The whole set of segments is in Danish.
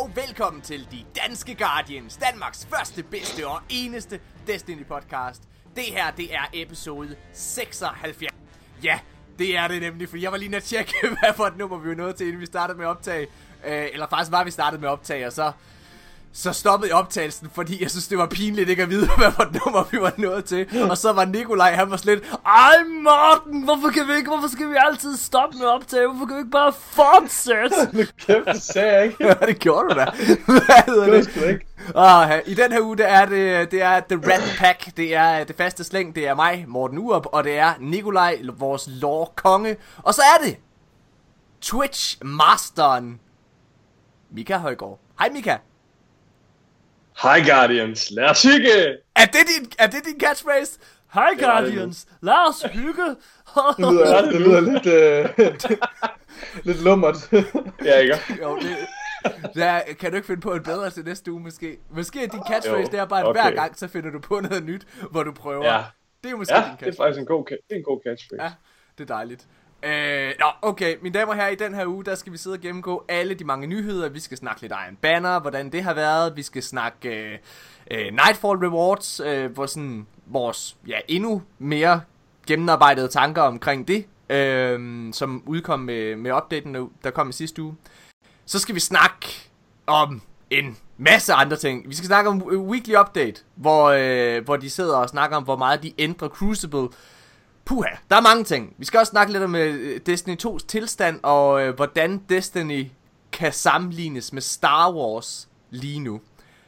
og velkommen til De Danske Guardians, Danmarks første, bedste og eneste Destiny podcast. Det her, det er episode 76. Ja, det er det nemlig, fordi jeg var lige nødt til at tjekke, hvad for et nummer vi var nået til, inden vi startede med at optage. Eller faktisk var vi startet med at optage, og så stoppede jeg optagelsen, fordi jeg synes, det var pinligt ikke at vide, hvad for et nummer vi var nået til. Og så var Nikolaj, han var slet, ej Morten, hvorfor skal vi altid stoppe med at optage? Hvorfor kan vi ikke bare fortsætte? Kæft, det sagde jeg ikke. Ja, det gjorde du da. Hvad hedder det? Det ikke. I den her uge, det er The Red Pack. Det er det faste slæng. Det er mig, Morten Urup, og det er Nikolaj, vores lore-konge. Og så er det Twitch-masteren Mika Højgaard. Hej Mika. Hej Guardians, lad os hygge. Er det din catchphrase? Hej Guardians, lad os hygge. Det lyder lidt lummert. Ja, ikke? Jo, kan du ikke finde på en bedre til næste uge måske? Måske er din catchphrase, det er bare, at okay. hver gang så finder du på noget nyt, hvor du prøver. Ja. Det er jo måske din catchphrase. Det er faktisk en god catchphrase. Ja, det er dejligt. Okay, mine damer og herrer, i den her uge, der skal vi sidde og gennemgå alle de mange nyheder. Vi skal snakke lidt Iron Banner, hvordan det har været. Vi skal snakke Nightfall Rewards, hvor sådan vores endnu mere gennemarbejdede tanker omkring det, som udkom med updaten, der kom i sidste uge. Så skal vi snakke om en masse andre ting. Vi skal snakke om Weekly Update, hvor de sidder og snakker om, hvor meget de ændrer Crucible. Puha, der er mange ting. Vi skal også snakke lidt om Destiny 2's tilstand, og hvordan Destiny kan sammenlignes med Star Wars lige nu.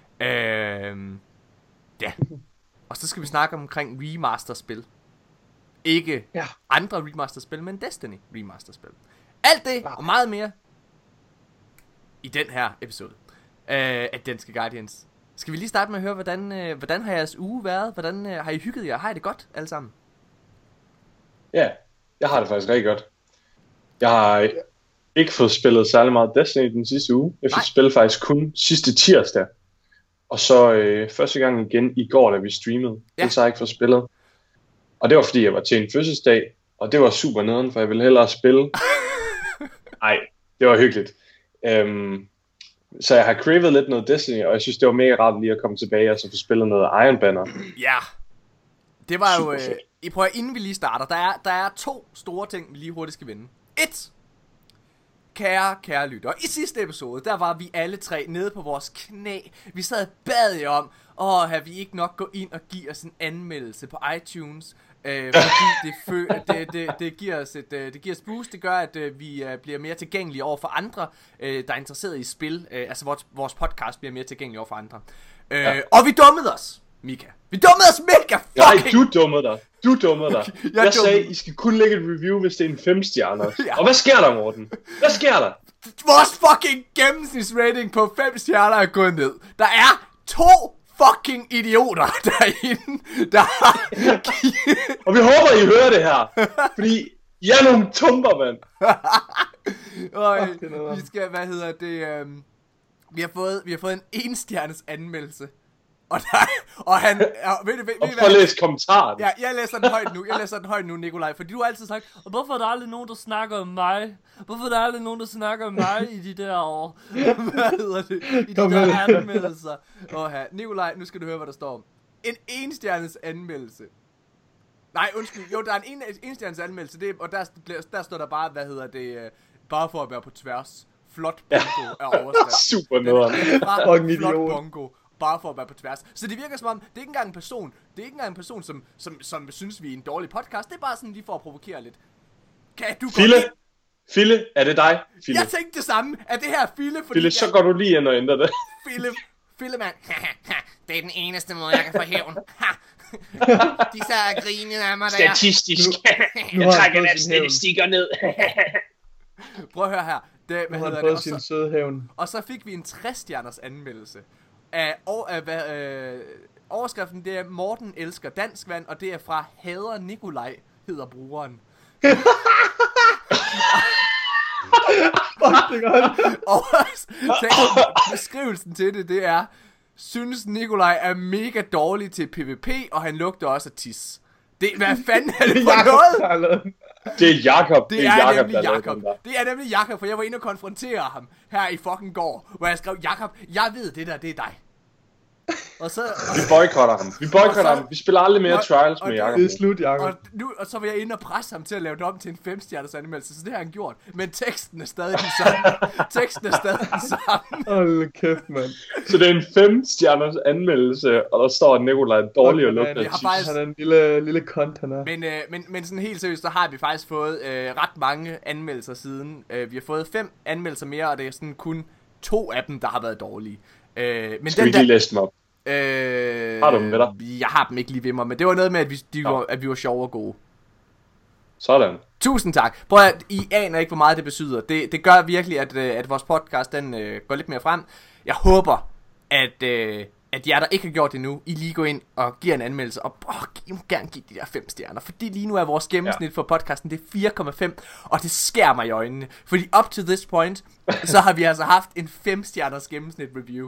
Ja. Og så skal vi snakke omkring remasterspil. Ikke andre remasterspil, men Destiny remasterspil. Alt det og meget mere i den her episode af Danske Guardians. Skal vi lige starte med at høre, hvordan har jeres uge været? Hvordan har I hygget jer? Har I det godt alle sammen? Ja, jeg har det faktisk rigtig godt. Jeg har ikke fået spillet særlig meget Destiny den sidste uge. Jeg fik spillet faktisk kun sidste tirsdag. Og så første gang igen i går, da vi streamede. Ja. Så har jeg ikke fået spillet. Og det var fordi, jeg var til en fødselsdag. Og det var super nederen, for jeg ville hellere spille. Nej, det var hyggeligt. Så jeg har cravet lidt noget Destiny, og jeg synes, det var mega rart lige at komme tilbage og så få spillet noget Iron Banner. Ja, det var super jo... I prøver, inden vi lige starter, der er to store ting, vi lige hurtigt skal vinde. 1. Kære lyttere, i sidste episode, der var vi alle tre nede på vores knæ. Vi sad og bad jer om, har vi ikke nok gå ind og give os en anmeldelse på iTunes, fordi det giver os boost. Det gør, at vi bliver mere tilgængelige over for andre, der er interesseret i spil. Altså vores podcast bliver mere tilgængelig over for andre. Og vi dummede os, Mika. Vi dummede os mega fucking... Nej, du dummede dig. Jeg sagde, I skal kun lægge et review, hvis det er en 5-stjerner. Ja. Og hvad sker der, Morten? Hvad sker der? Vores fucking gennemsnitsrating på 5 stjerner er gået ned. Der er 2 fucking idioter derinde, Og vi håber, I hører det her. Fordi I er nogle tumper, mand. Vi skal, vi har fået en 1-stjernes anmeldelse. Og han... Og prøv at læse kommentaren. Ja, jeg læser den højt nu, Nikolaj. Fordi du har altid sagt, og hvorfor er der aldrig nogen, der snakker om mig? Hvorfor er der aldrig nogen, der snakker om mig i de der år? Hvad hedder det? I de der anmeldelser. Nikolaj, nu skal du høre, hvad der står. En 1-stjernes anmeldelse. Nej, undskyld. Jo, der er en 1-stjernes anmeldelse. Og der står der bare, bare for at være på tværs. Flot bongo er overskrift. Super nederen. Flot bongo. Bare for at være på tværs. Så det virker som om, det er ikke engang en person. Det er ikke engang en person, som synes, vi er en dårlig podcast. Det er bare sådan lige for at provokere lidt. Kan du Fille, er det dig? Fille. Jeg tænkte det samme. Er det her Fille? Fille, så går du lige ind og ændrer det. Fille, mand. Det er den eneste måde, jeg kan få hævn. De så grinede af mig der. Statistisk. Jeg trækker deres statistikker ned. Prøv at høre her. Nu har han fået sin søde hævn. Og så fik vi en 60-stjerners anmeldelse. Overskriften, det er Morten elsker danskvand, og det er fra Hader Nikolaj, hedder brugeren. Fuck, det godt. Og beskrivelsen til det er, synes Nikolaj er mega dårlig til PvP, og han lugter også af tis. Hvad fanden er det for noget? Det er Jakob. Det er nemlig Jakob. Det er nemlig Jakob, for jeg var inde og konfrontere ham her i fucking går, hvor jeg skrev, Jakob, jeg ved det der, det er dig. Og så, vi boykotter ham. Vi spiller aldrig mere Trials med Jakob. Det er slut, Jakob. Og så var jeg inde og presse ham til at lave det om til en 5-stjerners anmeldelse, så det har han gjort. Men teksten er stadig den samme. Hold kæft, mand. Så det er en 5-stjerners anmeldelse, og der står, at Nikolaj er dårlig og lugter. Han er en lille kont, han er. Men sådan helt seriøst, så har vi faktisk fået ret mange anmeldelser siden. Vi har fået 5 anmeldelser mere, og det er sådan kun 2 af dem, der har været dårlige. Men skal vi lige læse dem op? Har du dem med dig? Jeg har dem ikke lige ved mig, men det var noget med, at vi var sjove og gode. Sådan. Tusind tak. Prøv at, I aner ikke, hvor meget det betyder. Det gør virkelig, at vores podcast, den går lidt mere frem. Jeg håber, at jer, der ikke har gjort det endnu, I lige går ind og giver en anmeldelse, og I må gerne give de der 5 stjerner, fordi lige nu er vores gennemsnit for podcasten, det er 4,5, og det skærer mig i øjnene, fordi up to this point, så har vi altså haft en 5-stjerners gennemsnit review.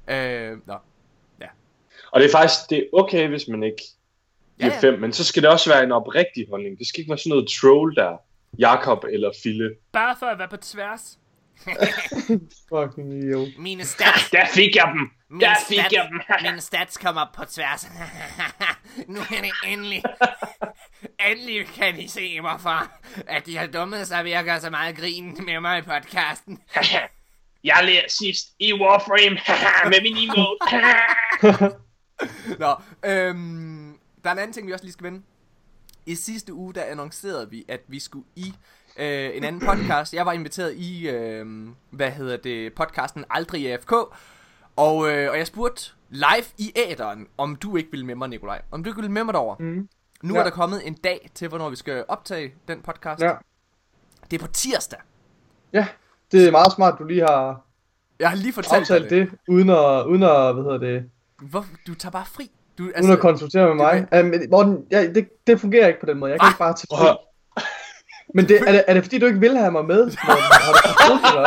Og det er faktisk, det er okay, hvis man ikke giver 5, men så skal det også være en oprigtig holdning. Det skal ikke være sådan noget troll der, Jakob eller Fille. Bare for at være på tværs. Fucking idiot. Mine stats. Der fik jeg dem. Mine stats kommer op på tværs. Nu er det endelig. Endelig kan I se mig for, at de har dummet sig ved at gøre så meget grin med mig i podcasten. Jeg lærte sidst i Warframe med min emote. Nå, der er en anden ting, vi også lige skal vende. I sidste uge, der annoncerede vi, at vi skulle i en anden podcast. Jeg var inviteret i, podcasten Aldrig AFK. Og jeg spurgte live i æteren, om du ikke ville med mig, Nikolaj. Om du ikke ville med mig derover. Nu er der kommet en dag til, hvornår vi skal optage den podcast. Ja. Det er på tirsdag. Ja, det er meget smart, du lige har... Jeg har lige fortalt dig det. Uden at, hvad hedder det... Du tager bare fri. Uden at konsultere med mig. Morten, det fungerer ikke på den måde. Jeg kan ikke bare tage fri. Men er det fordi, du ikke vil have mig med, Morten? Har du forstået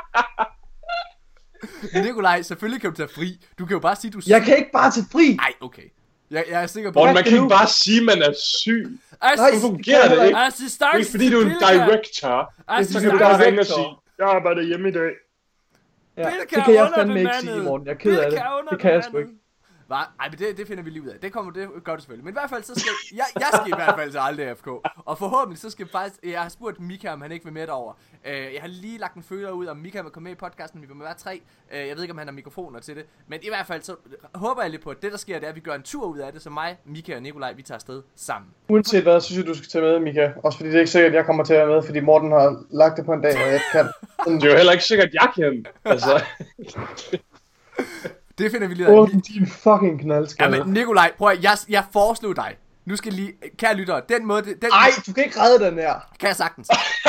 det? Nikolaj, selvfølgelig kan du tage fri. Du kan jo bare sige, du er syg. Jeg kan ikke bare tage fri. Nej, okay. Jeg er sikker på... Morten, man kan ikke bare sige, man er syg. Nej, fungerer det ikke. Det er ikke fordi, du er en director. Så kan du bare ringe og sige, jeg arbejder hjemme i dag. Ja, det kan jeg fandme ikke sige, Morten. Jeg er ked af det. Det kan jeg sgu ikke. Ej, men det finder vi lige ud af. Det gør du selvfølgelig. Men i hvert fald, så skal jeg skal i hvert fald til Aldrig AFK. Og forhåbentlig, så skal faktisk... Jeg har spurgt Mika, om han ikke vil med derover. Jeg har lige lagt en føler ud, om Mika vil komme med i podcasten. Vi vil være 3. Jeg ved ikke, om han har mikrofoner til det. Men i hvert fald, så håber jeg lidt på, at det, der sker, det er, at vi gør en tur ud af det. Så mig, Mika og Nikolaj, vi tager afsted sammen. Uanset hvad, så synes jeg, du skal tage med, Mika. Også fordi det er ikke sikkert, at jeg kommer til at være med, fordi Morten har lagt det på en dag, og jeg kan. Det er jo heller ikke sikkert, at jeg kan. Altså... Det finder vi lige ud af. Din fucking knaldskaller. Ja, men Nikolaj, prøv at, jeg foreslog dig. Nu skal lige, kære lyttere, den måde... Ej, du kan ikke redde den her. Kan jeg sagtens.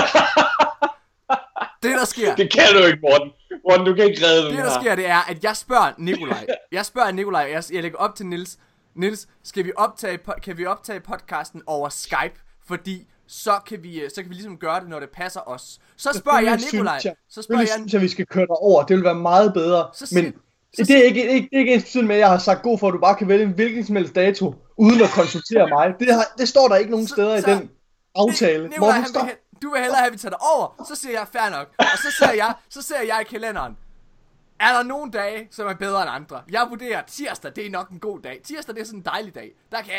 Det der sker... Det kan du ikke, Morten. Morten, du kan ikke redde den her. Det der sker, det er, at jeg spørger Nikolaj. Jeg lægger op til Niels. Niels, kan vi optage podcasten over Skype? Fordi... Så kan vi ligesom gøre det, når det passer os. Så spørger jeg Nikolaj. Så synes jeg, vi skal køre dig over. Det vil være meget bedre. Men det er ikke ens betydning med, at jeg har sagt god for, at du bare kan vælge en hvilken som helst dato, uden at konsultere mig. Det står der ikke nogen steder i den aftale. Nikolaj, du vil hellere have, at vi tager dig over. Så siger jeg, fair nok. Og så ser jeg i kalenderen. Er der nogle dage, som er bedre end andre? Jeg vurderer, tirsdag, det er nok en god dag. Tirsdag, det er sådan en dejlig dag.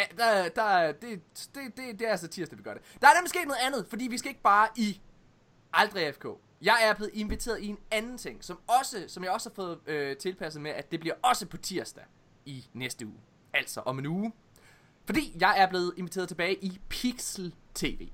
Det er altså tirsdag, vi gør det. Der er nemlig sket noget andet, fordi vi skal ikke bare i Aldrig AFK. Jeg er blevet inviteret i en anden ting, som jeg også har fået tilpasset med, at det bliver også på tirsdag i næste uge. Altså om en uge. Fordi jeg er blevet inviteret tilbage i Pixel TV.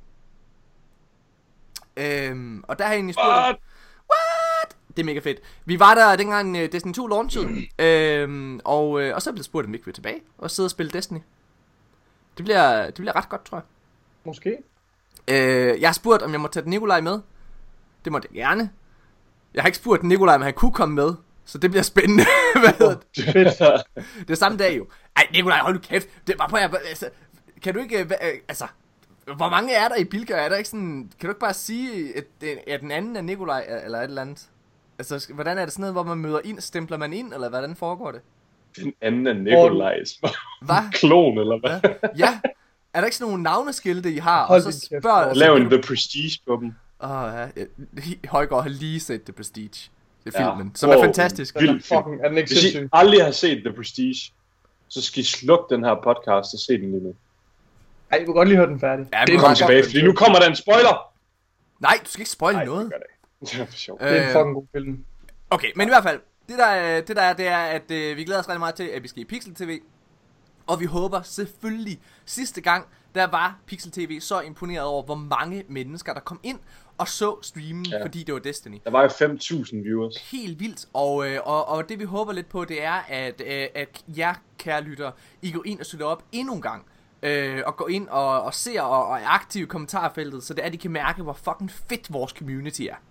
Og der har jeg egentlig spurgt... What? Det er mega fedt. Vi var der dengang Destiny 2 launchede, og så er blevet spurgt, om vi ikke vil tilbage og sidde og spille Destiny. Det bliver ret godt, tror jeg. Måske. Jeg har spurgt, om jeg må tage Nikolaj med. Det måtte jeg gerne. Jeg har ikke spurgt Nikolaj, om han kunne komme med, så det bliver spændende. Det er samme dag jo. Ej, Nikolaj, hold nu kæft. Det var på altså, kan du ikke... Altså, hvor mange er der i Bilka? Er der ikke sådan... Kan du ikke bare sige, at den anden er Nikolaj, eller et eller andet? Altså, hvordan er det sådan noget, hvor man møder ind? Stempler man ind, eller hvordan foregår det? Den anden er Nikolajs. Hvad? Klon, eller hvad? Ja. Er der ikke sådan nogle navneskilte, I har? Hold og så din spørger... Lav en The Prestige på dem. Ja. Højgaard har lige set The Prestige. Det er filmen, Ja. som er fantastisk. Den er fucking, er den ikke Hvis I sindssyg? aldrig har set The Prestige, så skal I slukke den her podcast og se den lige nu. Ej, jeg vil godt lige høre den færdig. Ja, Det kommer tilbage, fordi nu kommer der en spoiler! Nej, du skal ikke spoile Nej, noget. det gør det ikke. Det er for sjovt. Det er en fucking god film. Okay, men i hvert fald, det der er, det er, at vi glæder os rigtig meget til, at vi skal i Pixel TV. Og vi håber selvfølgelig, sidste gang, der var Pixel TV så imponeret over, hvor mange mennesker, der kom ind og så streamen, fordi det var Destiny. Der var jo 5.000 viewers. Helt vildt, og det vi håber lidt på, det er, at jer, kære lytter, I går ind og støtter op endnu en gang. Og går ind og ser og er aktive i kommentarfeltet, så det er, at de kan mærke, hvor fucking fedt vores community er.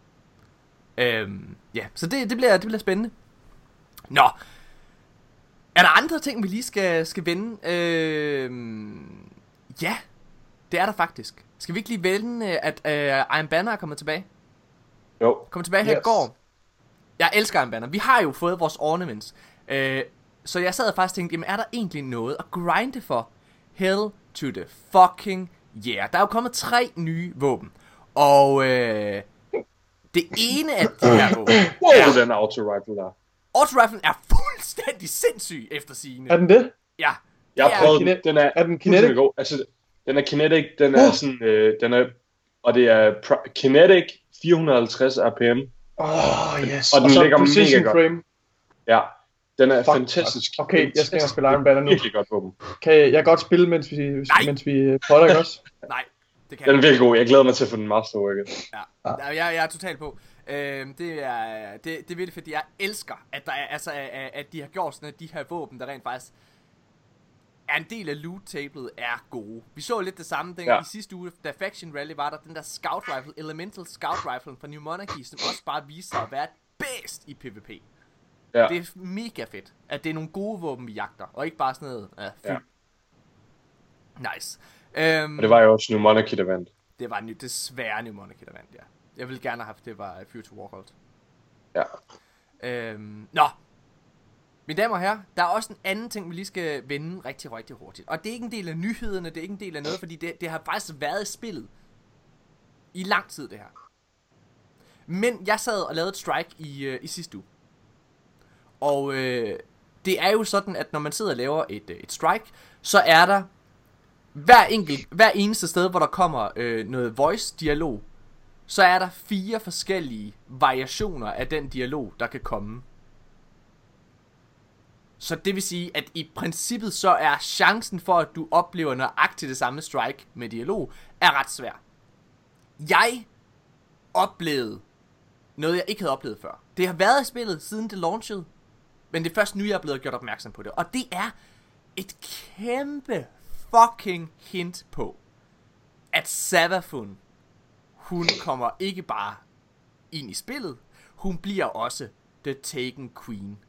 Ja, så det bliver spændende. Nå, er der andre ting, vi lige skal vende? Ja, det er der faktisk. Skal vi ikke lige vende, at Iron Banner er kommet tilbage? Jo. Kom tilbage her i går. Jeg elsker Iron Banner. Vi har jo fået vores ornaments. Så jeg sad og faktisk tænkte, jamen er der egentlig noget at grinde for? Hell to the fucking yeah. Der er jo kommet 3 nye våben. Og det ene af de her våben Wow, den auto-rifle der. Auto-riflen er fuldstændig sindssyg efter sigende. Er den det? Ja. Jeg har prøvet den. Den er den kinetic? God. Altså, den er kinetic. Den er sådan, den er, og det er kinetic 450 RPM. Yes. Og den så ligger precision mega frame. godt. Ja, den er fantastisk. Okay, jeg skal spille Iron Banner nu. Virkelig godt på dem. Kan jeg godt spille, mens vi potter, ikke også? Nej, det kan Den er virkelig god. Jeg glæder mig til at få den masterworket. Ja, jeg er totalt på. Det er virkelig fordi jeg elsker, at der er, altså, at de har gjort sådan, at de her våben, der rent faktisk er en del af loot-tablet, er gode. Vi så lidt det samme i sidste uge, da Faction Rally var der, den der Scout Rifle, Elemental Scout Rifle fra New Monarchy, som også bare viser sig at være bedst i PvP. Ja. Det er mega fedt, at det er nogle gode våben, vi jagter, og ikke bare sådan noget fyld. Nice. Og det var jo også New Monarchy, der vandt. Det var desværre New Monarchy, der vandt, ja. Jeg ville gerne have haft, det var Future Warhold. Ja. Nå. Mine damer og herrer, der er også en anden ting, vi lige skal vende rigtig, rigtig hurtigt. Og det er ikke en del af nyhederne, det er ikke en del af noget, fordi det har faktisk været i spillet. I lang tid, det her. Men jeg sad og lavede et strike i sidste uge. Og det er jo sådan, at når man sidder og laver et strike, så er der hver eneste sted, hvor der kommer noget voice-dialog, så er der 4 forskellige variationer af den dialog, der kan komme. Så det vil sige, at i princippet så er chancen for, at du oplever nøjagtigt det samme strike med dialog, er ret svær. Jeg oplevede noget, jeg ikke havde oplevet før. Det har været i spillet, siden det launchede, men det er først nu, jeg er blevet gjort opmærksom på det. Og det er et kæmpe fucking hint på, at Savathun, hun kommer ikke bare ind i spillet, hun bliver også The Taken Queen.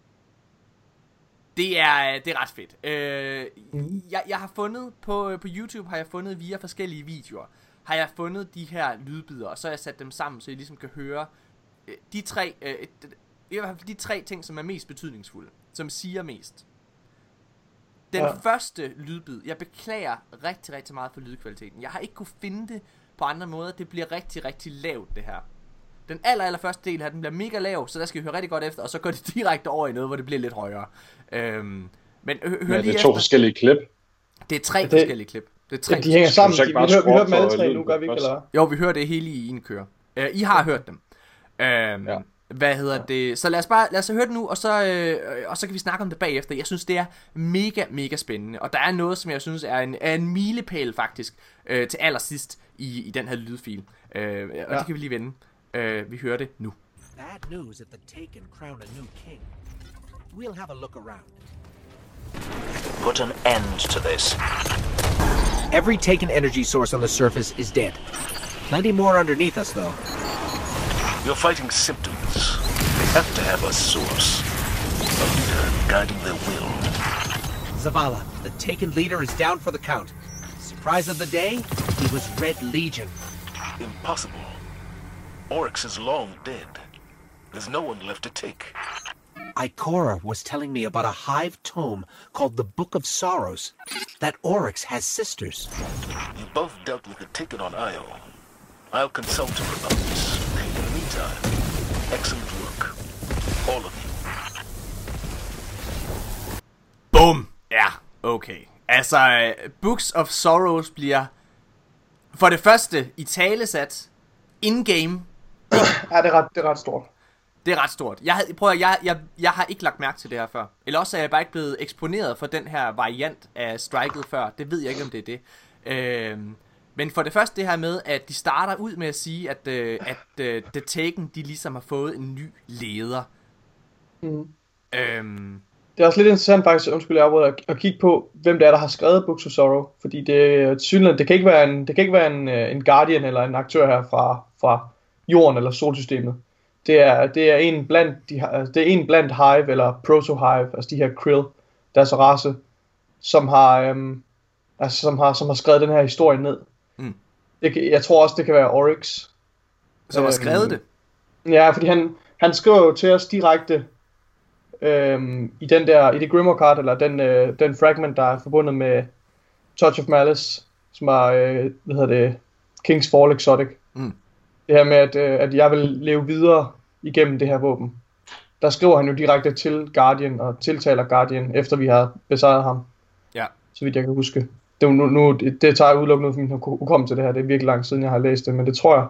Det er ret fedt. Jeg har fundet på YouTube, har jeg fundet via forskellige videoer, har jeg fundet de her lydbidder, og så har jeg sat dem sammen, så I ligesom kan høre de 3, i hvert fald de 3 ting, som er mest betydningsfulde, som siger mest. Den første lydbid, jeg beklager rigtig, rigtig meget for lydkvaliteten. Jeg har ikke kunne finde det på andre måder. Det bliver rigtig, rigtig lavt, det her. Den allerførste del her, den bliver mega lav, så der skal I høre rigtig godt efter, og så går det direkte over i noget, hvor det bliver lidt højere. Men hør lige det er 2 forskellige klip. Det er 3 forskellige klip. Det er 3. De hænger sammen. Vi hører dem alle 3 nu, gør vi ikke, eller? Jo, vi hører det hele i en køre. I har hørt dem. Hvad hedder det? Så lad os høre det nu, og så kan vi snakke om det bagefter. Jeg synes, det er mega, mega spændende. Og der er noget, som jeg synes er en milepæl faktisk, til allersidst i den her lydfil. Og det kan vi lige vende. Vi hører det nu. Bad news if the Taken crown a new king. We'll have a look around. Put an end to this. Every Taken energy source on the surface is dead. Plenty more underneath us, though. You're fighting symptoms. They have to have a source. A leader guiding their will. Zavala, the Taken leader is down for the count. Surprise of the day? He was Red Legion. Impossible. Oryx is long dead. There's no one left to take. Ikora was telling me about a hive tome called the Book of Sorrows. That Oryx has sisters. You both dealt with the ticket on Io. I'll consult her about this. In the meantime, excellent work. All of you. Boom! Ja, okay. Altså, Books of Sorrows bliver for det første italesat in-game. Ja, det er ret stort. Det er ret stort. Jeg har ikke lagt mærke til det her før. Eller også er jeg bare ikke blevet eksponeret for den her variant af striket før. Det ved jeg ikke, om det er det. Men for det første det her med, at de starter ud med at sige, at The Taken, de ligesom har fået en ny leder. Det er også lidt interessant faktisk, undskyld jeg afbryder, at kigge på, hvem det er, der har skrevet Books of Sorrow. Fordi det kan ikke være en Guardian eller en aktør her fra Jorden eller Solsystemet. Det er en blandt Hive eller Proto-Hive, altså de her Krill, deres race, som har skrevet den her historie ned. Jeg tror også, det kan være Oryx. Som har skrevet det? Ja, fordi han skriver jo til os direkte i det Grimoire card, eller den fragment, der er forbundet med Touch of Malice, som er, King's Fall Exotic. Det her med, at jeg vil leve videre igennem det her våben. Der skriver han jo direkte til Guardian, og tiltaler Guardian, efter vi har besejret ham. Ja. Så vidt jeg kan huske. Det tager jeg udelukkende ud for min hukommelse til det her. Det er virkelig lang siden, jeg har læst det, men det tror jeg.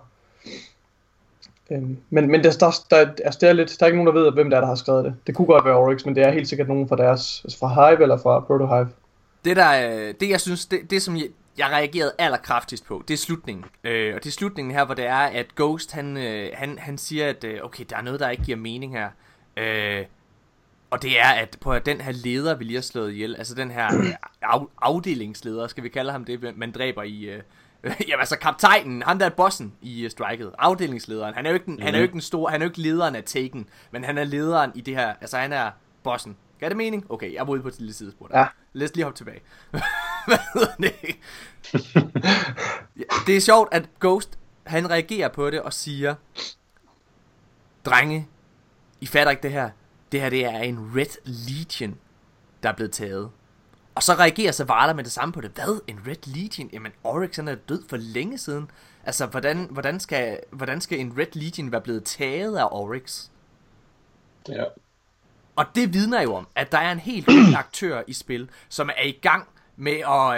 Men der er ikke nogen, der ved, hvem der har skrevet det. Det kunne godt være Oryx, men det er helt sikkert nogen fra Hive eller fra Proto-Hive. Det jeg synes, det som jeg reagerede allerkraftigst på, det er slutningen. Og det er slutningen her, hvor det er, at Ghost, han siger, at okay, der er noget, der ikke giver mening her. Og det er, at på den her leder, vi lige har slået ihjel, altså den her afdelingsleder, skal vi kalde ham det, man dræber i... jamen altså kaptajnen, han der er bossen i striket, afdelingslederen. Han er jo ikke den store, han er jo ikke lederen af Taken, men han er lederen i det her, altså han er bossen. Gør det mening? Okay, jeg var ude på et lille sidespor der. Ja. Lad os lige hoppe tilbage. Hvad hedder det? Det er sjovt, at Ghost, han reagerer på det og siger, drenge, I fatter ikke det her. Det her, det er en Red Legion, der er blevet taget. Og så reagerer Zavala med det samme på det. Hvad? En Red Legion? Jamen, Oryx han er død for længe siden. Altså, hvordan skal en Red Legion være blevet taget af Oryx? Ja. Og det vidner jo om, at der er en helt ny aktør i spil, som er i gang med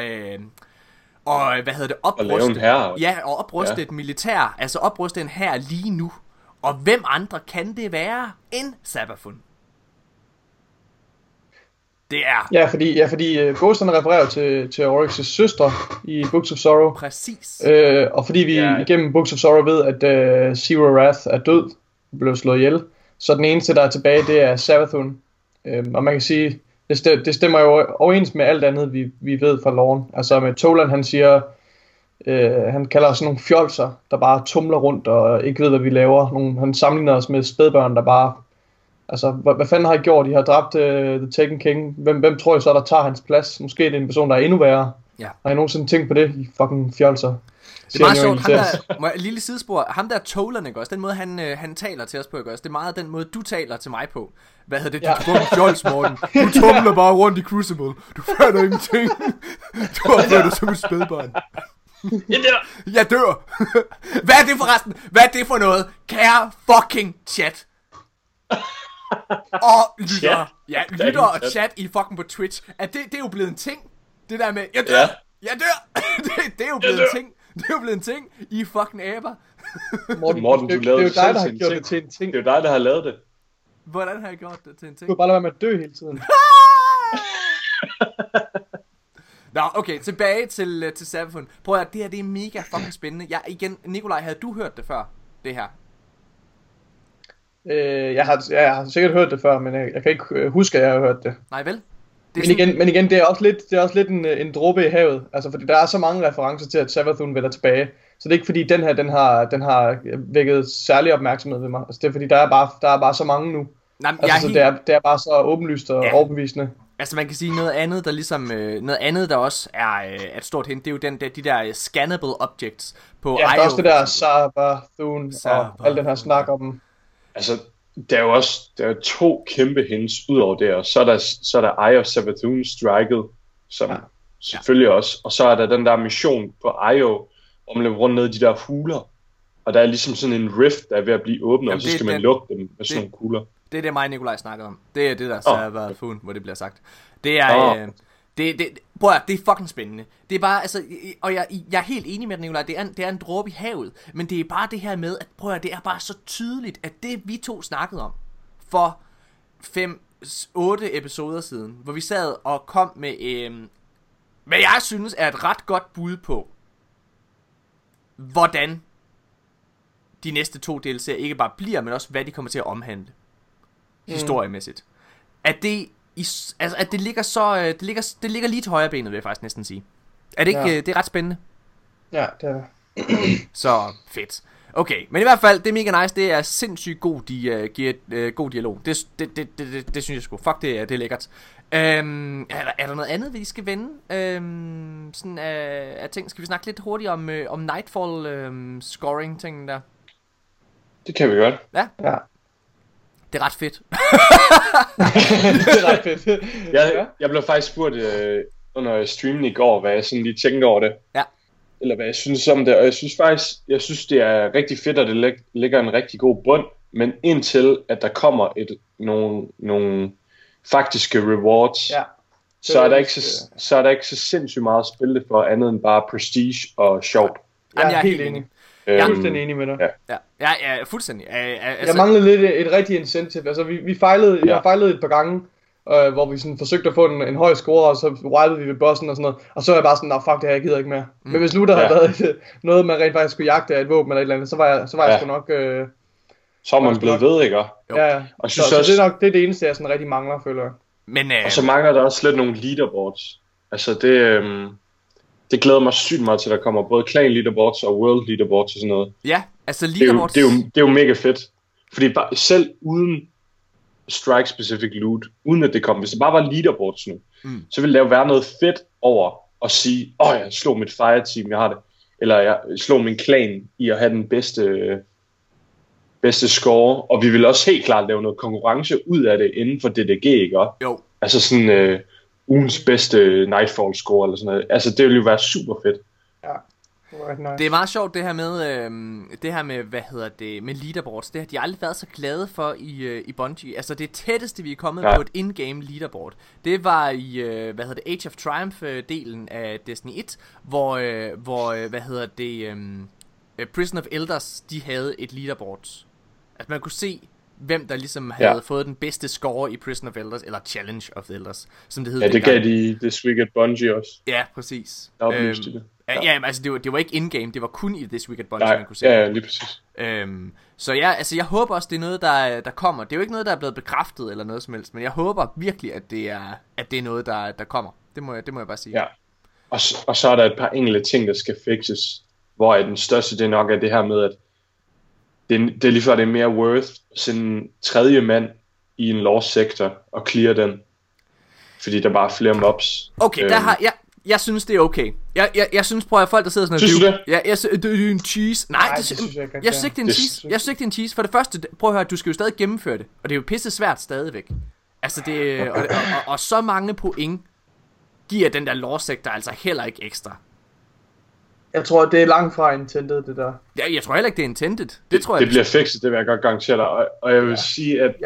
at opruste. Ja, og opruste et militær. Altså opruste en hær lige nu. Og hvem andre kan det være end Savathun? Det er... Ja, fordi Ghost refererer til Oryx' søstre i Books of Sorrow. Præcis. Og fordi vi igennem Books of Sorrow ved, at Zero Wrath er død, blev slået ihjel, så den eneste, der er tilbage, det er Savathun. Og man kan sige, det stemmer jo overens med alt andet, vi ved fra loven. Altså med Toland, han siger, han kalder os nogle fjolser, der bare tumler rundt og ikke ved, hvad vi laver. Han sammenligner os med spædbørn, der bare... Altså, hvad fanden har I gjort? I har dræbt The Taken King. Hvem tror I så, der tager hans plads? Måske det er en person, der er endnu værre. Ja. Har I nogensinde tænkt på det? I fucking fjolser. Det er meget sjovt. Lille sidespor. Ham der Toland, ikke også? Den måde, han taler til os på, ikke også? Det er meget den måde, du taler til mig på. Hvad hedder det? Du er fjols, Morten. Du tumler bare rundt i Crucible. Du fatter ingenting. Du har ført dig som et spædbarn. Jeg dør. Hvad er det forresten? Hvad er det for noget? Kære fucking chat. Og lytter og chat i fucking på Twitch. Det er jo blevet en ting. Det der med, jeg dør. Det er jo blevet en ting. Det er jo blevet en ting. I fucking aber. Morten, du lavede det er jo dig, der har gjort det til en ting. Det er jo dig, der har lavet det. Hvordan har jeg gjort det til en ting? Du kan bare lade være med at dø hele tiden. Nå, okay, tilbage til Savathun. Prøv at det her, det er mega fucking spændende. Nikolaj, havde du hørt det før? Det her? Jeg har sikkert hørt det før, men jeg kan ikke huske, at jeg har hørt det. Nej vel? Men igen, det er også lidt en dråbe i havet. Altså, fordi der er så mange referencer til, at Savathun vender tilbage. Så det er ikke fordi, den her, den har vækket særlig opmærksomhed ved mig. Altså, det er fordi, der er bare så mange nu. Nej, altså, det er bare så åbenlyst og overbevisende. Altså man kan sige noget andet, der ligesom noget andet, der også er et stort hint, det er jo de der scannable objects på IO. Ja, der er også det der Savathun og al den her snak om. Altså der er jo 2 kæmpe hints ud over det, og så er der Eye of Savathun striket, som selvfølgelig også, og så er der den der mission på Io, hvor man løber rundt ned i de der huler, og der er ligesom sådan en rift, der er ved at blive åbnet, og så skal man lukke dem med sådan nogle kugler. Det er det, mig og Nikolaj snakkede om. Det er det der Savathun, hvor det bliver sagt. Det er... Prøv at, det er fucking spændende. Det er bare, altså, og jeg er helt enig med den, Nikolaj, det er en dråbe i havet, men det er bare det her med, at prøv at, det er bare så tydeligt, at det vi to snakkede om for 5-8 episoder siden, hvor vi sad og kom med, hvad jeg synes er et ret godt bud på, hvordan de næste 2 DLC'er ikke bare bliver, men også hvad de kommer til at omhandle historiemæssigt. At det at det ligger så det ligger lige til højre benet, vil jeg faktisk næsten sige. Er det ikke det er ret spændende? Ja, det er det. Så fedt. Okay, men i hvert fald det er mega nice. Det er sindssygt god god dialog. Det synes jeg sgu. Fuck, det er lækkert. Er der noget andet vi skal vende? Sådan af ting. Skal vi snakke lidt hurtigt om Nightfall scoring tingen der? Det kan vi godt. Ja. Det er ret fedt. Det er ret fedt. Jeg blev faktisk spurgt under streamen i går, hvad jeg sådan lige tænkte over det. Ja. Eller hvad jeg synes om det. Og jeg synes det er rigtig fedt, og det ligger en rigtig god bund. Men indtil at der kommer nogle faktiske rewards, så er der ikke så sindssygt meget at spille det for, andet end bare prestige og sjovt. Jeg er helt enig. Jeg er fuldstændig enig med dig. Ja, jeg er fuldstændig. Jeg manglede lidt et rigtigt incentive. Altså, vi fejlede, jeg fejlede et par gange, hvor vi sådan forsøgte at få en høj score, og så wildede vi ved bossen og sådan noget. Og så var jeg bare sådan, fuck det her, jeg gider ikke mere. Men hvis nu der havde været noget, man rent faktisk skulle jagte af et våben eller et eller andet, så var jeg sgu nok... så er man blevet ved, ikke? Ja. Og så det er nok det eneste, jeg sådan rigtig mangler, føler jeg. Men, og så mangler der også lidt nogle leaderboards. Altså det glæder mig sygt meget til, at der kommer både clan leaderboards og world leaderboards og sådan noget. Ja, altså leaderboards... Det er jo mega fedt. Fordi bare, selv uden strike specific loot, uden at det kom, hvis det bare var leaderboards nu, så ville der jo være noget fedt over at sige, jeg slog mit fireteam, jeg har det. Eller jeg slog min clan i at have den bedste score. Og vi vil også helt klart lave noget konkurrence ud af det inden for DDG, ikke? Jo. Altså sådan... ugens bedste Nightfall score eller sådan noget. Altså det ville jo være super fedt. Ja. Nice. Det er meget sjovt det her med hvad hedder det med leaderboards. Det har de aldrig været så glade for i Bungie. Altså det tætteste vi er kommet på et in-game leaderboard. Det var i Age of Triumph delen af Destiny 1, hvor Prison of Elders, de havde et leaderboard. Altså man kunne se hvem der ligesom havde fået den bedste score i Prison of Elders, eller Challenge of the Elders, som det hed. Ja, det gav de This Week at Bungie også. Ja, præcis. Det. Ja, men altså det var ikke in-game, det var kun i This Week at Bungie, man kunne se. Ja, lige præcis. Så jeg håber også, det er noget, der kommer. Det er jo ikke noget, der er blevet bekræftet eller noget som helst, men jeg håber virkelig, at det er noget, der kommer. Det må jeg bare sige. Ja, og så er der et par enkelte ting, der skal fixes, hvor den største, det nok er det her med, at det er lige før, det er mere worth at sende en tredje mand i en lost sektor og clear den. Fordi der bare er flere mobs. Okay, jeg synes det er okay. Jeg synes, prøv at folk der sidder sådan. Synes du det? Ja, det er en cheese. Nej, det synes jeg ikke. Jeg synes ikke det er en cheese. Jeg synes ikke det er en cheese. For det første, prøv at høre, du skal jo stadig gennemføre det, og det er jo pisse svært stadigvæk. Altså det og så mange point giver den der lost sektor altså heller ikke ekstra. Jeg tror, det er langt fra intended, det der. Ja, jeg tror heller ikke, det er intended. Det bliver fikset, det vil jeg godt garantere dig. Og jeg vil sige, at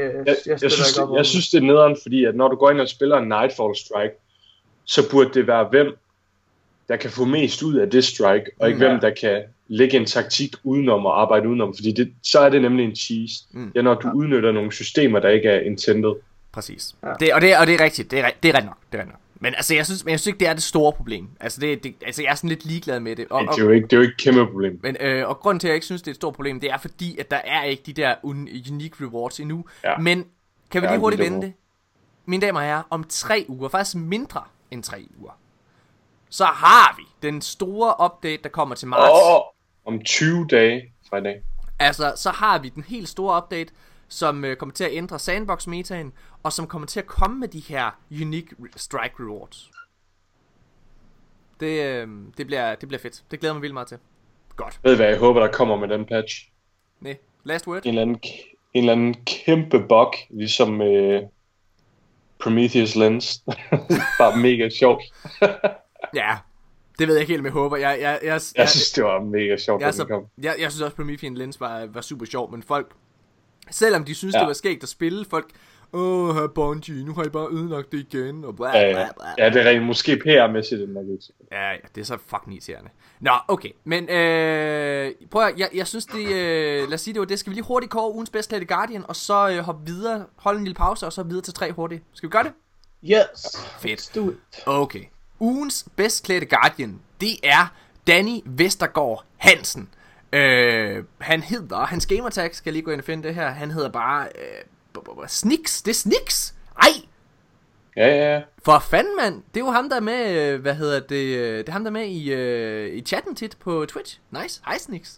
jeg synes, det er nederen, fordi at når du går ind og spiller en Nightfall Strike, så burde det være, hvem der kan få mest ud af det strike, og ikke hvem der kan lægge en taktik udenom og arbejde udenom, fordi så er det nemlig en cheese. Ja, når du udnytter nogle systemer, der ikke er intended. Præcis. Ja. Det er rigtigt. Det er ret nok. Men altså, jeg synes ikke, det er det store problem. Altså, altså jeg er sådan lidt ligeglad med det. Det er jo ikke et kæmpe problem. Men, og grunden til, at jeg ikke synes, det er et stort problem, det er fordi, at der er ikke de der unique rewards endnu. Ja. Men kan vi lige hurtigt vende det? Mine damer og herrer, om 3 uger, faktisk mindre end 3 uger, så har vi den store update, der kommer til marts. Om 20 dage fra i dag. Altså, så har vi den helt store update, som kommer til at ændre sandbox-metaen, og som kommer til at komme med de her unique strike rewards. Det bliver fedt. Det glæder mig vildt meget til. Godt. Ved hvad jeg håber, der kommer med den patch? Nej, last word? En eller anden en eller anden kæmpe bug, ligesom Prometheus Lens. Bare mega sjovt. Ja, det ved jeg ikke helt, men jeg håber. Jeg synes, det var mega sjovt, jeg synes også, Prometheus Lens var super sjov, men folk, selvom de synes, det var skægt at spille, folk, her Bungie, nu har I bare ødelagt det igen, og bla bla bla. Ja, det er rent måske PR-mæssigt, den der lidt. Ja, det er så fucking irriterende. Nå, okay, men prøv at, jeg synes det, lad os sige det var det, skal vi lige hurtigt kåre ugens bedst klædte Guardian, og så hoppe videre, holde en lille pause, og så videre til 3 hurtigt. Skal vi gøre det? Yes. Fedt. Let's do it. Okay. Ugens bedst klædte Guardian, det er Danny Vestergaard Hansen. Han hedder, hans gamertag, skal jeg lige gå ind og finde det her, han hedder bare Snix. Det er Snix. Ej. Ja. For fanden, mand. Det er jo ham, der er med, det er ham, der er med i chatten tit på Twitch. Nice. Hej, Snix.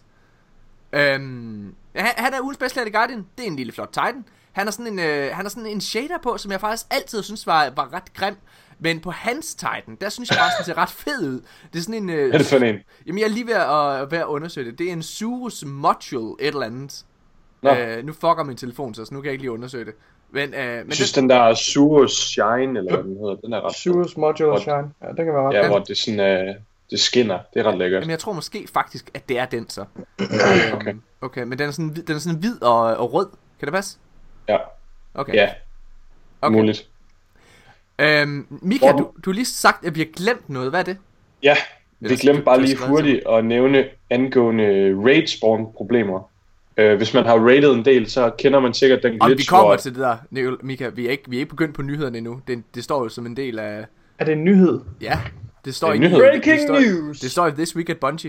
Han er ugens bedst klædte Guardian. Det er en lille flot Titan. Han har sådan en shader på, som jeg faktisk altid synes var ret grim. Men på hans Titan, der synes jeg faktisk, den ser ret fed ud. Det er sådan en... Hvad er det for en? Jamen, jeg er lige ved at undersøge det. Det er en Surus Module et eller andet. Nu fucker min telefon, så nu kan jeg ikke lige undersøge det. Men jeg synes, den der Surus Shine, eller hvad den hedder, den er ret... Surus Module Shine, ja, det kan være ret. Ja, hvor det sådan... det skinner, det er ret lækkert. Jamen, jeg tror måske faktisk, at det er den så. Okay, men den er sådan hvid og rød. Kan det passe? Ja. Okay. Ja, muligt. Mika, du har lige sagt, at vi har glemt noget. Hvad er det? Ja, vi glemte bare lige hurtigt at nævne angående raid spawn problemer. Hvis man har raided en del, så kender man sikkert den glitch. Og vi kommer til det der, Mika. Vi er ikke begyndt på nyhederne endnu. Det står jo som en del af... Er det en nyhed? Ja, det står i Breaking news! Det står i This Week at Bungie.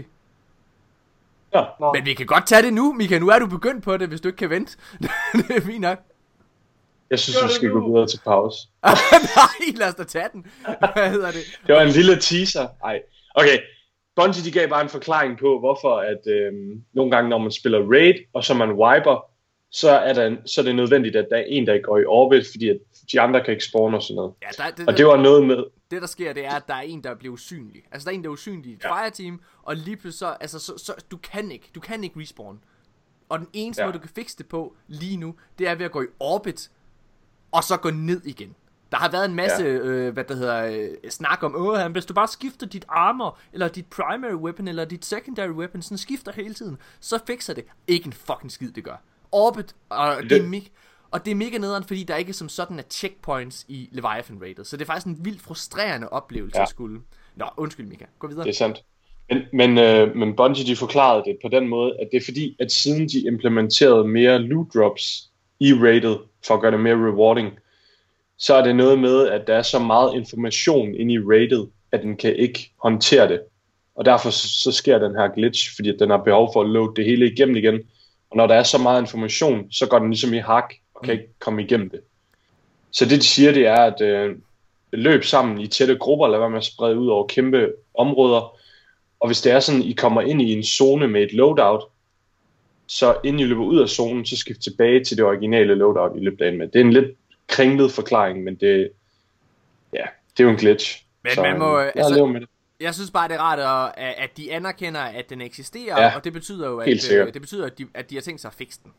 Ja. Men vi kan godt tage det nu, Mika. Nu er du begyndt på det, hvis du ikke kan vente. Det er fint nok. Jeg synes, vi skal gå videre til pause. Nej, lad os da tage den. Hvad hedder det? Det var en lille teaser. Ej. Okay, Bungie de gav bare en forklaring på, hvorfor at nogle gange, når man spiller raid, og så man wiper, så er det nødvendigt, at der er en, der går i orbit, fordi at de andre kan ikke spawne og sådan noget. Ja, og det var noget med... Det, der sker, det er, at der er en, der bliver usynlig. Altså, der er en, der er usynlig i et fireteam, og lige pludselig så du kan ikke respawn. Og den eneste måde, du kan fikse det på lige nu, det er ved at gå i orbit, og så gå ned igen. Der har været en masse, snak om, hvis du bare skifter dit armor, eller dit primary weapon, eller dit secondary weapon, sådan skifter hele tiden, så fikser det. Ikke en fucking skid, det gør. Orbit, og det er mega nederen, fordi der ikke som sådan er checkpoints i Leviathan Raidet. Så det er faktisk en vildt frustrerende oplevelse at skulle... Nå, undskyld Mika, gå videre. Det er sandt. Men Bungie de forklarede det på den måde, at det er fordi, at siden de implementerede mere loot drops i Raidet, for at gøre det mere rewarding, så er det noget med, at der er så meget information inde i Raidet, at den kan ikke håndtere det. Og derfor så sker den her glitch, fordi den har behov for at load det hele igennem igen. Og når der er så meget information, så går den ligesom i hak og kan ikke komme igennem det. Så det de siger, det er, at løb sammen i tætte grupper, lad være med at sprede ud over kæmpe områder. Og hvis det er sådan, I kommer ind i en zone med et loadout, så inden I løber ud af zonen, så skift tilbage til det originale loadout, I løb derind med. Det er en lidt kringlet forklaring, men det er jo en glitch. Men så, man må, leve med det. Jeg synes bare, det er rart, at de anerkender, at den eksisterer, og det betyder jo, at de har tænkt sig at fikse den.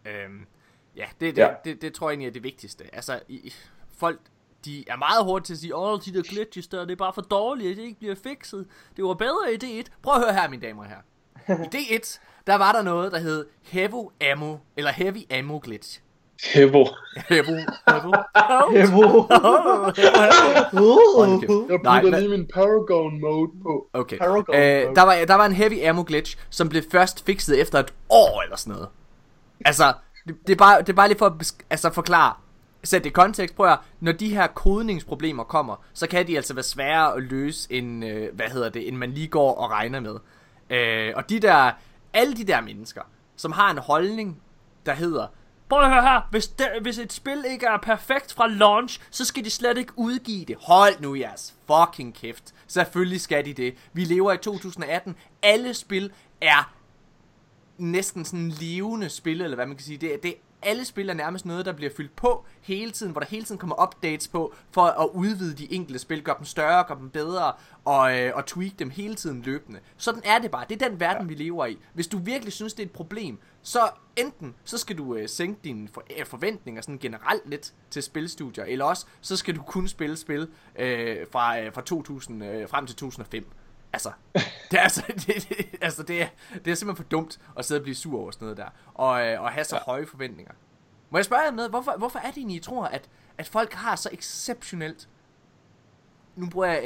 Det tror jeg egentlig er det vigtigste. Altså, folk, de er meget hurtige til at sige, de der glitches der, det er bare for dårligt, at det ikke bliver fikset. Det var bedre i D1. Prøv at høre her, mine damer og herrer. I D1, der var der noget, der hed Heavy Ammo Glitch. Hevo. Jeg putter lige min Paragon mode på. Okay. Der var en Heavy Ammo Glitch, som blev først fikset efter et år eller sådan noget. Altså, det er bare lige for at forklare. Sæt det i kontekst, prøv at når de her kodningsproblemer kommer, så kan de altså være sværere at løse end, end man lige går og regner med. Og alle de der mennesker, som har en holdning, der hedder, prøv at høre her, hvis et spil ikke er perfekt fra launch, så skal de slet ikke udgive det. Hold nu jeres fucking kæft. Selvfølgelig skal de det. Vi lever i 2018. Alle spil er næsten sådan levende spil, eller hvad man kan sige. alle spil er nærmest noget, der bliver fyldt på hele tiden, hvor der hele tiden kommer updates på, for at udvide de enkelte spil, gøre dem større, gøre dem bedre, og tweak dem hele tiden løbende. Sådan er det bare. Det er den verden, vi lever i. Hvis du virkelig synes, det er et problem, så enten så skal du sænke dine forventninger sådan generelt lidt til spilstudier, eller også så skal du kun spille spil fra 2000 frem til 2005. Altså, det er simpelthen for dumt at sidde og blive sur over sådan noget der, og have så høje forventninger. Må jeg spørge jer om noget? Hvorfor er det egentlig, I tror, at folk har så exceptionelt, nu bruger jeg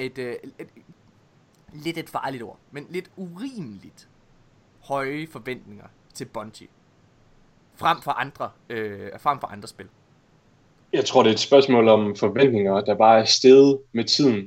et farligt ord, men lidt urimeligt høje forventninger til Bungie, frem for andre spil? Jeg tror, det er et spørgsmål om forventninger, der bare er steget med tiden.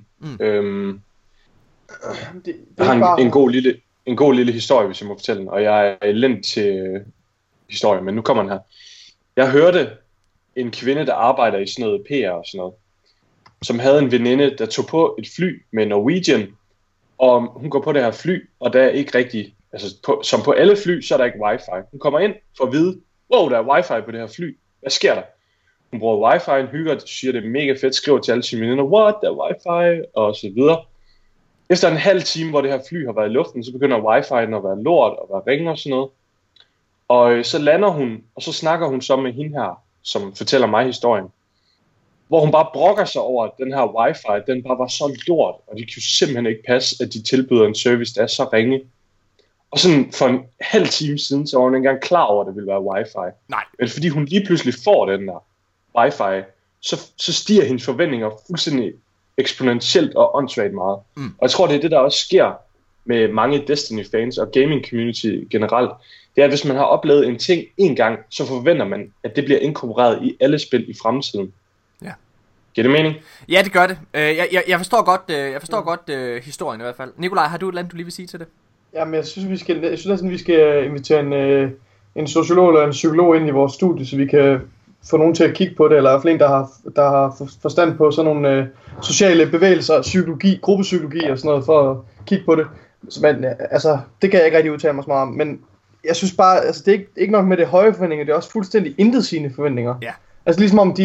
Jeg har en god lille historie, hvis jeg må fortælle den, og jeg er elendig til historie, men nu kommer den her. Jeg hørte en kvinde, der arbejder i sådan noget PR og sådan noget, som havde en veninde, der tog på et fly med Norwegian, og hun går på det her fly, og der er ikke rigtig, som på alle fly, så er der ikke wifi. Hun kommer ind for at vide, wow, der er wifi på det her fly. Hvad sker der? Hun bruger wifi'en, hygger, siger det er mega fedt, skriver til alle sine veninder, what, der er wifi, og så videre. Efter en halv time, hvor det her fly har været i luften, så begynder wifi'en at være lort og være ringe og sådan noget. Og så lander hun, og så snakker hun så med hende her, som fortæller mig historien. Hvor hun bare brokker sig over, at den her wifi, den bare var så lort, og det kan jo simpelthen ikke passe, at de tilbyder en service, der er så ringe. Og sådan for en halv time siden, så var hun ikke engang klar over, at det ville være wifi. Nej. Men fordi hun lige pludselig får den der wifi, så stiger hendes forventninger fuldstændig eksponentielt og åndssvagt meget. Og jeg tror, det er det, der også sker med mange Destiny-fans og gaming-community generelt. Det er, at hvis man har oplevet en ting en gang, så forventer man, at det bliver inkorporeret i alle spil i fremtiden. Ja. Giver det mening? Ja, det gør det. Jeg forstår godt historien i hvert fald. Nikolaj, har du et eller andet, du lige vil sige til det? Jamen, jeg synes vi skal invitere en sociolog eller en psykolog ind i vores studie, så vi kan få nogen til at kigge på det, eller i hvert fald en, der har forstand på sådan nogle sociale bevægelser, psykologi, gruppepsykologi og sådan noget, for at kigge på det. Men altså, det kan jeg ikke rigtig udtale mig så meget om, men jeg synes bare, altså det er ikke nok med det høje forventninger, det er også fuldstændig intetsigende forventninger. Ja. Altså ligesom om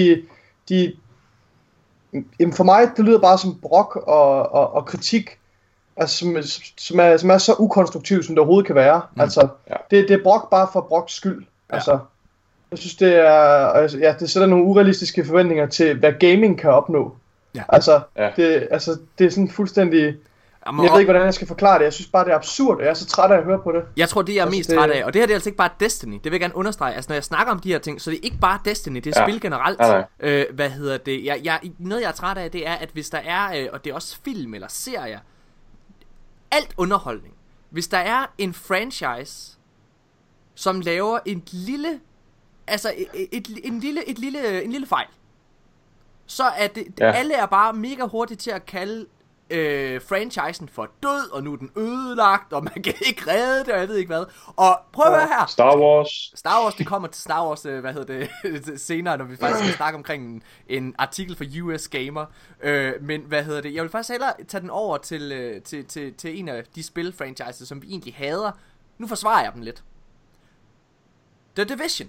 for mig, det lyder bare som brok og kritik, altså, som er så ukonstruktiv, som det overhovedet kan være. Altså, det er brok bare for broks skyld. Altså, jeg synes, det sætter nogle urealistiske forventninger til, hvad gaming kan opnå. Ja. Altså, det er sådan fuldstændig... Jeg ved ikke, hvordan jeg skal forklare det. Jeg synes bare, det er absurd, og jeg er så træt af at høre på det. Jeg tror, det jeg er mest træt af, og det her det er altså ikke bare Destiny. Det vil jeg gerne understrege. Altså, når jeg snakker om de her ting, så det er ikke bare Destiny, det er spil generelt. Noget jeg er træt af, det er, at hvis der er, og det er også film eller serier, alt underholdning. Hvis der er en franchise, som laver en lille fejl, så er det, alle er bare mega hurtigt til at kalde franchisen for død, og nu er den ødelagt, og man kan ikke redde det, og jeg ved ikke hvad. Og prøv at høre her. Star Wars, det kommer til Star Wars, senere, når vi faktisk skal snakke omkring en artikel for US Gamer. Men jeg vil faktisk hellere tage den over til en af de spil-franchises, som vi egentlig hader. Nu forsvarer jeg dem lidt. The Division.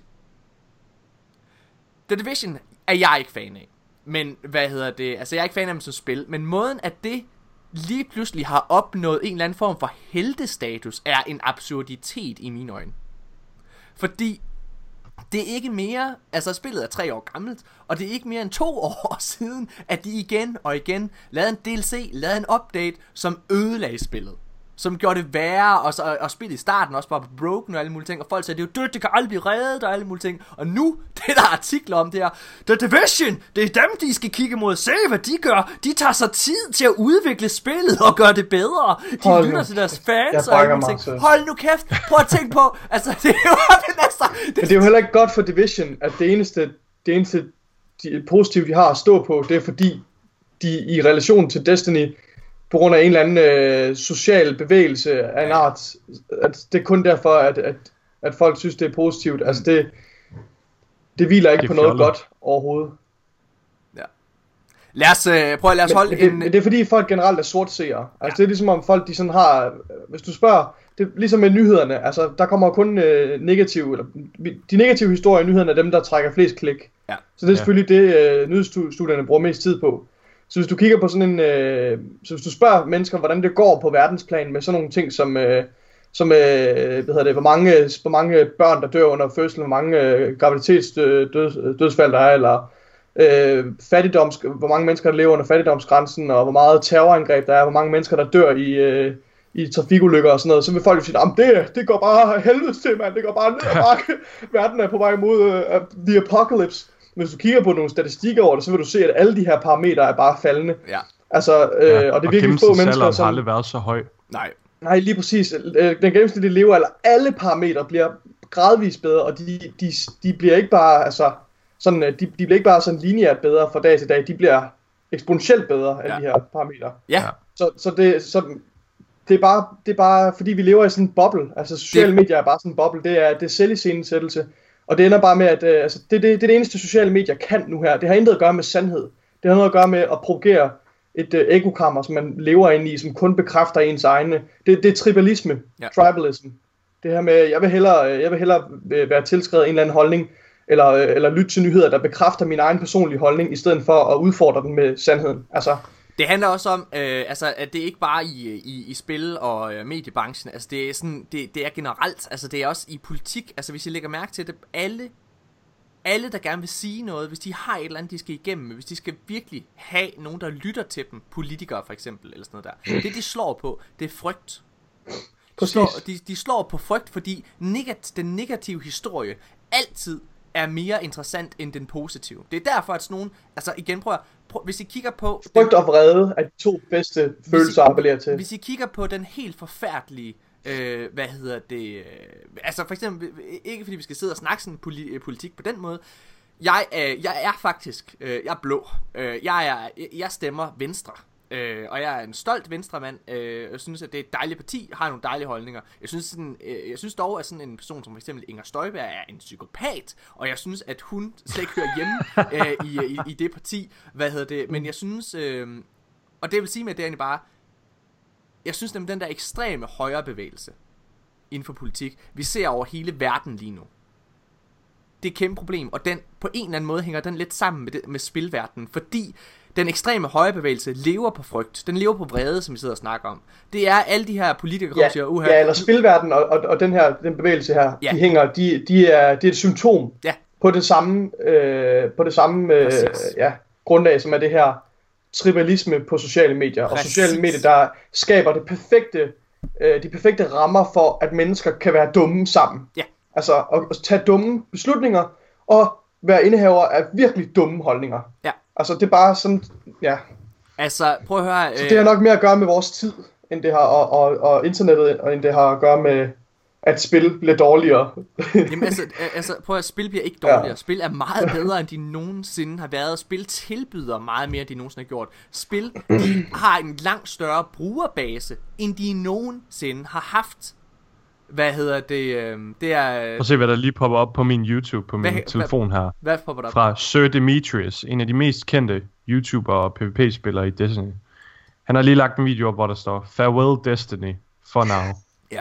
The Division er jeg ikke fan af. Men altså jeg er ikke fan af dem som spil, men måden at det lige pludselig har opnået en eller anden form for heltestatus er en absurditet i mine øjne. Fordi det er ikke mere, altså spillet er 3 år gammelt, og det er ikke mere end 2 år siden, at de igen og igen lavede en DLC, lavede en update, som ødelagde spillet. Som gjorde det værre, og spillet i starten også bare broken og alle mulige ting, og folk sagde, det er jo dødt, det kan aldrig blive reddet og alle mulige ting. Og nu, det der artikler om det her, The Division, det er dem, de skal kigge mod. Se hvad de gør, de tager sig tid til at udvikle spillet og gøre det bedre. De lytter til deres fans og alle mulige ting. Hold nu kæft, prøv at tænke på, altså det er jo Men det er jo heller ikke godt for Division, at det eneste positive de har at stå på, det er fordi, de i relation til Destiny, på grund af en eller anden social bevægelse af en art, at det er kun derfor, at folk synes, det er positivt. Altså det hviler ikke på noget godt overhovedet. Ja. Lad os holde en... Men det er fordi folk generelt er sortseere. Altså det er ligesom om folk de sådan har... Hvis du spørger... Det er ligesom med nyhederne. Altså der kommer kun negative... Eller, de negative historier i nyhederne er dem, der trækker flest klik. Ja. Så det er selvfølgelig det, nyhedsstudierne bruger mest tid på. Så hvis du kigger på sådan en... så hvis du spørger mennesker, hvordan det går på verdensplan med sådan nogle ting som... hvor mange børn, der dør under fødslen, hvor mange graviditetsdødsfald der er, eller hvor mange mennesker, der lever under fattigdomsgrænsen, og hvor meget terrorangreb der er, hvor mange mennesker, der dør i trafikulykker og sådan noget, så vil folk sige, det går bare helvedes til, mand, det går bare ned ad bakke. Verden er på vej mod the apocalypse. Men hvis du kigger på nogle statistikker over det, så vil du se, at alle de her parametre er bare faldende. Ja. Altså, og det er virkelig få mennesker, som... har aldrig været så høj. Nej, lige præcis. Den gennemsnitlige levealder, alle parametre bliver gradvist bedre, og de bliver ikke bare, altså, sådan, de bliver ikke bare sådan lineært bedre fra dag til dag, de bliver eksponentielt bedre, alle de her parametre. Ja. Så det er bare, fordi vi lever i sådan en boble, altså sociale medier er bare sådan en boble, det er selviscenesættelse, og det ender bare med, at det er det eneste sociale medier kan nu her, det har intet at gøre med sandhed, det har noget at gøre med at provokere et ekokammer, som man lever inde i, som kun bekræfter ens egne. Det er tribalisme, tribalism. Det her med, jeg vil hellere være tilskrevet en eller anden holdning, eller lytte til nyheder, der bekræfter min egen personlige holdning, i stedet for at udfordre den med sandheden. Altså, det handler også om, at det er ikke bare i spil og mediebranchen, altså det er sådan, det er generelt, altså det er også i politik, altså hvis I lægger mærke til det, alle, der gerne vil sige noget, hvis de har et eller andet, de skal igennem, hvis de skal virkelig have nogen, der lytter til dem, politikere for eksempel, eller sådan noget der. Det, de slår på, det er frygt. De slår på frygt, fordi den negative historie altid er mere interessant end den positive. Det er derfor, at sådan nogen, altså igen, prøv, hvis I kigger på... Frygt og vrede er de to bedste følelser at appellere til. Hvis I kigger på den helt forfærdelige... altså for eksempel, ikke fordi vi skal sidde og snakke sådan politik på den måde. Jeg er faktisk, jeg er blå. Jeg stemmer Venstre. Og jeg er en stolt venstremand. Jeg synes, at det er et dejligt parti, har nogle dejlige holdninger. Jeg synes dog, at sådan en person som for eksempel Inger Støjberg er en psykopat, og jeg synes, at hun slet ikke hører hjemme i det parti. Men jeg synes, og det vil sige med, at det er egentlig bare, jeg synes nemlig, den der ekstreme højrebevægelse inden for politik, vi ser over hele verden lige nu. Det er et kæmpe problem, og den på en eller anden måde hænger den lidt sammen med spilverdenen, fordi den ekstreme højrebevægelse lever på frygt. Den lever på vrede, som vi sidder og snakker om. Det er alle de her politikere, der siger, eller spilverdenen og den bevægelse her, de hænger, det er et symptom på det samme, grundlag, som er det her tribalisme på sociale medier. Og sociale medier, der skaber de perfekte rammer for, at mennesker kan være dumme sammen. Ja. Altså at tage dumme beslutninger og være indehaver af virkelig dumme holdninger. Ja. Altså det er bare sådan, Altså prøv at høre. Så det har nok mere at gøre med vores tid, end det har og internettet, og end det har at gøre med at spil bliver dårligere. Jamen altså prøv at spil bliver ikke dårligere. Ja. Spil er meget bedre, end de nogensinde har været. Spil tilbyder meget mere, end de nogensinde har gjort. Spil de har en langt større brugerbase, end de nogensinde har haft. Det er... Prøv at se, hvad der lige popper op på min YouTube, på min telefon her. Hvad popper der op? Fra Sir Demetrius, en af de mest kendte YouTuber og PvP-spillere i Destiny. Han har lige lagt en video op, hvor der står, Farewell Destiny, for now. Ja.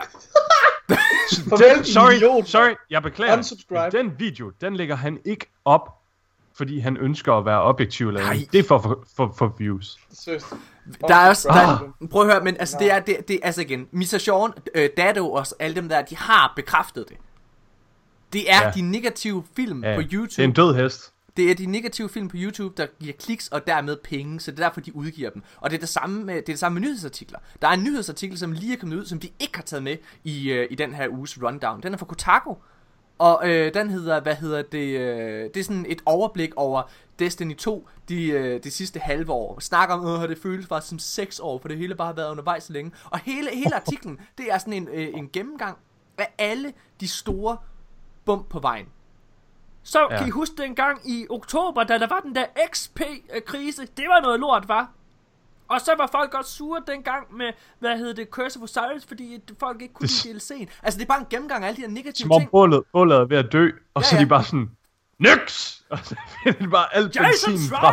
Sorry, jeg beklager. Unsubscribe. Den video, den lægger han ikke op, fordi han ønsker at være objektiv. Det er for views. Der er også, prøv at høre, men altså det er altså igen, Mr. Sean, Dado og alle dem der, de har bekræftet det. Det er de negative film på YouTube. Det er en død hest. Det er de negative film på YouTube, der giver kliks og dermed penge, så det er derfor, de udgiver dem. Og det er det samme med nyhedsartikler. Der er en nyhedsartikel, som lige er kommet ud, som de ikke har taget med i den her uges rundown. Den er fra Kotaku, og den hedder, det er sådan et overblik over Destiny 2 de sidste halve år. Snakker om, det føles faktisk som 6 år, for det hele bare har været undervejs så længe. Og hele artiklen, det er sådan en gennemgang af alle de store bump på vejen. Så kan I huske dengang i oktober, da der var den der XP-krise, det var noget lort, var. Og så var folk også sure dengang med, Curse of Osiris, fordi folk ikke kunne lide DLC'en. Altså det er bare en gennemgang af alle de her negative ting. Som om bålet er ved at dø, og så er de bare sådan, NYX! Og så finder de bare alt benzin frem.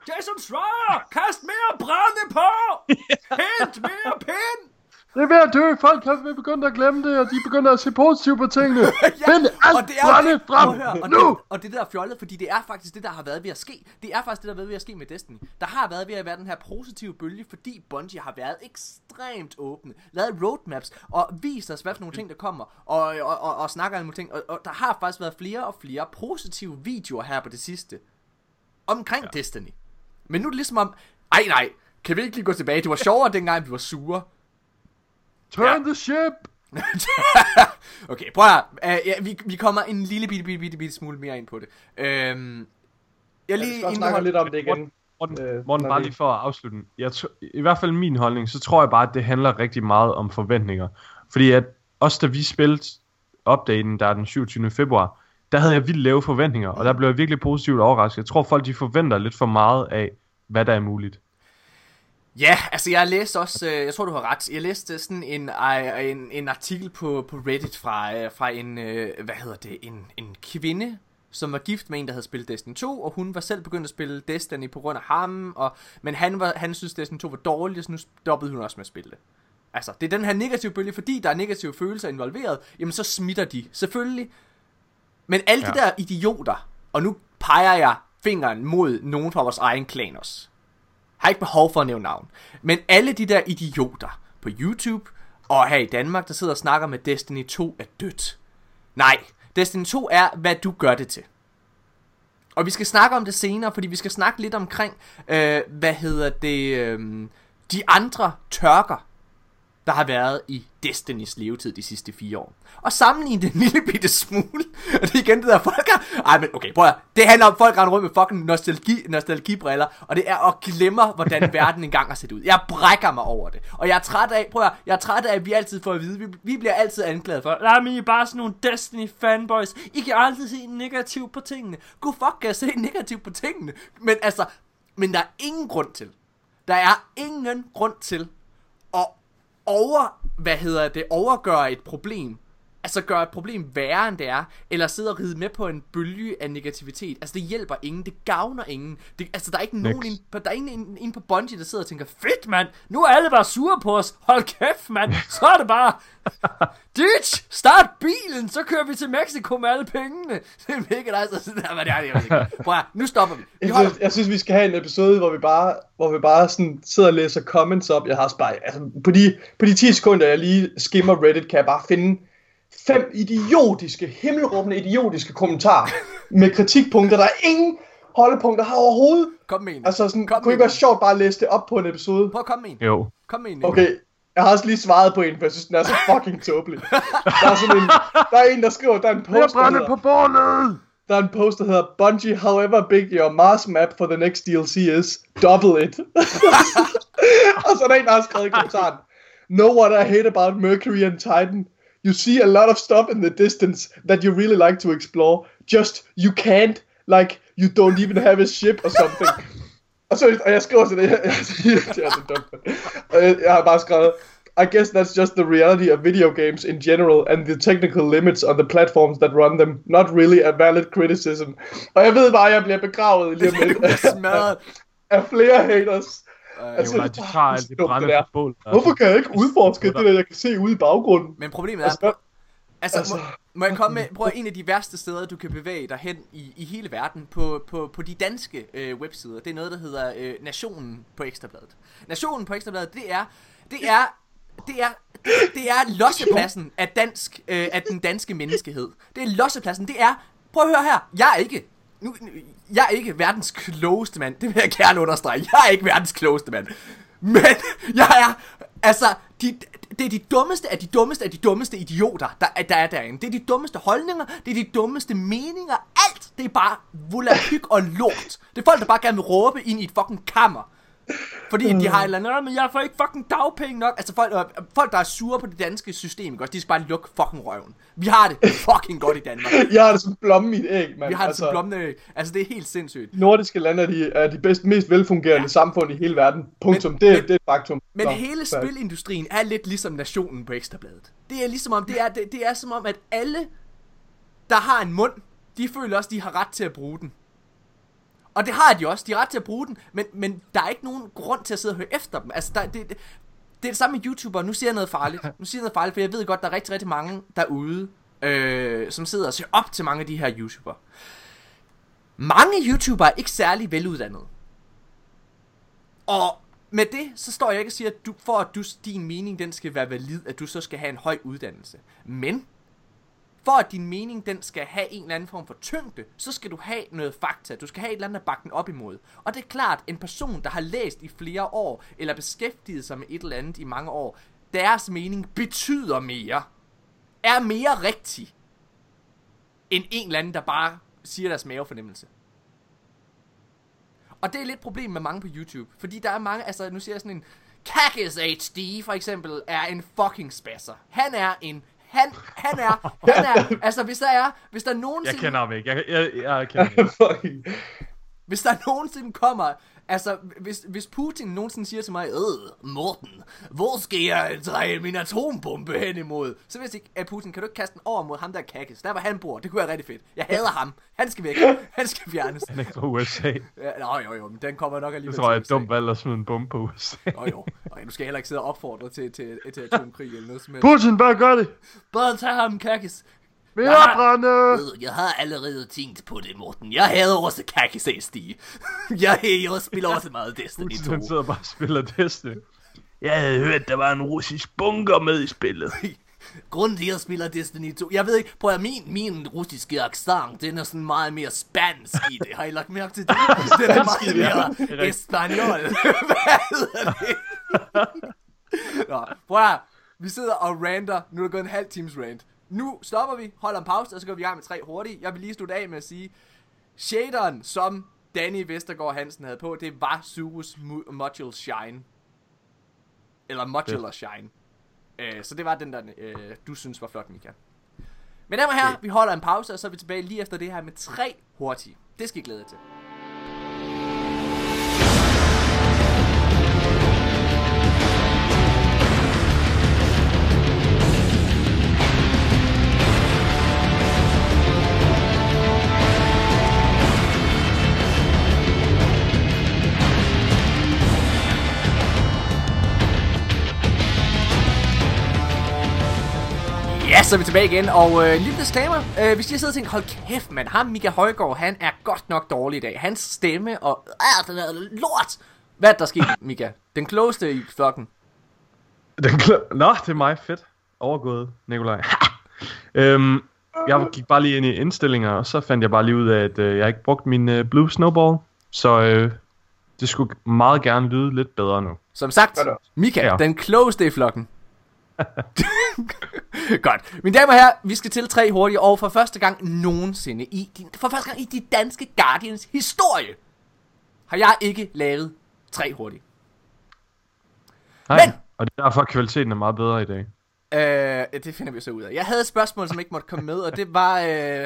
Jason Schreier, kast mere brænde på! Hent mere pind! Det er ved at dø. Folk har begyndt at glemme det, og de begynder at se positivt på tingene. Find alt brænde frem nu! Og det der er fjollet, fordi det er faktisk det, der har været ved at ske. Det er faktisk det, der har været ved at ske med Destiny. Der har været ved at være den her positive bølge, fordi Bungie har været ekstremt åbne. Lavet roadmaps og vist os, hvad for nogle ting, der kommer. Og snakker om nogle ting. Og der har faktisk været flere og flere positive videoer her på det sidste. Omkring Destiny. Men nu er det ligesom om... Nej, kan vi ikke lige gå tilbage? Det var sjovere dengang, vi var sure. Turn the ship! Okay, prøv at vi kommer en lille bitte smule mere ind på det. Jeg skal snakke lidt om det igen. Morten, bare lige for at afslutte den. I hvert fald min holdning, så tror jeg bare, at det handler rigtig meget om forventninger. Fordi at også da vi spillede updaten, der er den 27. februar, der havde jeg vildt lave forventninger, og der blev jeg virkelig positivt overrasket. Jeg tror, folk de forventer lidt for meget af, hvad der er muligt. Ja, altså jeg læste også, jeg tror du har ret, jeg læste sådan en artikel på Reddit fra en, en kvinde, som var gift med en, der havde spillet Destiny 2, og hun var selv begyndt at spille Destiny på grund af ham, men han synes Destiny 2 var dårligt, så nu stoppede hun også med at spille det. Altså, det er den her negative bølge, fordi der er negative følelser involveret, jamen så smitter de, selvfølgelig. Men alle de der idioter, og nu peger jeg fingeren mod nogen fra vores egen klan også. Har ikke behov for at nævne navn. Men alle de der idioter på YouTube og her i Danmark, der sidder og snakker med Destiny 2 er dødt. Nej, Destiny 2 er, hvad du gør det til. Og vi skal snakke om det senere, fordi vi skal snakke lidt omkring, de andre tørker, der har været i Destinys levetid de sidste 4 år. Og sammenligne det en lille bitte smule. Og det er igen det der folk har... Ej, men okay, prøv at... Det handler om, folk render rundt med fucking nostalgibriller. Og det er at glemme, hvordan verden engang har set ud. Jeg brækker mig over det. Og jeg er træt af... Prøv at... Jeg er træt af, at vi altid får at vide... Vi bliver altid anklaget for... Nej, men I er bare sådan nogle Destiny fanboys. I kan altid se negativt på tingene. God fuck, kan jeg se negativt på tingene? Men altså... Men der er ingen grund til... Der er ingen grund til... at overgøre et problem, altså gøre et problem værre end det er, eller sidde og ride med på en bølge af negativitet. Altså det hjælper ingen, det gavner ingen. Der er ikke nogen inde på Bungie, der sidder og tænker, fedt mand, nu er alle bare sure på os, hold kæft mand, så er det bare, ditch, start bilen, så kører vi til Mexico med alle pengene. Det er mega nice, altså, prøv at, nu stopper vi. Jeg synes vi skal have en episode, hvor vi bare sådan sidder og læser comments op. Jeg har bare, altså, på de 10 sekunder jeg lige skimmer Reddit, kan jeg bare finde 5 himmelråbende idiotiske kommentarer med kritikpunkter, der er ingen holdepunkter har overhovedet. Kom med en. Altså sådan, kunne ikke være sjovt bare at læse det op på en episode? Prøv at komme med en. Jo. Kom med en. Okay, jeg har også lige svaret på en, for jeg synes, den er så fucking tåbelig. Der er en, der skriver, der er en post, der er en post, der hedder Bungie, however big your Mars map for the next DLC is, double it. Og så er der en, der har skrevet i kommentaren, know what I hate about Mercury and Titan? You see a lot of stuff in the distance that you really like to explore. Just, you can't, like, you don't even have a ship or something. Og jeg skriver til det, det er så dumt. Og jeg har bare skrevet, I guess that's just the reality of video games in general and the technical limits on the platforms that run them. Not really a valid criticism. Og jeg ved bare, at jeg bliver begravet lige om lidt af flere haters. Altså, jo, de tager alt det brændende på bål. Hvorfor kan jeg ikke udforske det der, jeg kan se ude i baggrunden? Men problemet er, må jeg komme med, prøv en af de værste steder, du kan bevæge dig hen i hele verden, på de danske websider. Det er noget, der hedder Nationen på Ekstrabladet. Nationen på Ekstrabladet, det er lossepladsen af den danske menneskehed. Det er lossepladsen, det er, prøv at høre her, jeg er ikke verdens klogeste mand. Det vil jeg gerne understrege. Jeg er ikke verdens klogeste mand. Men jeg er, altså, det er de dummeste af de dummeste af de dummeste idioter, der er derinde. Det er de dummeste holdninger, det er de dummeste meninger. Alt, det er bare volapyk og lort. Det er folk, der bare gerne vil råbe ind i et fucking kammer. Fordi de har et eller andet, men jeg får ikke fucking dagpenge nok. Altså folk der er sure på det danske system, godt, de skal bare lukke fucking røven. Vi har det fucking godt i Danmark. Jeg har det som blomme i et æg, mand. Vi har det som blomme i et æg. Altså det er helt sindssygt. Nordiske lande er de mest velfungerende samfund i hele verden. Punktum. Det er et faktum. Men hele spilindustrien er lidt ligesom Nationen på Ekstrabladet. Det er ligesom om, det er som om, at alle, der har en mund, de føler også, de har ret til at bruge den. Og det har de også, de har ret til at bruge den, men der er ikke nogen grund til at sidde og høre efter dem. Altså, det er det samme med YouTubere. Nu siger jeg noget farligt, for jeg ved godt, der er rigtig, rigtig mange derude, som sidder og ser op til mange af de her YouTubere. Mange YouTubere er ikke særlig veluddannede. Og med det, så står jeg ikke og siger, at for at din mening, den skal være valid, at du så skal have en høj uddannelse. Men for at din mening, den skal have en eller anden form for tyngde, så skal du have noget fakta. Du skal have et eller andet at bakke den op imod. Og det er klart, en person, der har læst i flere år, eller beskæftiget sig med et eller andet i mange år, deres mening betyder mere, er mere rigtig, end en eller anden, der bare siger deres mavefornemmelse. Og det er lidt et problem med mange på YouTube, fordi der er mange, altså nu siger jeg sådan en Kakis HD for eksempel, er en fucking spasser. Han er, altså hvis der er nogensinde... Jeg kender ham ikke, jeg kender ham. Hvis der nogensinde kommer, altså hvis Putin nogensinde siger til mig, Morten, hvor skal jeg dreje min atombombe hen imod? Så vil jeg sige, Putin, kan du ikke kaste den over mod ham der Kakis, der hvor han bor, det kunne være rigtig fedt. Jeg hader ham, han skal væk, han skal fjernes. Han er fra USA. Ja, jo, men den kommer nok alligevel til USA. Jeg tror, jeg er dumt valgt at smide en bombe på USA. Jo, nu skal jeg heller ikke sidde og opfordre til atomkrig eller noget som helst. Putin, bare gør det! Bare tag ham, Kakis. Jeg har allerede tænkt på det, Morten. Jeg havde også Kakis HD. Jeg spiller også meget Destiny 2. Han sidder bare og spiller Destiny. Jeg havde hørt, der var en russisk bunker med i spillet. Grunden til, at jeg spiller Destiny 2... Jeg ved ikke, prøv at min russiske accent, den er sådan meget mere spansk i det. Har I lagt mærke til det? Den er meget mere espanol. Hvad hedder det? Nå, prøv at vi sidder og ranter. Nu er det gået en halv times rant. Nu stopper vi, holder en pause, og så går vi i gang med 3 hurtigt. Jeg vil lige slutte af med at sige, shaderen, som Danny Vestergaard Hansen havde på, det var Surus Modular Shine. Eller Modular Shine. Så det var den der, du synes var flot, Mika. Men damer og herrer, vi holder en pause, og så er vi tilbage lige efter det her med 3 hurtige. Det skal I glæde jer til. Ja, så er vi tilbage igen, og lille disclaimer, hvis I sidder og tænker, hold kæft mand, ham Mika Højgaard, han er godt nok dårlig i dag. Hans stemme og, den er lort. Hvad er der sket, Mika? Den klogeste i flokken. Nå, det er mig, fedt. Overgået, Nikolaj. Jeg gik bare lige ind i indstillinger, og så fandt jeg bare lige ud af, at jeg ikke brugte min Blue Snowball. Så det skulle meget gerne lyde lidt bedre nu. Som sagt, Mika, den klogeste i flokken. Godt. Mine damer og herrer, vi skal til 3 hurtige, og for første gang nogensinde i de danske Guardians historie, har jeg ikke lavet 3 hurtige. Nej, men, og det er derfor kvaliteten er meget bedre i dag. Det finder vi så ud af. Jeg havde et spørgsmål, som ikke måtte komme med, og det var,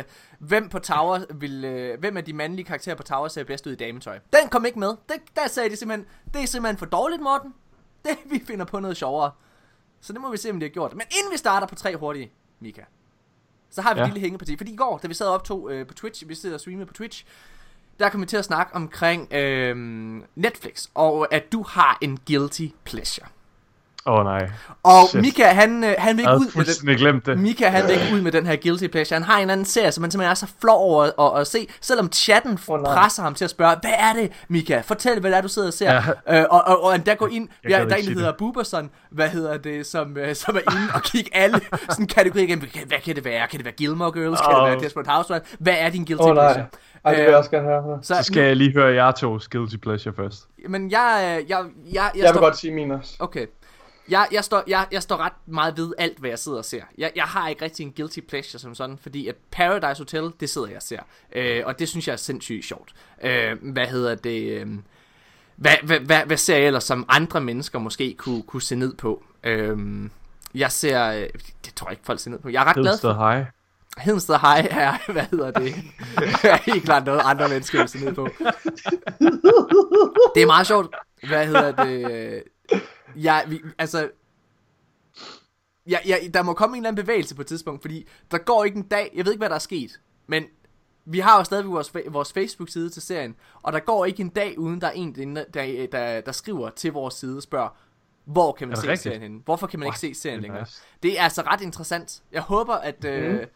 hvem af de mandlige karakterer på Tower ser bedst ud i dametøj? Den kom ikke med. Der sagde de simpelthen, det er simpelthen for dårligt, Morten. Vi finder på noget sjovere. Så det må vi se, om de har gjort det. Men inden vi starter på 3 hurtige, Mika, så har vi et lille hængeparti. Fordi i går, da vi sad og optog på Twitch, vi sidder og streamede på Twitch, der kom vi til at snakke omkring Netflix, og at du har en guilty pleasure. Nej. Og shit. Mika, han vil ikke ud med det. Mika, han vil ikke ud med den her guilty pleasure. Han har en anden serie, som han simpelthen er så flov over at se, selvom chatten presser ham til at spørge, hvad er det, Mika? Fortæl, hvad det er, du sidder og ser. Og der går ind, der en, der hedder Buberson, som er inde og kigge alle sådan kategorier igennem. Hvad kan det være? Kan det være Gilmore Girls? Kan det være Desperate Housewives? Hvad er din guilty pleasure? Det vil jeg også gerne høre. Så skal jeg lige høre jer tos guilty pleasure først. Men jeg vil godt sige min også. Okay. Jeg står ret meget ved alt, hvad jeg sidder og ser. Jeg har ikke rigtig en guilty pleasure som sådan, fordi at Paradise Hotel, det sidder jeg og ser. Og det synes jeg er sindssygt sjovt. Hvad ser jeg ellers, som andre mennesker måske kunne se ned på? Jeg ser... det tror jeg ikke, folk ser ned på. Jeg er ret glad for... Hedensted High er, er helt klart noget, andre mennesker vil se ned på. Det er meget sjovt. Der må komme en eller anden bevægelse på et tidspunkt, fordi der går ikke en dag, jeg ved ikke hvad der er sket, men Vi har jo stadigvæk vores Facebook-side til serien, og der går ikke en dag, uden der er en, der skriver til vores side og spørger, hvor kan man se serien henne? Hvorfor kan man ikke se serien længere? Nice. Det er altså ret interessant. Jeg håber, at... det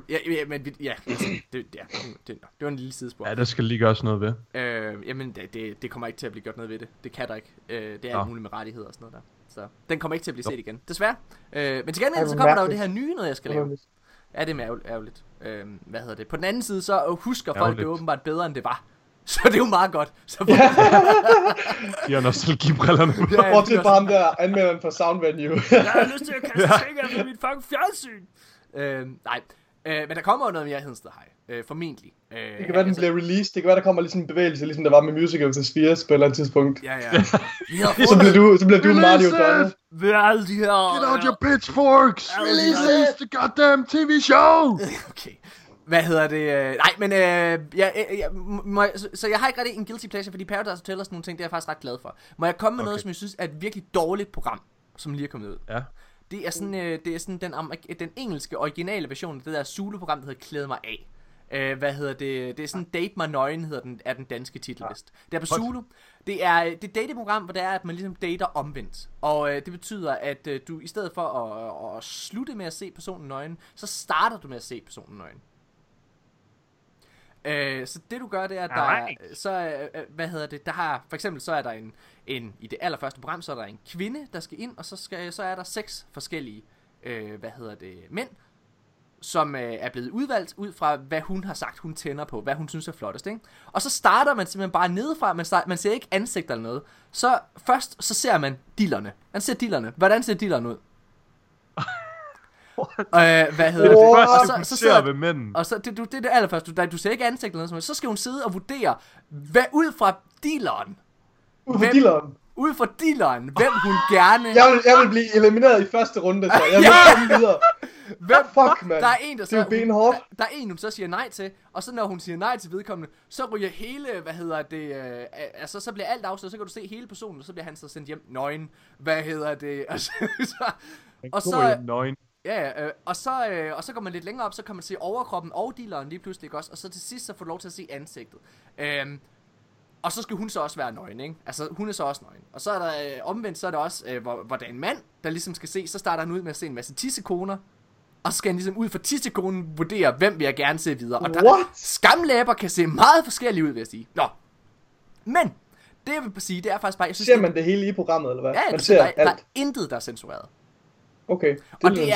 var en lille sidespor. Ja, der skal lige gøres noget ved. Jamen, det kommer ikke til at blive gjort noget ved det. Det kan der ikke. Det er alt muligt med rettigheder og sådan noget der. Så den kommer ikke til at blive set igen. Desværre. Men til gengæld, så kommer der jo det her nye noget, jeg skal lave. Ja, det er ærgerligt. På den anden side, så husker folk det åbenbart bedre, end det var. Så det er jo meget godt. Så de har nostalgibrillerne. Prøv til bare ham der anmelderen for Sound Venue. Jeg har lyst til at kaste ting af mit fucking fjernsyn. Nej. Men der kommer jo noget mere Hedensted High. Formentlig. Det kan være, den bliver released. Det kan være, der kommer ligesom en bevægelse, ligesom der var med Musical of the Spheres på et eller andet tidspunkt. Ja. så bliver du Mario Donald. Ved alle de her... Get out your pitchforks! Release the goddamn TV show! Okay. Hvad hedder det? Nej, men så jeg har ikke rigtig en guilty pleasure, fordi Paradise Hotel og sådan nogle ting, det er jeg faktisk ret glad for. Må jeg komme med noget, som jeg synes er et virkelig dårligt program, som lige er kommet ud? Ja. Det er sådan den engelske originale version af det der Zulu-program, der hedder Klæd mig af. Det er sådan Date mig nøgen, er den danske titellist. Det er på Zulu. Det er et dateprogram, hvor det er, at man ligesom dater omvendt. Og det betyder, at du i stedet for at slutte med at se personen nøgen, så starter du med at se personen nøgen. Så det du gør, det er, at der har, for eksempel så er der en i det allerførste program, så er der en kvinde, der skal ind, og så er der 6 forskellige, mænd, som er blevet udvalgt ud fra, hvad hun har sagt, hun tænder på, hvad hun synes er flottest, ikke? Og så starter man simpelthen bare nedefra, man ser ikke ansigt eller noget. Så først, så ser man dillerne. Man ser dillerne. Hvordan ser dillerne ud? Og så sidder ved mænden. Og så det er det allerførste. Du ser ikke ansigt eller noget, så skal hun sidde og vurdere, hvad ud fra dealeren. Ud fra dealeren, hvem hun gerne... Jeg vil blive elimineret i første runde, så jeg vil komme videre. Fuck, man. Der er en, der er en, hun så siger nej til, og så når hun siger nej til vedkommende, så ryger hele, så bliver alt afsløret, så kan du se hele personen, og så bliver han så sendt hjem nøgen. Og så nøgen. Ja, og så går man lidt længere op, så kan man se overkroppen og dealeren lige pludselig også, og så til sidst så får du lov til at se ansigtet. Og så skal hun så også være nøgen, ikke? Altså, hun er så også nøgen. Og så er der omvendt, så er der også, hvor der er en mand, der ligesom skal se, så starter han ud med at se en masse tissekoner, og så skal han ligesom ud fra tissekonen vurdere, hvem vil jeg gerne se videre. Og der skamlæber kan se meget forskellige ud, vil jeg sige. Nå. Men, det jeg vil sige, det er faktisk bare, jeg synes... Ser man det hele i programmet, eller hvad? Ja, man ser der er intet, der er censureret. Okay. Og det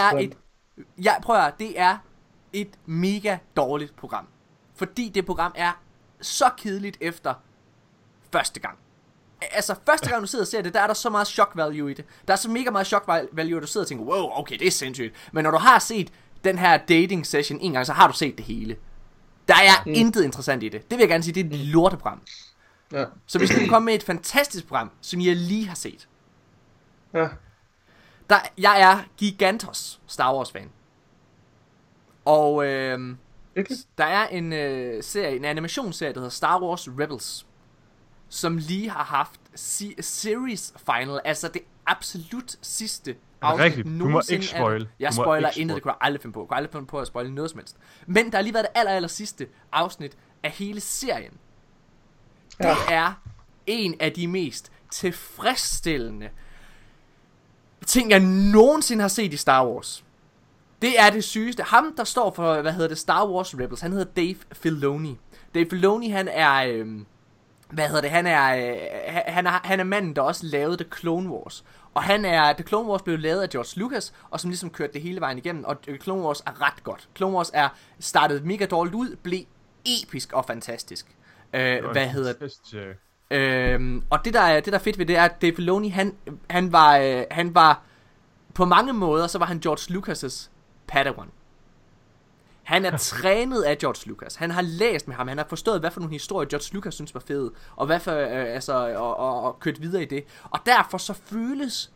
er et mega dårligt program. Fordi det program er så kedeligt efter første gang. Altså første gang du sidder og ser det, der er der så meget shock value i det. Der er så mega meget shock value, at du sidder og tænker, wow, okay, det er sindssygt. Men når du har set den her dating session en gang, så har du set det hele. Der er intet interessant i det. Det vil jeg gerne sige, det er et lorteprogram. Ja. Så hvis du kommer med et fantastisk program, som jeg lige har set. Ja. Jeg er gigantos Star Wars fan. Og der er en en animationsserie, der hedder Star Wars Rebels, som lige har haft series final, altså det absolut sidste afsnit nogensinde. Du må ikke spoil. Jeg spoiler intet, det kunne jeg aldrig finde på. Jeg kunne aldrig finde på at spoile noget som helst. Men der har lige været det aller sidste afsnit af hele serien. Det er en af de mest tilfredsstillende ting, jeg nogensinde har set i Star Wars. Det er det sygeste. Ham, der står for, Star Wars Rebels, han hedder Dave Filoni. Dave Filoni, han er... Han er manden, der også lavede The Clone Wars. Og The Clone Wars blev lavet af George Lucas, og som ligesom kørte det hele vejen igennem. Og Clone Wars er ret godt. Clone Wars startet mega dårligt ud, blev episk og fantastisk. Og det der er fedt ved det er, at Dave Filoni, han var på mange måder, så var han George Lucas' Padawan. Han er trænet af George Lucas. Han har læst med ham. Han har forstået, hvad for nogle historier George Lucas synes var fede, og hvad for og kørt videre i det. Og derfor så føles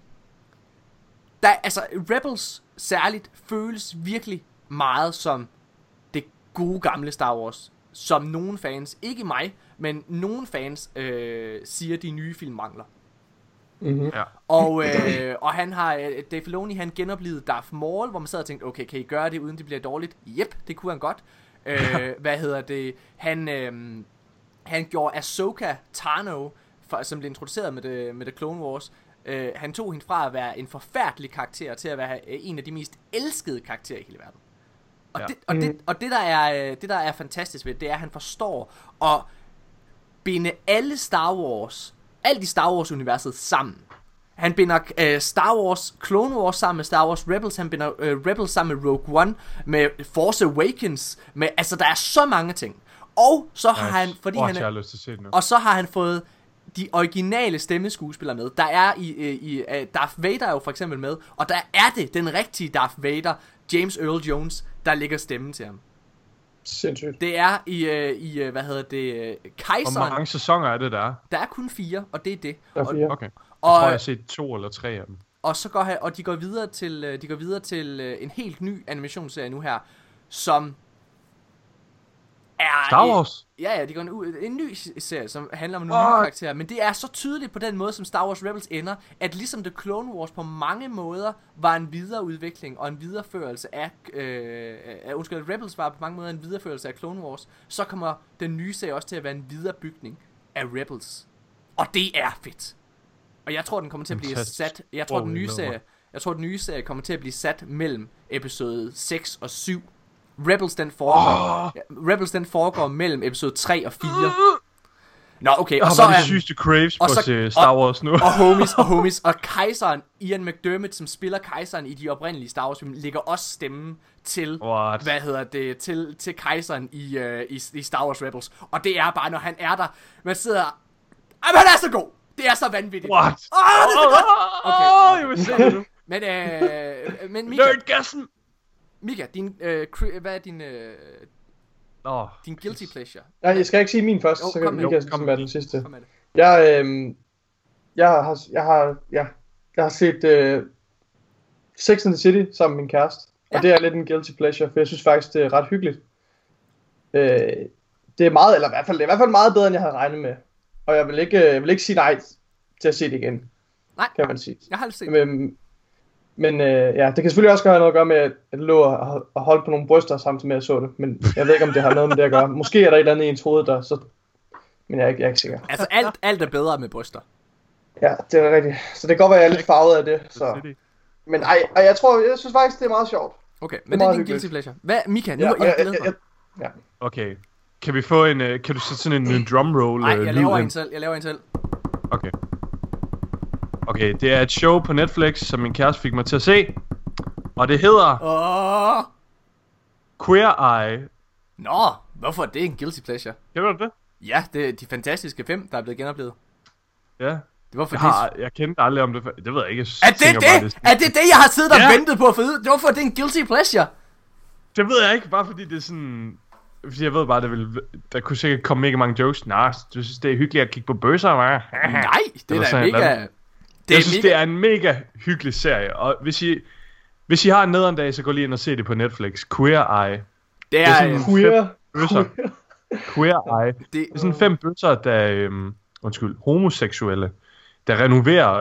Rebels særligt føles virkelig meget som det gode gamle Star Wars, som nogle fans, ikke mig, men nogle fans siger de nye film mangler. Mm-hmm. Ja. Og han har Dave Filoni, han genoplivet Darth Maul, hvor man sad og tænkte, okay, kan I gøre det uden det bliver dårligt? Yep, det kunne han godt. Hvad hedder det? Han gjorde Ahsoka Tano, som blev introduceret med The Clone Wars. Han tog hende fra at være en forfærdelig karakter til at være en af de mest elskede karakterer i hele verden. Og det der er fantastisk ved det er, at han forstår at binde alle i Star Wars universet sammen. Han binder Star Wars Clone Wars sammen med Star Wars Rebels. Han binder Rebels sammen med Rogue One, med Force Awakens, med der er så mange ting. Og så har han, fordi så har han fået de originale stemmeskuespillere med. Der er i Darth Vader er jo for eksempel med, og der er det den rigtige Darth Vader, James Earl Jones, der lægger stemmen til ham. Sindssygt. Det er i hvad hedder det, Kejseren. Hvor mange sæsoner er det der? Der er kun 4, og det er det. Der er 4. Okay. Jeg tror, jeg har set 2 eller 3 af dem. Og så de går videre til en helt ny animationsserie nu her, som er Star Wars? Ja, de går en ny serie, som handler om nogle nye karakterer. Men det er så tydeligt på den måde, som Star Wars Rebels ender, at ligesom The Clone Wars på mange måder var en videreudvikling og en videreførelse af Rebels var på mange måder en videreførelse af Clone Wars, så kommer den nye serie også til at være en viderebygning af Rebels. Og det er fedt. Og jeg tror, den kommer til at blive sat. Jeg tror, den nye serie kommer til at blive sat mellem episode 6 og 7. Rebels den foregår mellem episode 3 og 4. Nå, okay, og så er det sygeste craves på Star Wars nu. og homies og kejseren Ian McDiarmid, som spiller kejseren i de oprindelige Star Wars film, lægger også stemmen til til kejseren i Star Wars Rebels. Og det er bare, når han er der, man sidder, han er så god. Det er så vanvittigt. What? Det er så godt. Okay. Jeg vil se det nu. Men Mika, Nerdgasm. Mika, hvad er din guilty pleasure? Nej, jeg skal ikke sige min først, så kan Mika som er den sidste. Jeg har set Sex and the City sammen med min kæreste, og det er lidt en guilty pleasure, for jeg synes faktisk, det er ret hyggeligt. Det er meget, eller i hvert fald meget bedre, end jeg havde regnet med. Og jeg vil ikke sige nej til at se det igen. Nej, kan man sige. Jeg har aldrig set det. Men det kan selvfølgelig også have noget at gøre med, at det lå og holdt på nogle bryster samtidig med, at jeg så det. Men jeg ved ikke, om det har noget med det at gøre. Måske er der et eller andet i ens hoved, der så... Men jeg er ikke sikker. Altså, alt er bedre med bryster. Ja, det er rigtigt. Så det kan godt være, at jeg er lidt farvet af det. Så. Men jeg synes faktisk, det er meget sjovt. Okay, men det er din guilty pleasure. Hvad, Mika, nu jeg glæder mig. Ja. Okay. Kan vi få kan du sætte sådan en drum roll? Nej, jeg laver en selv. Okay, det er et show på Netflix, som min kæreste fik mig til at se. Og det hedder... Queer Eye. Nå, hvorfor er det en guilty pleasure? Kender du det? Ja, det er de fantastiske 5, der er blevet genoplevet. Ja. Jeg kendte aldrig om det. Det ved jeg ikke. Er det jeg har siddet og ventet på at få ud? Hvorfor er det en guilty pleasure? Det ved jeg ikke, bare fordi det er sådan... Fordi jeg ved bare, der kunne sikkert komme mega mange jokes. Du synes, det er hyggeligt at kigge på bøsser, hva'? Nej, det er da mega... Jeg synes, det er en mega hyggelig serie. Og hvis I har en nederen så gå lige ind og se det på Netflix. Queer Eye. Det er sådan Queer Eye. Det er sådan 5 bøsser, der... homoseksuelle, der renoverer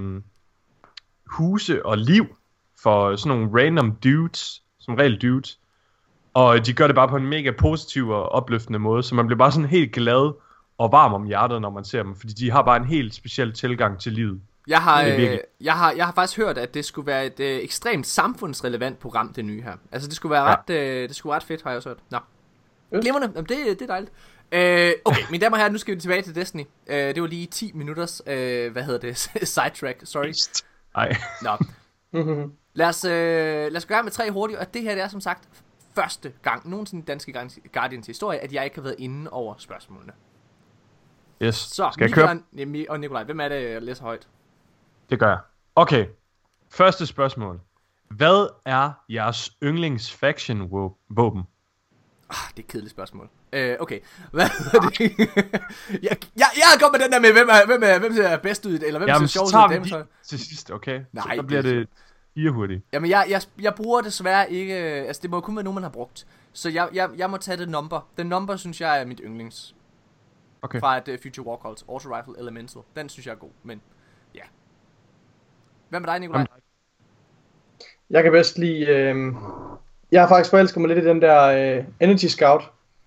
huse og liv for sådan nogle random dudes, som regel dudes. Og de gør det bare på en mega positiv og opløftende måde, så man bliver bare sådan helt glad og varm om hjertet, når man ser dem, fordi de har bare en helt speciel tilgang til livet. Jeg har faktisk hørt, at det skulle være et ekstremt samfundsrelevant program, det nye her. Altså det skulle være ret fedt, har jeg også hørt. Nå. Glimrende, det er dejligt. Okay, mine damer og herrer, nu skal vi tilbage til Destiny. Det var lige 10 minutters, sidetrack, sorry. Nej. Nå. Lad os gå med 3 hurtigt, og det her det er som sagt første gang nogensinde i Danske Guardians historie, at jeg ikke har været inde over spørgsmålene. Yes. Så, skal jeg køre? Og Nikolaj, hvem er det, jeg læser højt? Det gør jeg. Okay. Første spørgsmål. Hvad er jeres yndlings faction våben? Det er et kedeligt spørgsmål. Okay. Hvad er det? jeg har kommet med den der med, hvem ser bedst ud, eller hvem ser sjovest ud. Jamen, så tager vi til sidst, okay? Nej, så bliver det 4 hurtigt. Jamen, jeg bruger desværre ikke... Altså, det må kun være nogen, man har brugt. Så jeg må tage The Number. The Number, synes jeg, er mit yndlings. Okay. Fra et Future War Cult. Auto Rifle Elemental. Den synes jeg er god, men... Ja. Hvad med dig, Nikolaj? Jeg kan bedst lide Jeg har faktisk forelsket mig lidt i den der Energy Scout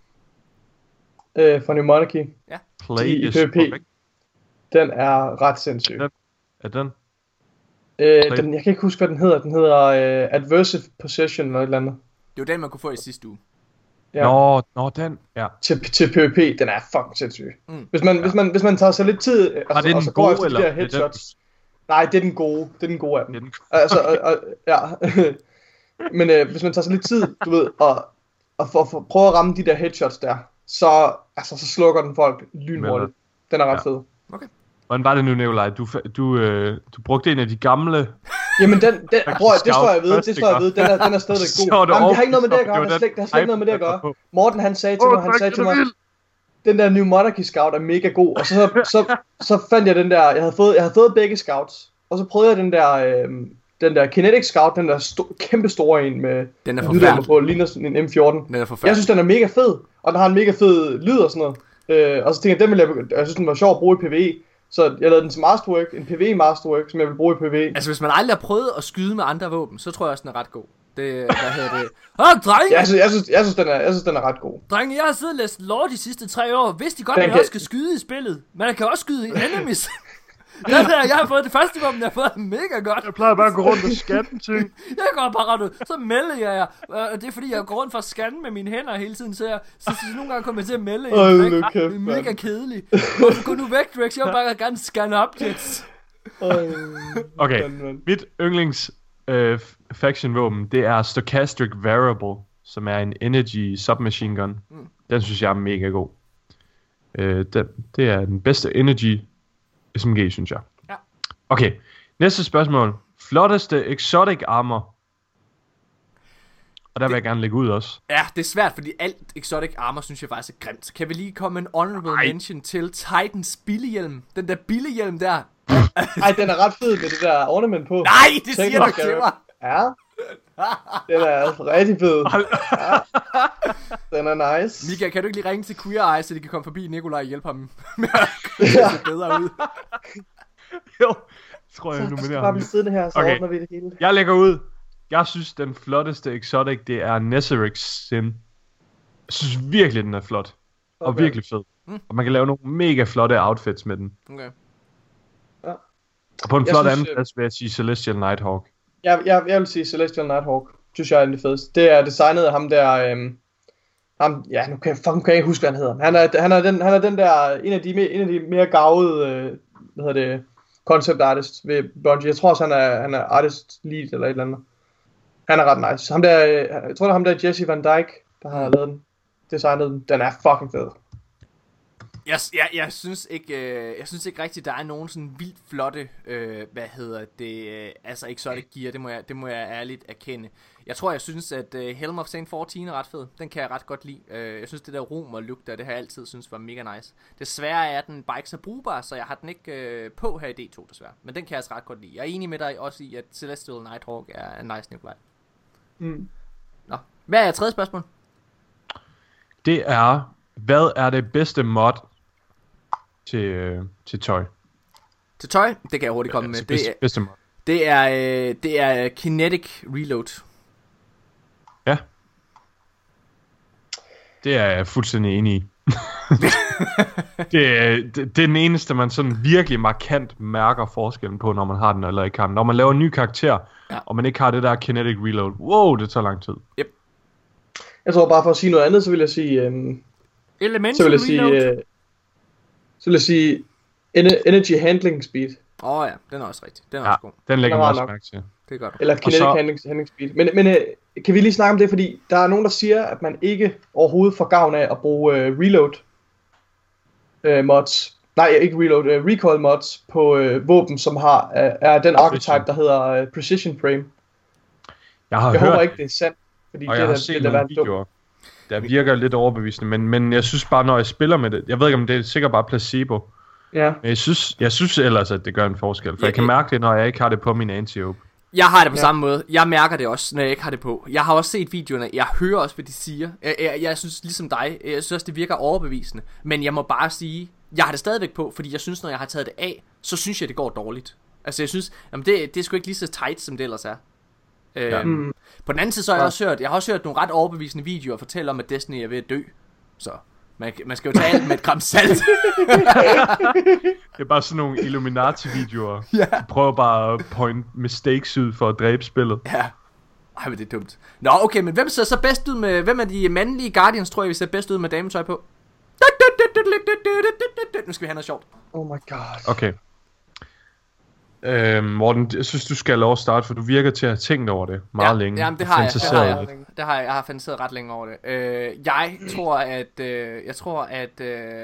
fra New Monarchy. Ja. Play i is PvP. perfect. Den er ret sindssyg. Er den? Jeg kan ikke huske, hvad den hedder. Den hedder Adversive Possession eller et eller andet. Det var den, man kunne få i sidste uge. Ja. Nå, den, ja. Til PvP, den er fucking sindssyg. Hvis man tager sig lidt tid, det den og så går gode, efter de eller? der headshots. Nej, det er den gode. Det er den gode af dem. Det er den- Altså, ja. Men hvis man tager sig lidt tid, du ved, og for prøve at ramme de der headshots der, så slukker den folk lynhurtigt. Den er ret fed. Hvordan var det nu, Nikolaj? Du brugte en af de gamle... Jamen bror, det står jeg ved. Den er stadigvæk god. Jamen, det har ikke noget med det at gøre. Det har slet ikke noget med det at gøre. Morten han sagde til mig, den der New Monarchy Scout er mega god. Og så fandt jeg den der, jeg havde fået begge scouts. Og så prøvede jeg den der Kinetic Scout, den der kæmpe store en med den er forfærdelig på, ligner sådan en M14. Den er forfærdelig. Jeg synes den er mega fed, og den har en mega fed lyd og sådan noget. Og så tænkte jeg synes den var sjov at bruge i PvE. Så jeg lavede den til Masterwork, en PvE Masterwork, som jeg vil bruge i PvE. Altså hvis man aldrig har prøvet at skyde med andre våben, så tror jeg også den er ret god. Hvad hedder det? Drenge! Jeg synes den er ret god. Drenge, jeg har siddet og læst lore de sidste 3 år. Vidste de godt, at man også skal skyde i spillet? Men man kan også skyde enemies. Jeg har fået det første våben, jeg har fået mega godt. Jeg plejer bare at gå rundt og scanne ting. Jeg går bare ret ud, så melder jeg. Det er fordi, jeg går rundt for at scanne med mine hænder hele tiden, så nogle gange kommer jeg til at melde en væk. Det er mega kedeligt. Gå nu væk, Drex, jeg vil bare gerne scanne objects. Okay, mit yndlings faction våben, det er Stochastic Variable, som er en energy submachine gun. Den synes jeg er mega god. Det er den bedste energy SMG, synes jeg. Ja. Okay, næste spørgsmål. Flotteste exotic armor. Og der vil jeg gerne lægge ud også. Ja, det er svært, fordi alt exotic armor synes jeg faktisk er grimt. Kan vi lige komme en honorable mention til Titans billehjelm? Den der billehjelm der. Ej, den er ret fed med det der ornament på. Nej, det siger du til mig. Ja. Den er altså rigtig fed. Ja. Den er nice. Mika, kan du ikke lige ringe til Queer Eye, så de kan komme forbi Nikolaj og hjælpe ham med at se bedre ud? Jo, tror jeg nominerer ham. Bare blive siddende her, så ordner vi det hele. Jeg lægger ud. Jeg synes, den flotteste exotic, det er Nezarec Sin. Jeg synes virkelig, den er flot. Og virkelig fed. Og man kan lave nogle mega flotte outfits med den. Okay. Ja. Og på en flot anden plads vil jeg sige Celestial Nighthawk. Jeg vil sige Celestial Nighthawk. Synes jeg er det fedeste. Det er designet af ham der... nu kan jeg ikke huske, hvad han hedder. Han er den der... En af de mere gavede... concept artist ved Bungie. Jeg tror også, han er artist lead eller et eller andet. Han er ret nice. Ham der, jeg tror, det er ham der Jesse Van Dyke, der har lavet den. Designet den. Den er fucking fed. Jeg synes ikke rigtigt, der er nogen sådan vildt flotte, altså exotic gear, det må jeg ærligt erkende. Jeg synes, at Helm of Saint 14 er ret fed. Den kan jeg ret godt lide. Jeg synes, det der romer look der, det har jeg altid synes var mega nice. Desværre er den bare ikke så brugbar, så jeg har den ikke på her i D2 desværre. Men den kan jeg altså ret godt lide. Jeg er enig med dig også i, at Celestial Nighthawk er nice, Nikolaj. Nå, hvad er tredje spørgsmål? Det er, hvad er det bedste mod til tøj? Til tøj? Det kan jeg hurtigt komme med. Bedste mod. Det er Kinetic Reload. Ja. Det er jeg fuldstændig enig i. det er den eneste, man sådan virkelig markant mærker forskellen på, når man har den eller ikke har den. Når man laver en ny karakter, og man ikke har det der Kinetic Reload. Wow, det tager lang tid. Yep. Jeg tror bare for at sige noget andet, så vil jeg sige... Elemental Reload. Så vil jeg sige Energy Handling Speed. Ja, den er også rigtig. Den er også god. Den lægger man også mærke til. Det gør du. Eller Kinetic Handling Speed. Men kan vi lige snakke om det, fordi der er nogen, der siger, at man ikke overhovedet får gavn af at bruge reload mods. Nej, ikke reload, recoil mods på våben, som er den archetype, der hedder Precision Frame. Jeg håber ikke, det er sandt. Fordi og jeg har set nogle videoer, der virker lidt overbevisende, men jeg synes bare, når jeg spiller med det, jeg ved ikke, om det er sikkert bare placebo. Ja. Men jeg synes ellers, at det gør en forskel, for jeg kan mærke det, når jeg ikke har det på min anti-ope. Jeg har det på samme måde. Jeg mærker det også, når jeg ikke har det på. Jeg har også set videoerne. Jeg hører også, hvad de siger. Jeg synes ligesom dig. Jeg synes også, det virker overbevisende. Men jeg må bare sige, jeg har det stadigvæk på, fordi jeg synes, når jeg har taget det af, så synes jeg, det går dårligt. Altså jeg synes, jamen det er sgu ikke lige så tight, som det ellers er. På den anden side, så har jeg også hørt nogle ret overbevisende videoer fortælle om, at Destiny er ved at dø. Så man skal jo tage alt med et gram salt. Det er bare sådan nogle Illuminati-videoer. Ja. De prøver bare at point mistakes ud for at dræbe spillet. Ja. Ej, men det er dumt. Nå, okay, men hvem ser så bedst ud med... Hvem er de mandlige Guardians, tror jeg, vi ser bedst ud med dametøj på? Nu skal vi have noget sjovt. Oh my god. Okay. Morten, jeg synes, du skal have lov at starte, for du virker til at have tænkt over det meget længe. Jamen, det har jeg. Jeg har fantaseret ret længe over det. Jeg tror, at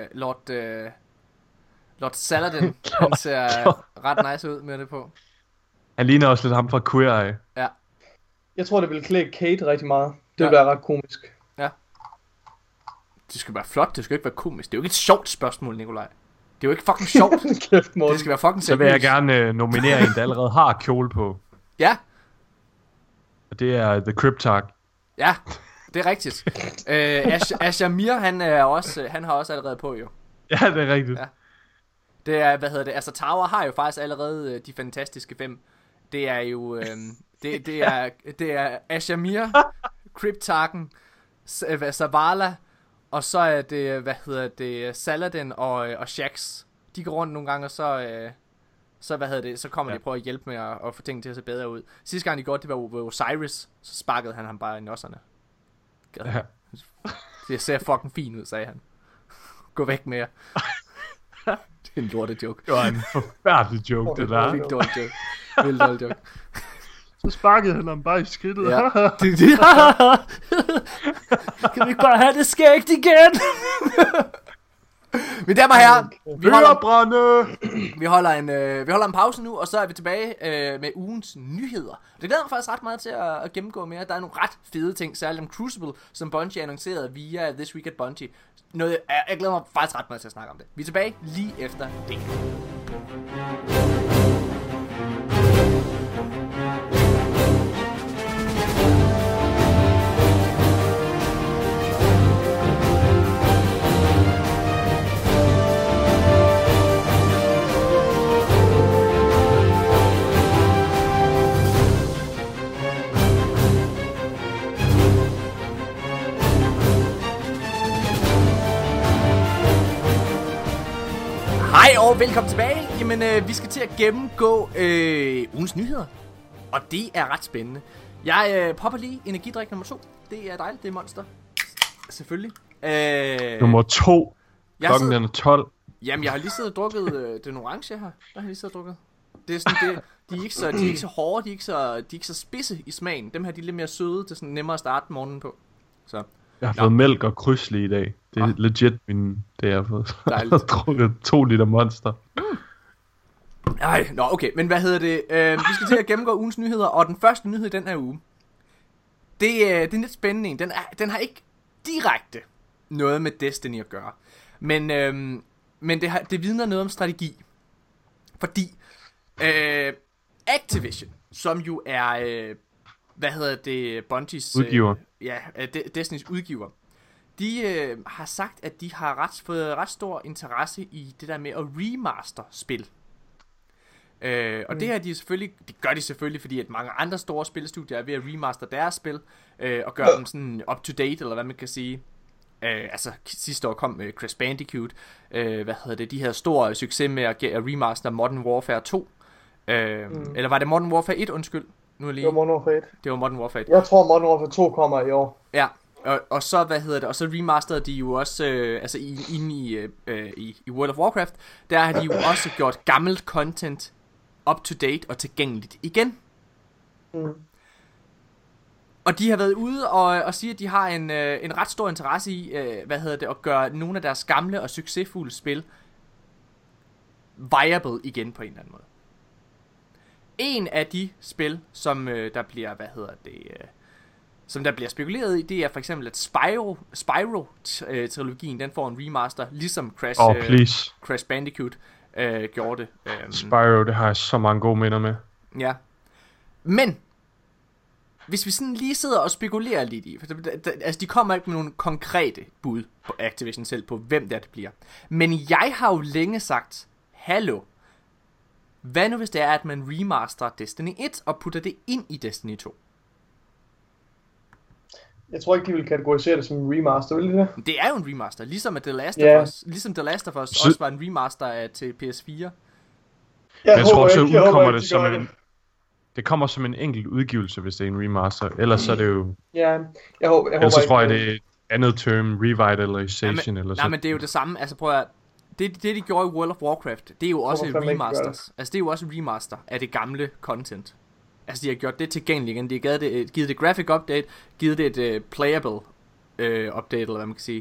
Lord Saladin, han ser ret nice ud med det på. Han ligner også lidt ham fra Queer Eye. Ja. Jeg tror, det vil klæde Kate rigtig meget. Det vil være ret komisk. Ja. Det skal være flot, det skal ikke være komisk. Det er jo ikke et sjovt spørgsmål, Nikolaj. Det er jo ikke fucking sjovt. Kæft, det skal være fucking seriøst. Så vil jeg gerne nominere en, der allerede har kjole på. Ja. Og det er The Cryptarch. Ja, det er rigtigt. Ashamir, han har også allerede på, jo. Ja, det er rigtigt. Ja. Det er, altså Tower har jo faktisk allerede de fantastiske 5. Det er jo, det er Ashamir, Cryptarchen, Zavala, og så er det, Saladin og Shax. De går rundt nogle gange, og så kommer de prøve at hjælpe med at få tingene til at se bedre ud. Sidste gang de gjorde det var Osiris, så sparkede han ham bare i nosserne. Ja. Det ser fucking fint ud, sagde han. Gå væk med jer. Det er en lortet joke. Det var en forfærdelig joke, det der. Vildt dårlig joke. Vildt dårlig joke. Så sparkede han ham bare i skridtet. Ja. Kan vi ikke bare have det skægt igen? Mine damer og herrer, vi holder en pause nu, og så er vi tilbage med ugens nyheder. Det glæder mig faktisk ret meget til at gennemgå mere. Der er nogle ret fede ting, særligt om Crucible, som Bungie annoncerede via This Week at Bungie. Jeg glæder mig faktisk ret meget til at snakke om det. Vi er tilbage lige efter det. Hej og velkommen tilbage. Jamen, vi skal til at gennemgå ugens nyheder. Og det er ret spændende. Jeg popper lige energidrik nummer 2. Det er dejligt, det er Monster. Selvfølgelig. Nummer 2. Klokken er 12. Jamen, jeg har lige siddet og drukket den orange her. Der har jeg lige siddet og drukket. Det er sådan, de er ikke så hårde, de er ikke så spidse i smagen. Dem her, de er lidt mere søde. Det er sådan nemmere at starte morgenen på. Så. Jeg har fået mælk og krydsli i dag. Det er legit det jeg har fået. Jeg har drukket 2 liter Monster. Ej, okay, men hvad hedder det? Vi skal til at gennemgå ugens nyheder, og den første nyhed i den her uge, det er lidt spændende. Den har ikke direkte noget med Destiny at gøre, men det vidner noget om strategi, fordi Activision, som jo er Bungies udgiver, Destinys udgiver, de har sagt, at de har fået ret stor interesse i det der med at remaster spil. Og det her det gør de selvfølgelig, fordi at mange andre store spilstudier er ved at remaster deres spil og gøre dem sådan up to date, eller hvad man kan sige. Altså sidste år kom Crash Bandicoot, de havde stor succes med at remaster Modern Warfare 2. Eller var det Modern Warfare 1, undskyld? Nu lige. Det var Modern Warfare 1. Det var Modern Warfare 1. Jeg tror Modern Warfare 2 kommer i år. Ja. Og så og så remasterede de jo også inde i World of Warcraft, der har de jo også gjort gammelt content up to date og tilgængeligt igen. Og de har været ude og sige, at de har en ret stor interesse i at gøre nogle af deres gamle og succesfulde spil viable igen på en eller anden måde. En af de spil, som der bliver som der bliver spekuleret i, det er for eksempel at Spyro-trilogien, den får en remaster, ligesom Crash Bandicoot gjorde det. Spyro, det har jeg så mange gode minder med. Ja. Men hvis vi sådan lige sidder og spekulerer lidt i, for altså de kommer ikke med nogle konkrete bud på Activision selv på hvem det bliver. Men jeg har jo længe sagt, hallo, hvad nu hvis det er, at man remasterer Destiny 1 og putter det ind i Destiny 2? Jeg tror ikke, de vil kategorisere det som en remaster, vil de det? Det er jo en remaster, ligesom at The Last of Us også var en remaster af til PS4. Jeg tror også, udkommer det som en... Det kommer som en enkelt udgivelse, hvis det er en remaster. Ellers så er det jo... Ja, jeg håber ellers så tror jeg, det er et andet term, revitalization eller sådan. Nej, men det er jo det samme. Altså prøv at... Det de gjorde i World of Warcraft, det er jo også remasters. Altså det er jo også remaster af det gamle content. Altså de har gjort det tilgængeligt igen. De har givet det graphic update, givet det et playable update, eller hvad man kan sige.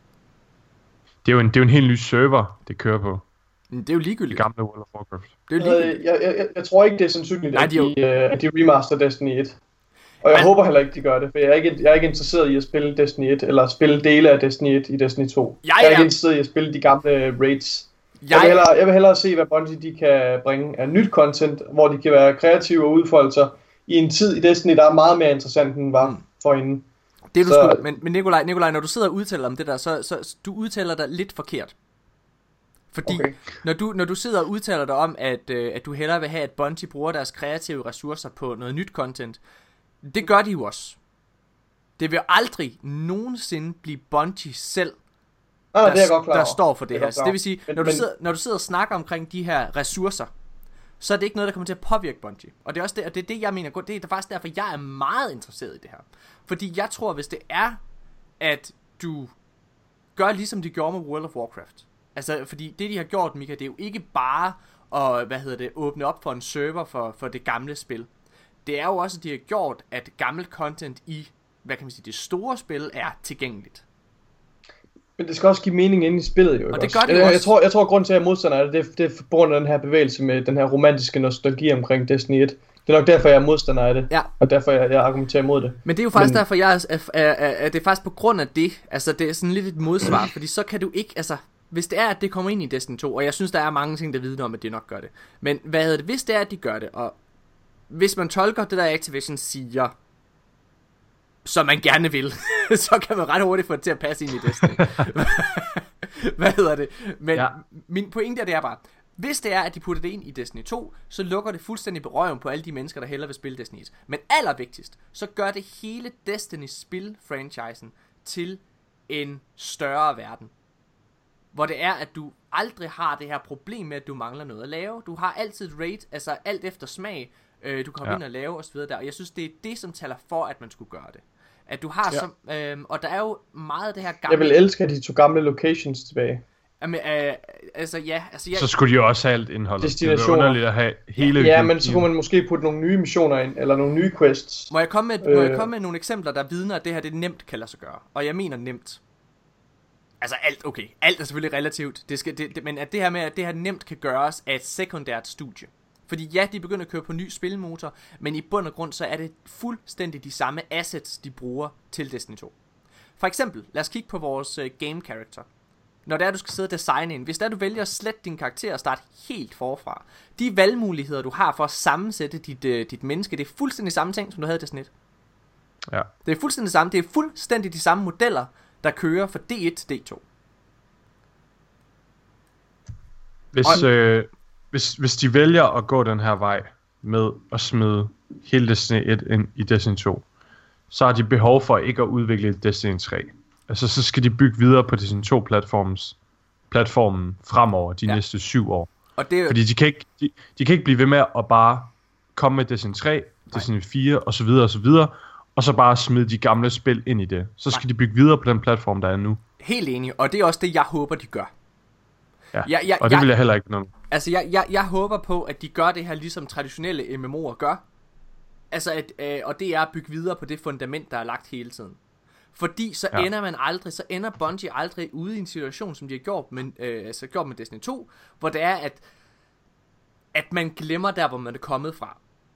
Det er jo en helt ny server, det kører på. Det er jo ligegyldigt. Det gamle World of Warcraft. Det er jo ligegyldigt. Jeg tror ikke, det er sandsynligt, at de remaster Destiny 1. Og jeg håber heller ikke, de gør det, for jeg er ikke interesseret i at spille Destiny 1, eller spille dele af Destiny 1 i Destiny 2. Jeg er ikke interesseret i at spille de gamle raids. Jeg vil hellere se, hvad Bungie de kan bringe af nyt content, hvor de kan være kreative og udfolde sig i en tid i Destiny, der er meget mere interessant, end var forinden. Det er du sgu, men Nikolaj, når du sidder og udtaler om det der, så du udtaler dig lidt forkert. Fordi når du sidder og udtaler dig om, at du hellere vil have, at Bungie bruger deres kreative ressourcer på noget nyt content, det gør de jo også. Det vil aldrig nogensinde blive Bungie selv, der står for det her. Så det vil sige, når du sidder og snakker omkring de her ressourcer, så er det ikke noget, der kommer til at påvirke Bungie. Og det er også det, og det er det, jeg mener. Det er faktisk derfor, jeg er meget interesseret i det her. Fordi jeg tror, hvis det er, at du gør ligesom de gjorde med World of Warcraft. Altså, fordi det, de har gjort, Mika, det er jo ikke bare at, åbne op for en server for det gamle spil. Det er jo også, at de har gjort, at gammelt content i, hvad kan man sige, det store spil er tilgængeligt. Men det skal også give mening inde i spillet, jo. Og det gør det også. Jeg tror, grund til, at jeg modstander er det er på grund af den her bevægelse med den her romantiske nostalgi omkring Destiny 1. Det er nok derfor, jeg er modstander af det. Ja. Og derfor, jeg argumenterer imod det. Men det er jo faktisk derfor, jeg er det er faktisk på grund af det. Altså, det er sådan lidt et modsvar. Fordi så kan du ikke, altså... Hvis det er, at det kommer ind i Destiny 2, og jeg synes, der er mange ting, der vidner om, at de nok gør det. Men hvis det er, at de gør det, og hvis man tolker det, der Activision siger, som man gerne vil, så kan man ret hurtigt få det til at passe ind i Destiny. Men min pointe det er bare, hvis det er, at de putter det ind i Destiny 2, så lukker det fuldstændig berøven på alle de mennesker, der hellere vil spille Destiny 1. Men allervigtigst, så gør det hele Destiny-spil-franchisen til en større verden. Hvor det er, at du aldrig har det her problem med, at du mangler noget at lave. Du har altid et raid, altså alt efter smag, du kan ind og lave osv. der. Og jeg synes, det er det, som taler for, at man skulle gøre det. At du har og der er jo meget af det her gamle... Jeg vil elske, at de tog gamle locations tilbage. Jamen, så skulle de jo også have alt indhold. Destinationer. Det er underligt at have hele... Ja, men så kunne man måske putte nogle nye missioner ind, eller nogle nye quests. Må jeg komme med nogle eksempler, der vidner, at det her det nemt kan lade sig gøre? Og jeg mener nemt. Altså alt er selvfølgelig relativt. Men at det her med, at det her nemt kan gøres af et sekundært studie. Fordi ja, de begynder at køre på ny spilmotor, men i bund og grund, så er det fuldstændig de samme assets, de bruger til Destiny 2. For eksempel, lad os kigge på vores game character. Når det er, du skal sidde og designe en. Hvis det er, du vælger at slette din karakter og starte helt forfra. De valgmuligheder, du har for at sammensætte dit menneske, det er fuldstændig samme ting, som du havde i Destiny 1. Ja. Det er fuldstændig samme. Det er fuldstændig de samme modeller, der kører fra D1 til D2. Hvis de vælger at gå den her vej med at smide hele Destiny 1 ind i Destiny 2, så har de behov for ikke at udvikle Destiny 3. Altså så skal de bygge videre på Destiny 2 platformen fremover de næste 7 år. Og det... Fordi de kan ikke blive ved med at bare komme med Destiny 3, Destiny 4 og så videre, og så bare smide de gamle spil ind i det. Så skal de bygge videre på den platform, der er nu. Helt enig, og det er også det, jeg håber, de gør. Ja, og det vil jeg heller ikke nå. Altså, jeg håber på, at de gør det her, ligesom traditionelle MMO'er gør. Altså, og det er at bygge videre på det fundament, der er lagt hele tiden. Fordi så ender Bungie aldrig ude i en situation, som de har gjort med Destiny 2, hvor det er, at man glemmer der, hvor man er kommet fra.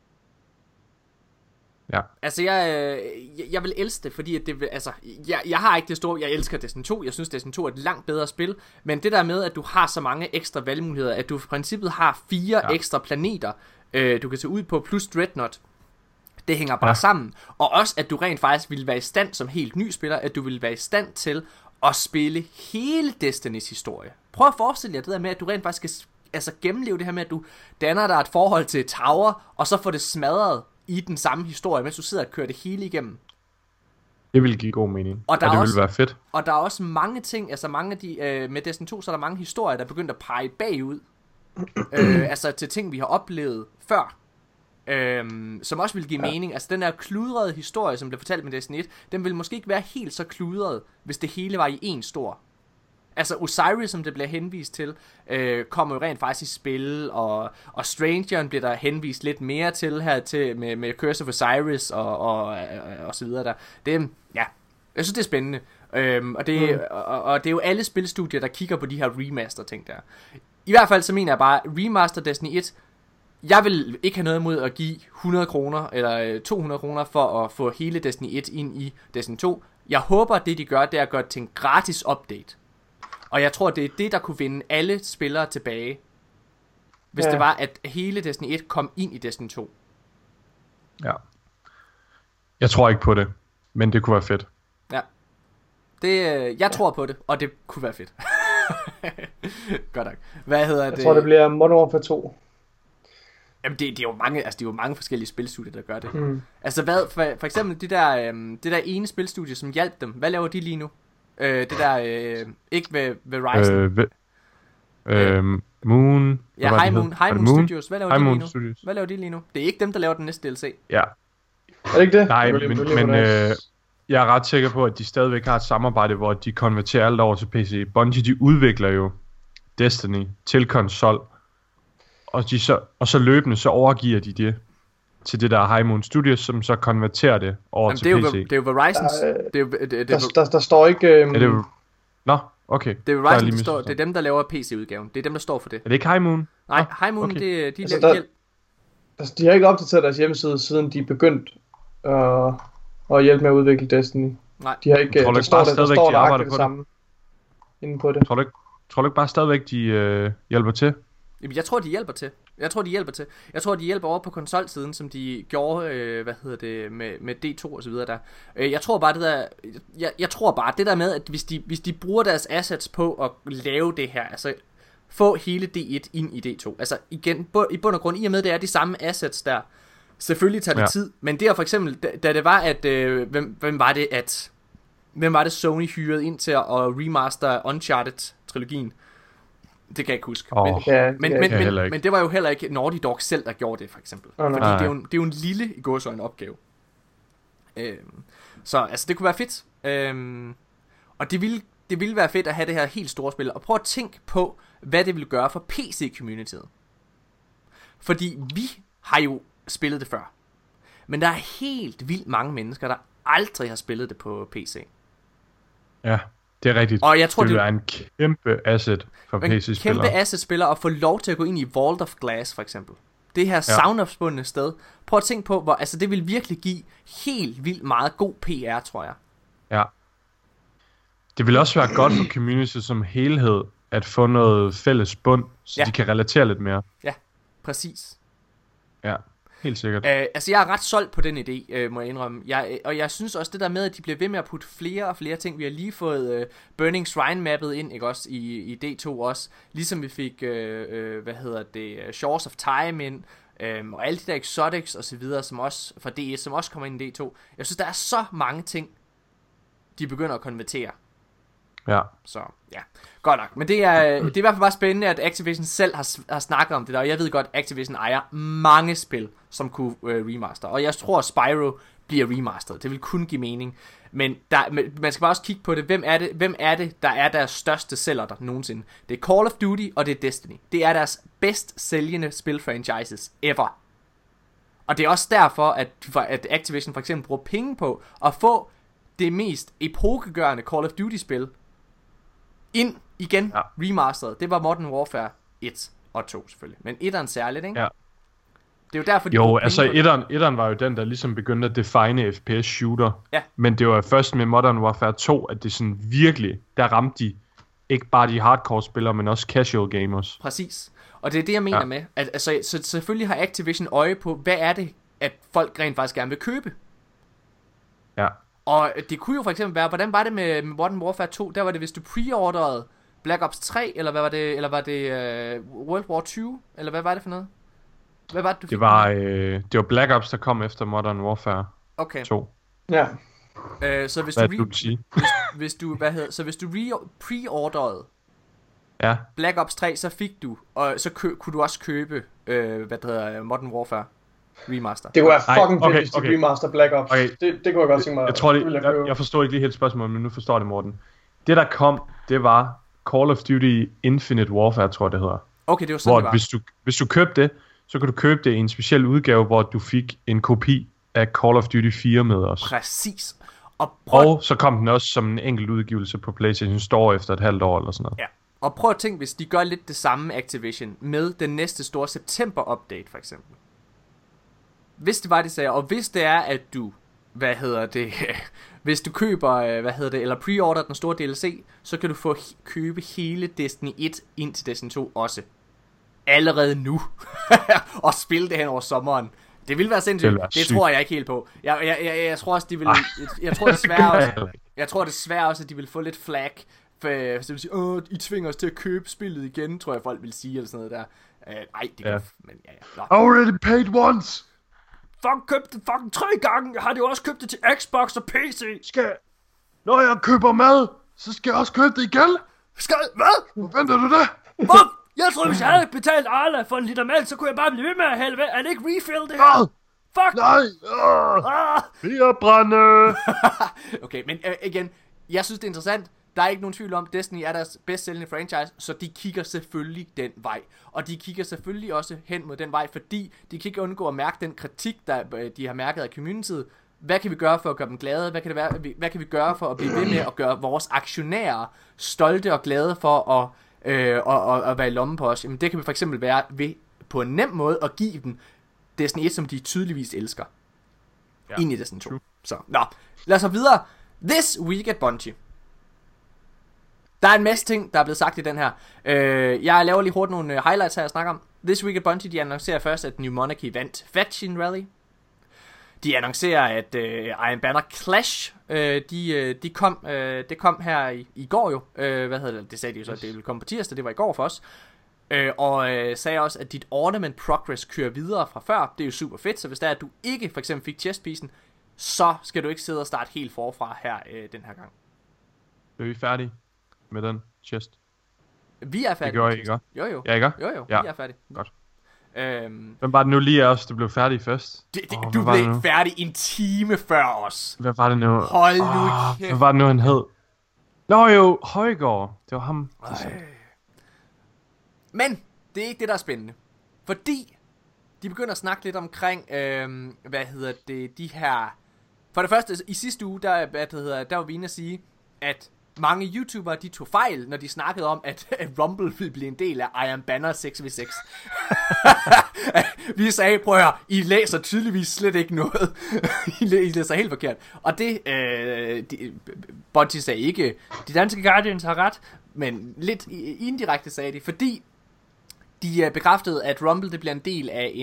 Ja. Altså jeg vil elske det, fordi at det vil, altså jeg har ikke det store. Jeg elsker Destiny 2. Jeg synes Destiny 2 er et langt bedre spil, men det der med at du har så mange ekstra valgmuligheder, at du i princippet har 4 ekstra planeter du kan tage ud på plus Dreadnought. Det hænger bare sammen. Og også at du rent faktisk ville være i stand som helt ny spiller, at du ville være i stand til at spille hele Destinys historie. Prøv at forestille jer det der med, at du rent faktisk skal gennemleve det her med, at du danner dig et forhold til Tower, og så får det smadret i den samme historie, mens du sidder og kører det hele igennem. Det ville give god mening, og det ville være fedt. Og der er også mange ting, altså mange af de, med Destiny 2, så er der mange historier, der er begyndt at pege bagud. Altså til ting, vi har oplevet før. Som også vil give mening. Altså den der kludrede historie, som blev fortalt med Destiny 1, den ville måske ikke være helt så kludret, hvis det hele var i en stor. Altså Osiris, som det bliver henvist til, kommer jo rent faktisk i spil, og Strangeren bliver der henvist lidt mere til her til med Curse of Osiris og så videre der. Det, ja, jeg synes det er spændende. Og det er jo alle spilstudier, der kigger på de her remaster ting der. I hvert fald så mener jeg bare, remaster Destiny 1, jeg vil ikke have noget imod at give 100 kroner eller 200 kroner for at få hele Destiny 1 ind i Destiny 2. Jeg håber, at det de gør, det er at gøre det til en gratis update. Og jeg tror, det er det, der kunne vinde alle spillere tilbage, hvis det var, at hele Destiny 1 kom ind i Destiny 2. Ja. Jeg tror ikke på det, men det kunne være fedt. Ja. Jeg tror på det, og det kunne være fedt. Godt nok. Hvad hedder det? Jeg tror, det bliver Modern Warfare 2. Jamen det er jo mange, altså det er jo mange forskellige spilstudier, der gør det. Altså hvad for eksempel det der ene spilstudie, som hjalp dem. Hvad laver de lige nu? Det der ikke ved Verizon. Moon. Ja, High Moon Studios. Hvad laver de lige nu? Studios. Hvad laver de lige nu? Det er ikke dem, der laver den næste DLC. Ja. Er det ikke det? Nej, men jeg er ret sikker på, at de stadigvæk har et samarbejde, hvor de konverterer alt over til PC. Bungie, de udvikler jo Destiny til konsol, og så løbende så overgiver de det til det der High Moon Studios, som så konverterer det over til PC. Det er jo Verizons. Der står ikke... Nå, okay. Det er Verizon, det er dem, der laver PC-udgaven. Det er dem, der står for det. Er det ikke High Moon? Nej, High Moon, okay. De har ikke opdateret deres hjemmeside, siden de begyndte at hjælpe med at udvikle Destiny. Nej. De har ikke... Der står der det samme inde på det. Tror du ikke bare stadigvæk, de hjælper til? Jamen, jeg tror, de hjælper til. Jeg tror, de hjælper over på konsolsiden, som de gjorde, med D2 og så videre der. Jeg tror bare det der med, at hvis de bruger deres assets på at lave det her, altså få hele D1 ind i D2. Altså igen, i bund og grund, i og med det er de samme assets der. Selvfølgelig tager det tid, men det er for eksempel, da det var, at hvem var det Sony hyrede ind til at remaster Uncharted-trilogien? Det kan jeg ikke huske. Men det var jo heller ikke Naughty Dog selv, der gjorde det, for eksempel. Fordi det er jo en lille i gåseøjne opgave. Så altså, det kunne være fedt. Og det ville være fedt at have det her helt store spil. Og prøv at tænke på, hvad det ville gøre for PC-communityet. Fordi vi har jo spillet det før. Men der er helt vildt mange mennesker, der aldrig har spillet det på PC. Ja. Det er rigtigt. Og jeg tror, det er en kæmpe asset for PC-spillere. Kæmpe asset-spillere at få lov til at gå ind i Vault of Glass, for eksempel. Det her savnomspundne sted. Prøv at tænke på, hvor altså det vil virkelig give helt vildt meget god PR, tror jeg. Ja. Det vil også være godt for community som helhed, at få noget fælles bund, så de kan relatere lidt mere. Ja, præcis. Ja. Helt sikkert. Altså jeg er ret solgt på den idé, må jeg indrømme. Jeg synes også det der med, at de bliver ved med at putte flere og flere ting. Vi har lige fået Burning Shrine mappet ind, ikke også, i D2 også. Ligesom vi fik, Shores of Time ind, og alle de der exotics og så videre, som også fra DS, som også kommer ind i D2. Jeg synes, der er så mange ting, de begynder at konvertere. Ja. Så ja, godt nok. Men det er i hvert fald bare spændende, at Activision selv har snakket om det der. Og jeg ved godt, at Activision ejer mange spil, som kunne remaster. Og jeg tror, Spyro bliver remasteret. Det vil kun give mening. Men man skal bare også kigge på det. Hvem er det, der er deres største sælger der nogensinde? Det er Call of Duty, og det er Destiny. Det er deres bedst sælgende spilfranchises ever. Og det er også derfor, at Activision for eksempel bruger penge på at få det mest epokegørende Call of Duty-spil ind igen, remasteret. Det var Modern Warfare 1 og 2 selvfølgelig. Men 1'eren særligt, ikke? Ja. Det er jo derfor, jo, altså 1'eren var jo den, der ligesom begyndte at define FPS shooter. Ja. Men det var først med Modern Warfare 2, at det sådan virkelig, der ramte de ikke bare de hardcore spillere, men også casual gamers. Præcis. Og det er det, jeg mener med, at altså, så selvfølgelig har Activision øje på, hvad er det, at folk rent faktisk gerne vil købe. Ja. Og det kunne jo for eksempel være, hvordan var det med Modern Warfare 2? Der var det, hvis du preorderede Black Ops 3, eller hvad var det, eller var det World War 2, eller hvad var det for noget? Hvad var det, du fik? Det var Black Ops, der kom efter Modern Warfare 2. Ja. Så hvis Hvad du, du vil sige? hvis du pre-orderede Ja. Black Ops 3, så fik du, og så kunne du også købe, Modern Warfare Remaster. Det kunne være fucking fedt, hvis de remaster Black Ops. Okay. Det kunne jeg godt tænke mig. Jeg tror det vil jeg forstår ikke lige helt spørgsmålet, men nu forstår det, Morten. Det der kom, det var Call of Duty Infinite Warfare, tror jeg det hedder. Okay, det var sådan, hvor det var. hvis du købte det, så kan du købe det i en speciel udgave, hvor du fik en kopi af Call of Duty 4 med os. Præcis. Og så kom den også som en enkelt udgivelse på PlayStation Store efter et halvt år eller sådan noget. Ja. Og prøv at tænke, hvis de gør lidt det samme med Activision med den næste store september-update, for eksempel. Hvis det var, de sagde, og hvis det er, at du, hvis du køber, eller pre-order den store DLC, så kan du få købe hele Destiny 1 ind til Destiny 2 også. Allerede nu. Og spille det hen over sommeren. Det vil være sindssygt. Det tror jeg ikke helt på. Jeg tror også, de vil... Jeg tror desværre også, at de vil få lidt flag. Så vil sige, I tvinger os til at købe spillet igen, tror jeg folk vil sige, eller sådan noget der. Nej, det kan... Men ja. Already paid once! Fuck, købte det fucking 3 gange. Jeg har jo også købt det til Xbox og PC. Når jeg køber mad, så skal jeg også købe det igen? Hvad? Hvor venter du det? Hvor? Jeg troede, hvis jeg havde betalt Arla for en liter mælk, så kunne jeg bare blive ved med at hælde ved. Er det ikke refill, det her? Fuck! Nej! Bierbrænde! Okay, men igen, jeg synes, det er interessant. Der er ikke nogen tvivl om, at Destiny er deres bedst sælgende franchise, så de kigger selvfølgelig den vej. Og de kigger selvfølgelig også hen mod den vej, fordi de kan ikke undgå at mærke den kritik, der de har mærket af communityet. Hvad kan vi gøre for at gøre dem glade? Hvad kan vi gøre for at blive ved med at gøre vores aktionærer stolte og glade for at være i lommen på os? Jamen, det kan vi for eksempel være ved på en nem måde at give dem Destiny 1, som de tydeligvis elsker. Ja. Ind i Destiny 2. Så, lad os videre. This Week at Bungie. Der er en masse ting, der er blevet sagt i den her. Jeg laver lige hurtigt nogle highlights her, jeg snakker om. This Week at Bungie, de annoncerer først, at New Monarchy vandt Faction Rally. De annoncerer, at Iron Banner Clash, det kom her i går jo. Det sagde de jo så, at det ville komme på tirsdag, det var i går for os. Og sagde også, at dit Ornament Progress kører videre fra før. Det er jo super fedt, så hvis der er, at du ikke for eksempel fik chestpiecen, så skal du ikke sidde og starte helt forfra her den her gang. Er vi færdige med den chest? Vi er færdige. Det gjorde I, ikke? Jo. Ja, ikke? Jo, ja. Vi er færdige. Godt. Hvem var det nu lige os, der blev færdige først? Du blev ikke færdig en time før os. Hvad var det nu? Hold nu kæft. Hvad var det nu, han hed? Nå jo, Højgaard. Det var ham. Men det er ikke det, der er spændende. Fordi de begynder at snakke lidt omkring, de her... For det første, i sidste uge, der var vi inde at sige, at mange YouTubere, de tog fejl, når de snakkede om, at Rumble ville blive en del af Iron Banner 6v6. Vi sagde, prøv at høre, I læser tydeligvis slet ikke noget. I læser helt forkert. Og det, Bungie sagde ikke, de danske Guardians har ret, men lidt indirekte sagde de, fordi de bekræftede, at Rumble det bliver en del af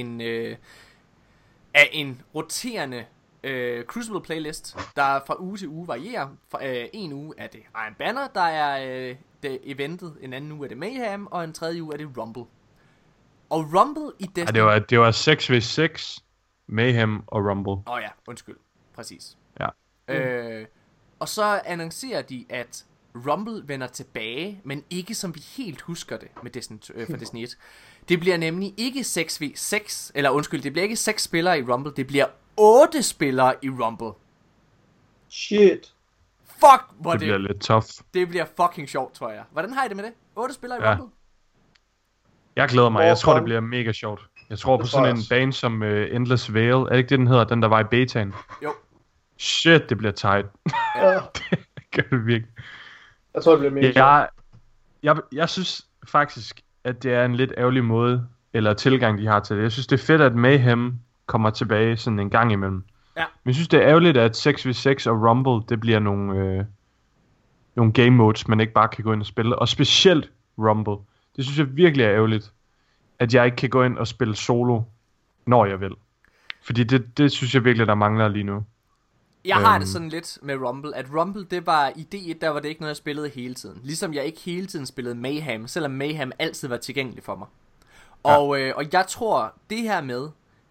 en roterende Crucible playlist, der fra uge til uge varierer. En uge er det Iron Banner, der er det eventet, en anden uge er det Mayhem, og en tredje uge er det Rumble. Og Rumble i Destiny... Ja, det var 6v6, Mayhem og Rumble. Ja, undskyld. Præcis. Ja. Og så annoncerer de, at Rumble vender tilbage, men ikke som vi helt husker det med for Destiny 1. Det bliver nemlig ikke 6v6, eller undskyld, det bliver ikke 6 spillere i Rumble, det bliver 8 spillere i Rumble. Shit. Fuck, hvor det bliver lidt tough. Det bliver fucking sjovt, tror jeg. Hvordan har I det med det? 8 spillere i Rumble? Jeg glæder mig. Jeg tror, det bliver mega sjovt. Jeg tror på sådan en bane som Endless Veil. Er det ikke det, den hedder? Den, der var i betaen? Jo. Shit, det bliver tight. Ja. Det gør det virkelig. Jeg tror, det bliver mega sjovt. Jeg synes faktisk, at det er en lidt ærgerlig måde, eller tilgang, de har til det. Jeg synes, det er fedt, at Mayhem kommer tilbage sådan en gang imellem. Ja. Men jeg synes, det er ærgerligt, at 6v6 og Rumble, det bliver nogle game modes, man ikke bare kan gå ind og spille. Og specielt Rumble. Det synes jeg virkelig er ærgerligt, at jeg ikke kan gå ind og spille solo, når jeg vil. Fordi det synes jeg virkelig, der mangler lige nu. Jeg har det sådan lidt med Rumble, at Rumble, det var i D1, der var det ikke noget, jeg spillede hele tiden. Ligesom jeg ikke hele tiden spillede Mayhem, selvom Mayhem altid var tilgængelig for mig. Og jeg tror, det her med,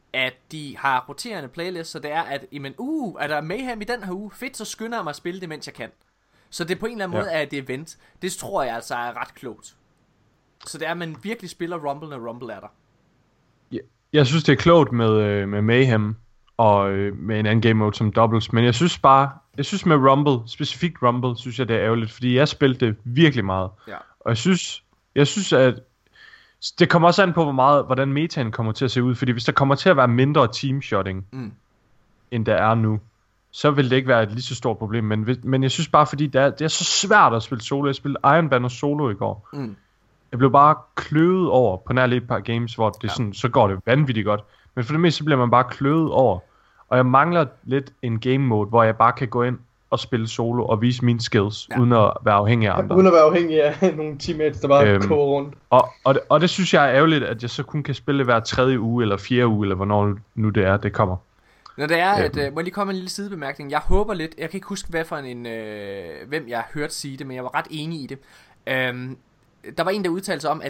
at de har roterende playlist, så det er, at er der Mayhem i den her uge? Fedt, så skynder jeg mig at spille det, mens jeg kan. Så det på en eller anden måde er et event. Det tror jeg altså er ret klogt. Så det er, at man virkelig spiller Rumble, når Rumble er der. Jeg synes, det er klogt med Mayhem og med en anden game mode som doubles, men jeg synes med Rumble, specifikt Rumble, synes jeg det er ærgerligt, fordi jeg spillede det virkelig meget. Ja. Og jeg synes, at det kommer også an på, hvordan metaen kommer til at se ud, fordi hvis der kommer til at være mindre teamshotting, end der er nu, så vil det ikke være et lige så stort problem, men jeg synes bare, fordi det er så svært at spille solo. Jeg spillede Iron Banner solo i går. Jeg blev bare kløvet over på nær lidt et par games, hvor det sådan, så går det vanvittigt godt. Men for det meste så bliver man bare kløvet over. Og jeg mangler lidt en game mode, hvor jeg bare kan gå ind og spille solo og vise mine skills, uden at være afhængig af andre. Uden at være afhængig af nogle teammates, der bare koger rundt. Og det synes jeg er ærgerligt, at jeg så kun kan spille hver 3. uge eller 4. uge, eller hvornår nu det kommer. Når det er, at, må jeg lige komme med en lille sidebemærkning. Jeg håber lidt, jeg kan ikke huske hvad for hvem jeg har hørt sige det, men jeg var ret enig i det. Der var en, der udtalte sig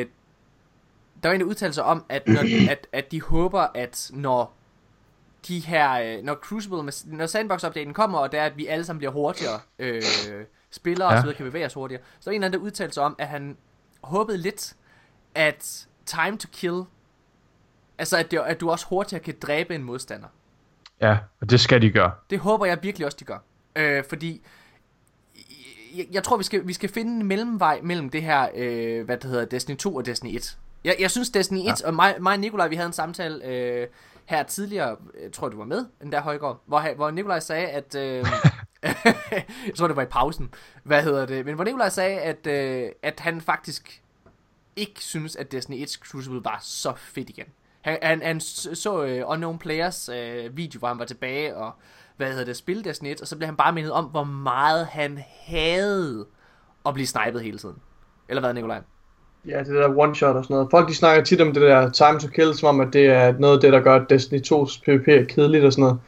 om, at de håber, at når de her, når Crucible, når Sandbox-updaten kommer, og det er, at vi alle sammen bliver hurtigere spillere og så videre, kan bevæge os hurtigere, så var en eller anden, der udtalte sig om, at han håbede lidt, at time to kill, altså at du også hurtigere kan dræbe en modstander. Ja, og det skal de gøre. Det håber jeg virkelig også, de gør. Fordi jeg tror, vi skal finde en mellemvej mellem det her, Destiny 2 og Destiny 1. Jeg synes Destiny 1, og mig og Nikolaj, vi havde en samtale her tidligere, jeg tror du var med, den der Højgaard, hvor Nikolaj sagde, at jeg tror det var i pausen, men hvor Nikolaj sagde, at han faktisk ikke synes, at Destiny 1 Crucible var så fedt igen. Han så Unknown Players video, hvor han var tilbage og spille Destiny 1, og så blev han bare mindet om, hvor meget han havde at blive snipet hele tiden. Eller hvad, Nikolaj? Ja, det der one-shot og sådan noget. Folk de snakker tit om det der time to kill, som om at det er noget af det, der gør Destiny 2's PvP er kedeligt og sådan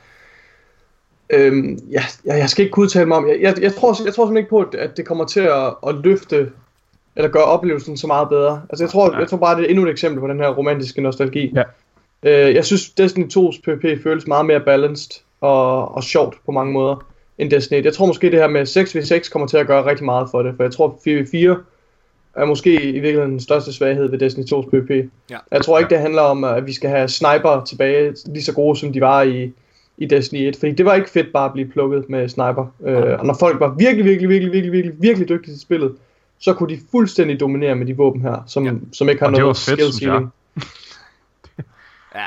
noget. Jeg skal ikke kunne udtale mig om. Jeg tror simpelthen ikke på, at det kommer til at løfte eller gøre oplevelsen så meget bedre. Altså jeg tror bare, det er endnu et eksempel på den her romantiske nostalgi. Ja. Jeg synes Destiny 2's PvP føles meget mere balanced og sjovt på mange måder end Destiny 1. Jeg tror måske det her med 6v6 kommer til at gøre rigtig meget for det, for jeg tror 4v4 er måske i virkeligheden den største svaghed ved Destiny 2's PvP. Ja. Jeg tror ikke det handler om at vi skal have sniper tilbage lige så gode som de var i Destiny 1, fordi det var ikke fedt bare at blive plukket med sniper. Og når folk var virkelig dygtige til spillet, så kunne de fuldstændig dominere med de våben her, som ikke har noget skill ceiling. Ja.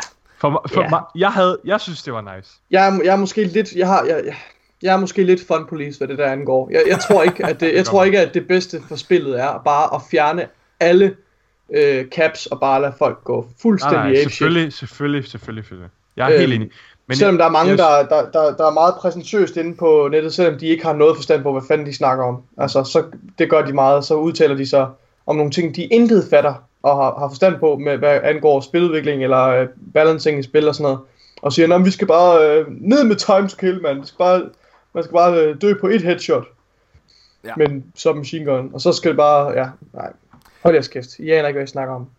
Jeg synes det var nice. Jeg er måske lidt jeg er måske lidt fun police, hvad det der angår. Jeg tror ikke at det bedste for spillet er bare at fjerne alle caps og bare lade folk gå fuldstændig apeshit. Selvfølgelig. Jeg er helt enig. Men selvom der er mange der er meget præsentøst inde på nettet, selvom de ikke har noget forstand på hvad fanden de snakker om. Altså så det gør de meget, så udtaler de sig om nogle ting de intet fatter og har forstand på med hvad angår spiludvikling eller balancing i spil og sådan noget. Og siger, vi skal bare ned med time to kill, man skal bare dø på et headshot. Ja. Men så machine gun, og så skal det bare hold jeres kæft. I aner ikke hvad jeg snakker om.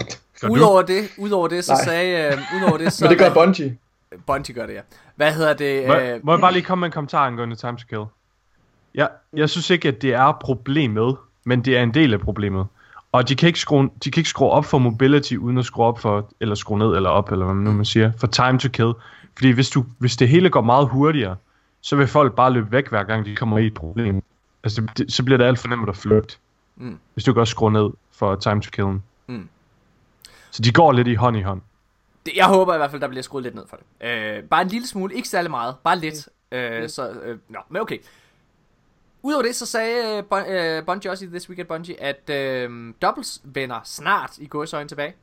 Udover det så sagde men det gør Bungie. Bungie gør det, ja. Hvad hedder det? Må jeg bare lige komme med en kommentar angående time to kill? Jeg synes ikke at det er problemet, men det er en del af problemet. Og de kan ikke skrue op for mobility uden at skrue op for eller skrue ned eller op eller hvad man nu man siger for time to kill. Fordi hvis det hele går meget hurtigere, så vil folk bare løbe væk hver gang de kommer i et problem. Altså så bliver det alt for nemt at flygte. Hvis du kan også skrue ned for time to killen. Så de går lidt i hånd i hånd. Jeg håber i hvert fald der bliver skruet lidt ned for det. Bare en lille smule, ikke særlig meget, bare lidt. Men okay. Udover det, så sagde Bungie også i This Week at Bungie, at Doubles vender snart i gåseøjne tilbage.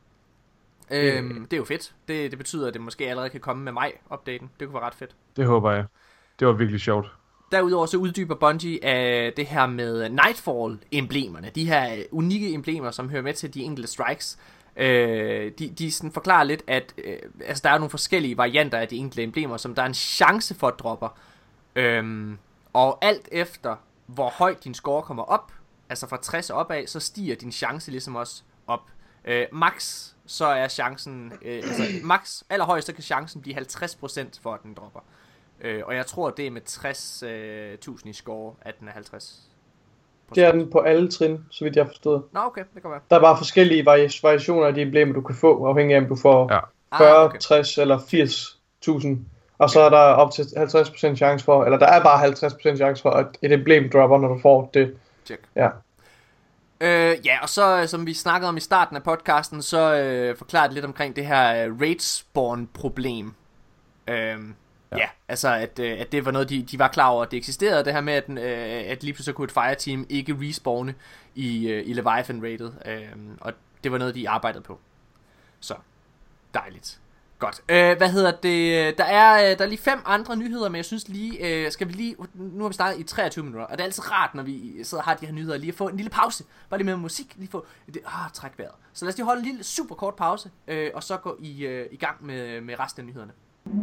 Det er jo fedt. Det betyder, at det måske allerede kan komme med maj-updaten. Det kunne være ret fedt. Det håber jeg. Det var virkelig sjovt. Derudover så uddyber Bungie af det her med Nightfall-emblemerne. De her unikke emblemer, som hører med til de enkelte strikes. De sådan forklarer lidt, at der er nogle forskellige varianter af de enkelte emblemer, som der er en chance for at droppe. Og alt efter hvor højt din score kommer op, altså fra 60 opad, så stiger din chance ligesom også op. Max så er chancen, altså max, allerhøjst, så kan chancen blive 50% for, at den dropper. Og jeg tror, det er med 60.000 i score, at den er 50%. Det er den på alle trin, så vidt jeg har forstået. Nå, okay, det kan være. Der er bare forskellige variationer af de emblemer, du kan få, afhængig af om du får 40, okay. 60 eller 80.000. Og så er der op til 50% chance for, eller der er bare 50% chance for, at et emblem dropper, når du får det. Check. Ja. Ja, og så som vi snakkede om i starten af podcasten, så forklarede lidt omkring det her raid spawn problem. Ja, altså at det var noget de var klar over, at det eksisterede, det her med at lige pludselig kunne et fireteam ikke respawne i Leviathan raidet, og det var noget de arbejdede på. Så dejligt. Godt. Hvad hedder det? Der er lige 5 andre nyheder, men jeg synes lige, skal vi lige, nu har vi startet i 23 minutter, og det er altid rart, når vi sidder og har de her nyheder, lige at få en lille pause, bare lige med musik, lige få træk vejret. Så lad os lige holde en lille super kort pause, og så gå i gang med resten af nyhederne.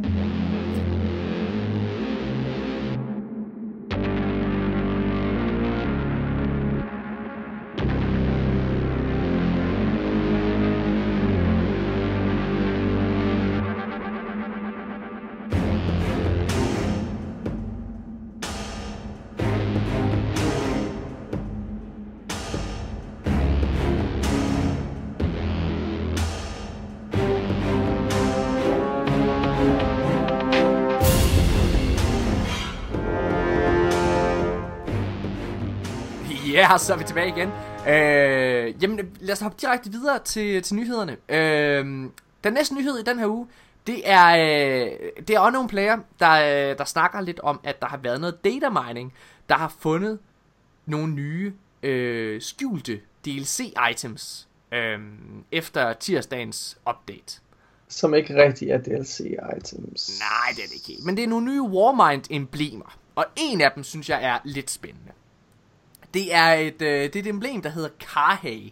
Ja, så er vi tilbage igen. Jamen, lad os hoppe direkte videre til nyhederne. Den næste nyhed i den her uge, det er Unknown Player, der snakker lidt om, at der har været noget data mining, der har fundet nogle nye skjulte DLC-items efter tirsdagens update. Som ikke rigtig er DLC-items. Nej, det er det ikke. Men det er nogle nye Warmind-emblemer, og en af dem synes jeg er lidt spændende. Det er et emblem, der hedder Karhey.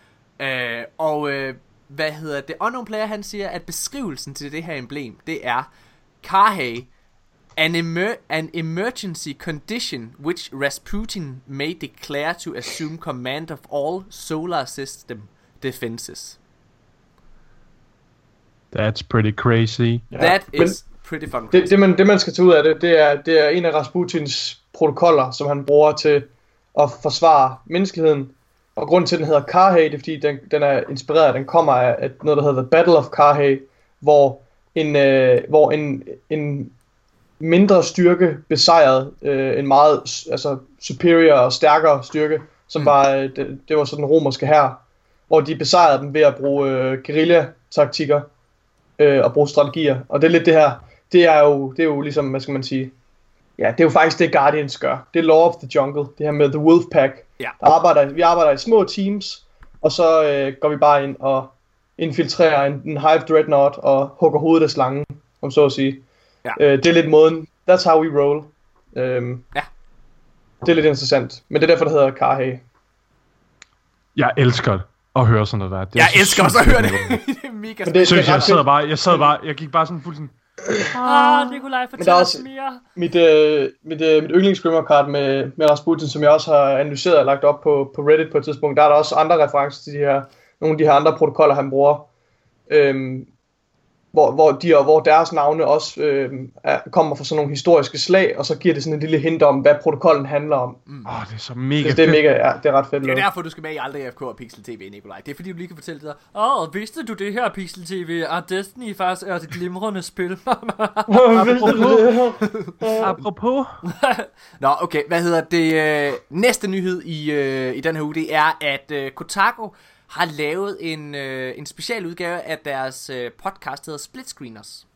Hvad hedder det? Unknown Player, han siger, at beskrivelsen til det her emblem, det er Karhey, an emergency condition which Rasputin may declare to assume command of all solar system defenses. That's pretty crazy. That is pretty fucking crazy. Det man skal tage ud af det er en af Rasputins protokoller, som han bruger til at forsvare menneskeheden. Og grunden til, at den hedder Karhey, det er fordi, den er inspireret, den kommer af noget, der hedder The Battle of Karhey, hvor en mindre styrke besejrede en meget superior og stærkere styrke, som det var sådan en romerske hær, hvor de besejrede dem ved at bruge guerilla-taktikker og bruge strategier. Og det er lidt det her, det er jo ligesom, hvad skal man sige, ja, det er jo faktisk det Guardians gør. Det er Law of the Jungle, det her med The Wolfpack. Ja. Vi arbejder i små teams, og så går vi bare ind og infiltrerer en Hive Dreadnought og hugger hovedet af slangen, om så at sige. Ja. Det er lidt måden, that's how we roll. Ja. Det er lidt interessant, men det er derfor, det hedder Karhey. Jeg elsker at høre sådan noget der. Jeg elsker også at høre det. Det er mega spændende. Jeg sad bare, jeg gik bare sådan fuldstændig... Nikolaj, fortæl os mere. Mit yndlingsgrimmer-kart med Rasputin, som jeg også har analyseret og lagt op på Reddit på et tidspunkt, der er der også andre referencer til nogle af de her andre protokoller, han bruger, hvor deres navne også kommer fra sådan nogle historiske slag, og så giver det sådan en lille hint om, hvad protokollen handler om. Det er så mega fedt. Det er ret fedt. Det er derfor, du skal med i Aldrig AFK og Pixel TV, Nikolaj. Det er fordi, du lige kan fortælle det der. Vidste du det her, Pixel TV? Destiny faktisk er et glimrende spil. Apropos. Nå, okay. Hvad hedder det? Næste nyhed i den her uge, det er, at Kotaku har lavet en special udgave af deres podcast, der hedder Split Screeners.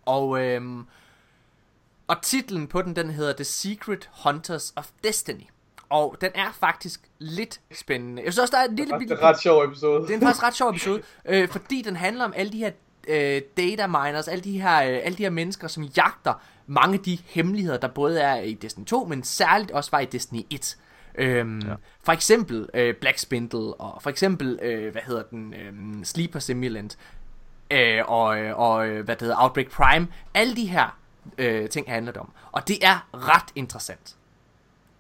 Og titlen på den hedder The Secret Hunters of Destiny. Og den er faktisk lidt spændende. Jeg synes også, der er en lille bitte... Det er en ret sjov episode. Det er faktisk ret sjov episode, fordi den handler om alle de her data miners, alle de her mennesker, som jagter mange af de hemmeligheder, der både er i Destiny 2, men særligt også var i Destiny 1. For eksempel Black Spindle, og for eksempel Sleeper Simulant, og hvad det hedder, Outbreak Prime. Alle de her ting handler det om, og det er ret interessant.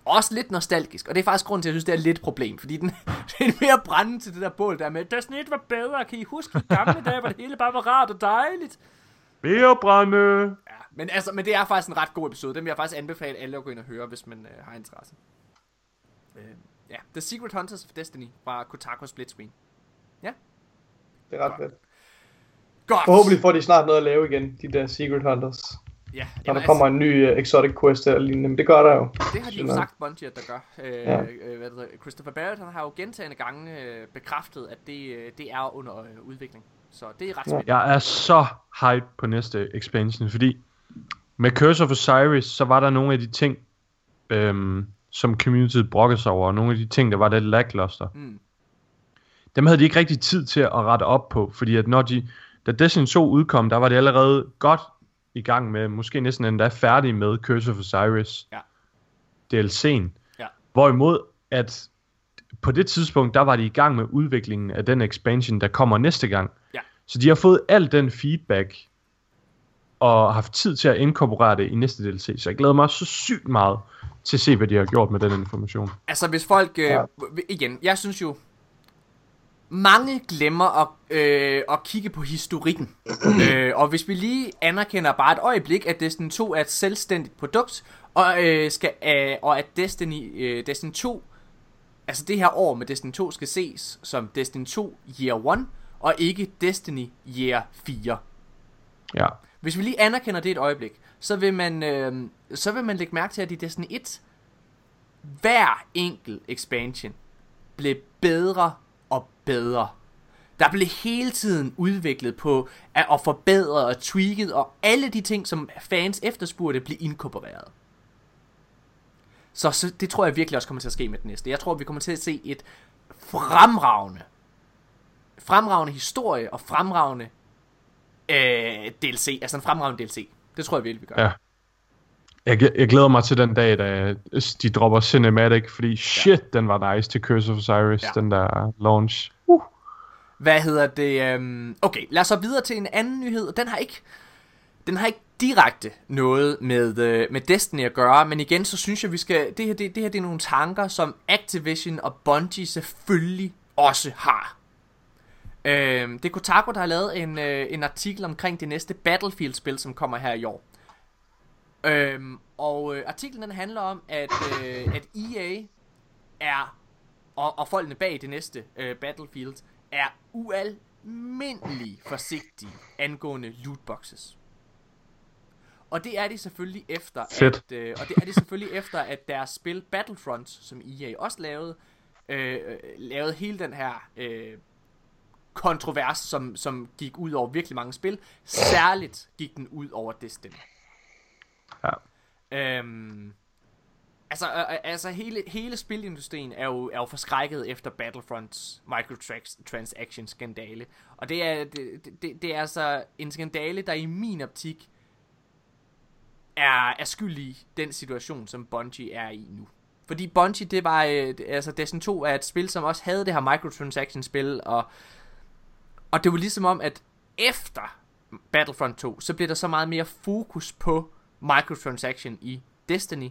også lidt nostalgisk, og det er faktisk grund til, at jeg synes, det er lidt problem, fordi det er mere brændende til det der bål der med, Destiny 1 var bedre, kan I huske de gamle dage, hvor det hele bare var rart og dejligt? Mere brænde! Ja, men det er faktisk en ret god episode, den vil jeg faktisk anbefale alle at gå ind og høre, hvis man har interesse. Ja, The Secret Hunters of Destiny fra Kotaku Split Screen. Ja. Det er ret fedt. Godt! Forhåbentlig får de snart noget at lave igen, de der Secret Hunters. Ja, der kommer en ny exotic quest eller lignende, men det gør der jo. Det har de jo sagt, Bungie, at der gør. Christopher Barrett, han har jo gentagne gange bekræftet, at det er under udvikling. Så det er ret spændende. Jeg er så hype på næste expansion, fordi med Curse of Osiris, så var der nogle af de ting, som communityet brokkede sig over, og nogle af de ting, der var lidt lackluster. Dem havde de ikke rigtig tid til at rette op på, fordi at da Destiny 2 udkom, der var det allerede godt i gang med, måske næsten endda færdige med Curse of Osiris, DLC'en. Ja. Hvorimod, at på det tidspunkt, der var de i gang med udviklingen af den expansion, der kommer næste gang. Ja. Så de har fået al den feedback, og haft tid til at inkorporere det i næste DLC. Så jeg glæder mig så sygt meget til at se, hvad de har gjort med den information. Altså, hvis folk... igen, jeg synes jo... Mange glemmer at kigge på historikken. Og hvis vi lige anerkender bare et øjeblik, at Destiny 2 er et selvstændigt produkt, og at Destiny 2, altså det her år med Destiny 2, skal ses som Destiny 2 Year 1, og ikke Destiny Year 4. Ja. Hvis vi lige anerkender det et øjeblik, så vil man lægge mærke til, at i Destiny 1, hver enkelt expansion blev bedre og bedre. Der blev hele tiden udviklet på at forbedre og tweaked, og alle de ting, som fans efterspurgte, blev inkorporeret. Så det tror jeg virkelig også kommer til at ske med den næste. Jeg tror, vi kommer til at se et fremragende historie og fremragende DLC. Altså en fremragende DLC. Det tror jeg virkelig, vi gør. Ja. Jeg glæder mig til den dag, da de dropper Cinematic, fordi shit, den var nice til Curse of Osiris, den der launch. Hvad hedder det? Okay, lad os så videre til en anden nyhed. Den har ikke direkte noget med Destiny at gøre, men igen, så synes jeg, vi skal... Det her er nogle tanker, som Activision og Bungie selvfølgelig også har. Det er Kotaku, der har lavet en artikel omkring det næste Battlefield-spil, som kommer her i år. Artiklen den handler om, at EA er, og folkene bag det næste Battlefield, er ualmindelig forsigtige angående lootboxes. Og det er de selvfølgelig efter, at deres spil Battlefront, som EA også lavede hele den her kontrovers, som gik ud over virkelig mange spil. Særligt gik den ud over Destiny. Ja. Altså hele spilindustrien er jo forskrækket efter Battlefronts microtransaction skandale. Og det er altså en skandale, der i min optik er skyld i den situation, som Bungie er i nu. Fordi Bungie, det var altså Destiny 2 er et spil, som også havde det her microtransaction spil, og det var ligesom om, at efter Battlefront 2, så blev der så meget mere fokus på microtransaction i Destiny,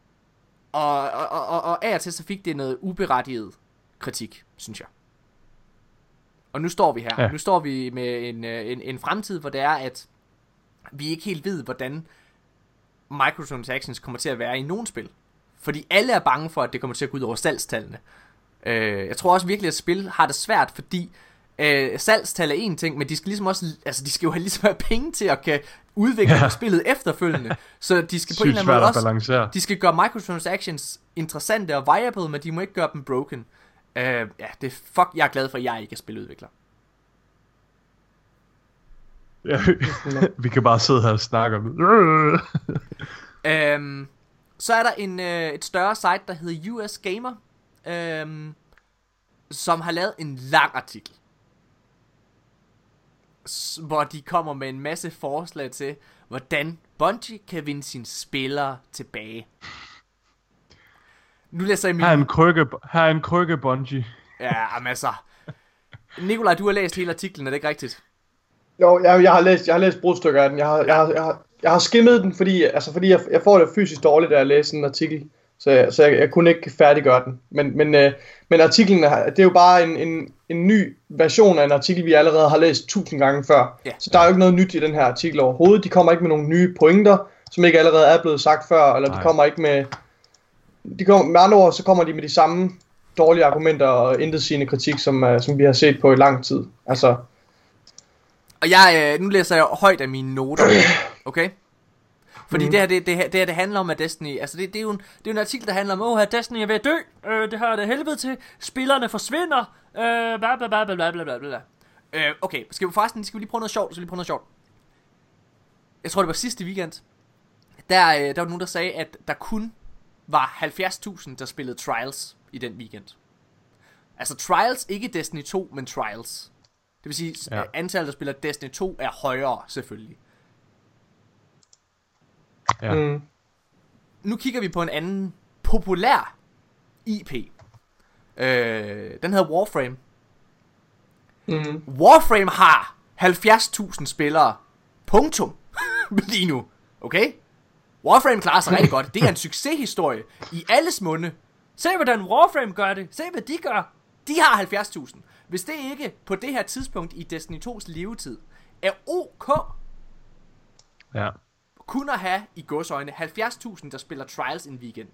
og af og til så fik det noget uberettiget kritik, synes jeg. Og nu står vi her. Ja. Nu står vi med en fremtid, hvor det er, at vi ikke helt ved, hvordan microtransactions kommer til at være i nogen spil. Fordi alle er bange for, at det kommer til at gå ud over salgstallene. Jeg tror også virkelig, at spil har det svært, fordi salgstal er en ting, men de skal ligesom også, altså de skal jo have penge til at kan udvikle spillet efterfølgende. Så de skal på en eller anden måde også balancere. De skal gøre microtransactions interessante og viable, men de må ikke gøre dem broken. Jeg er glad for, at jeg ikke er spiludvikler. Ja, vi kan bare sidde her og snakke om det. Så er der et større site, der hedder US Gamer, som har lavet en lang artikel, hvor de kommer med en masse forslag til, hvordan Bungie kan vinde sine spillere tilbage. Nu læser jeg min... Her er en krykke, Bungie. Ja, men altså... Nikolaj, du har læst hele artiklen, er det ikke rigtigt? Jo, jeg har læst brudstykker af den. Jeg har skimmet den, fordi jeg får det fysisk dårligt, da jeg læser en artikel. Så jeg kunne ikke færdiggøre den. Men artiklen, det er jo bare en ny version af en artikel, vi allerede har læst 1000 gange før. Yeah. Så der er jo ikke noget nyt i den her artikel overhovedet. De kommer ikke med nogle nye pointer, som ikke allerede er blevet sagt før, eller de kommer ikke med... med andre ord, så kommer de med de samme dårlige argumenter og intetsigende kritik, som vi har set på i lang tid. Altså... Og nu læser jeg højt af mine noter, okay? Fordi det handler om, at Destiny... Altså, det er jo en artikel, der handler om, at Destiny er ved at dø. Det her er det helvede til. Spillerne forsvinder. Blablabla. Okay, skal vi lige prøve noget sjovt? Jeg tror, det var sidste weekend. Der var nogen, der sagde, at der kun var 70.000, der spillede Trials i den weekend. Altså Trials, ikke Destiny 2, men Trials. Det vil sige, antallet, der spiller Destiny 2, er højere, selvfølgelig. Ja. Nu kigger vi på en anden populær IP. Den hedder Warframe. Warframe har 70.000 spillere. Punktum. Lige nu. Okay? Warframe klarer sig rigtig godt. Det er en succeshistorie i alles munde. Se hvordan Warframe gør det. Se hvad de gør. De har 70.000. Hvis det ikke på det her tidspunkt i Destiny 2's levetid er OK, kun at have i godsøjne 70.000, der spiller Trials en weekend.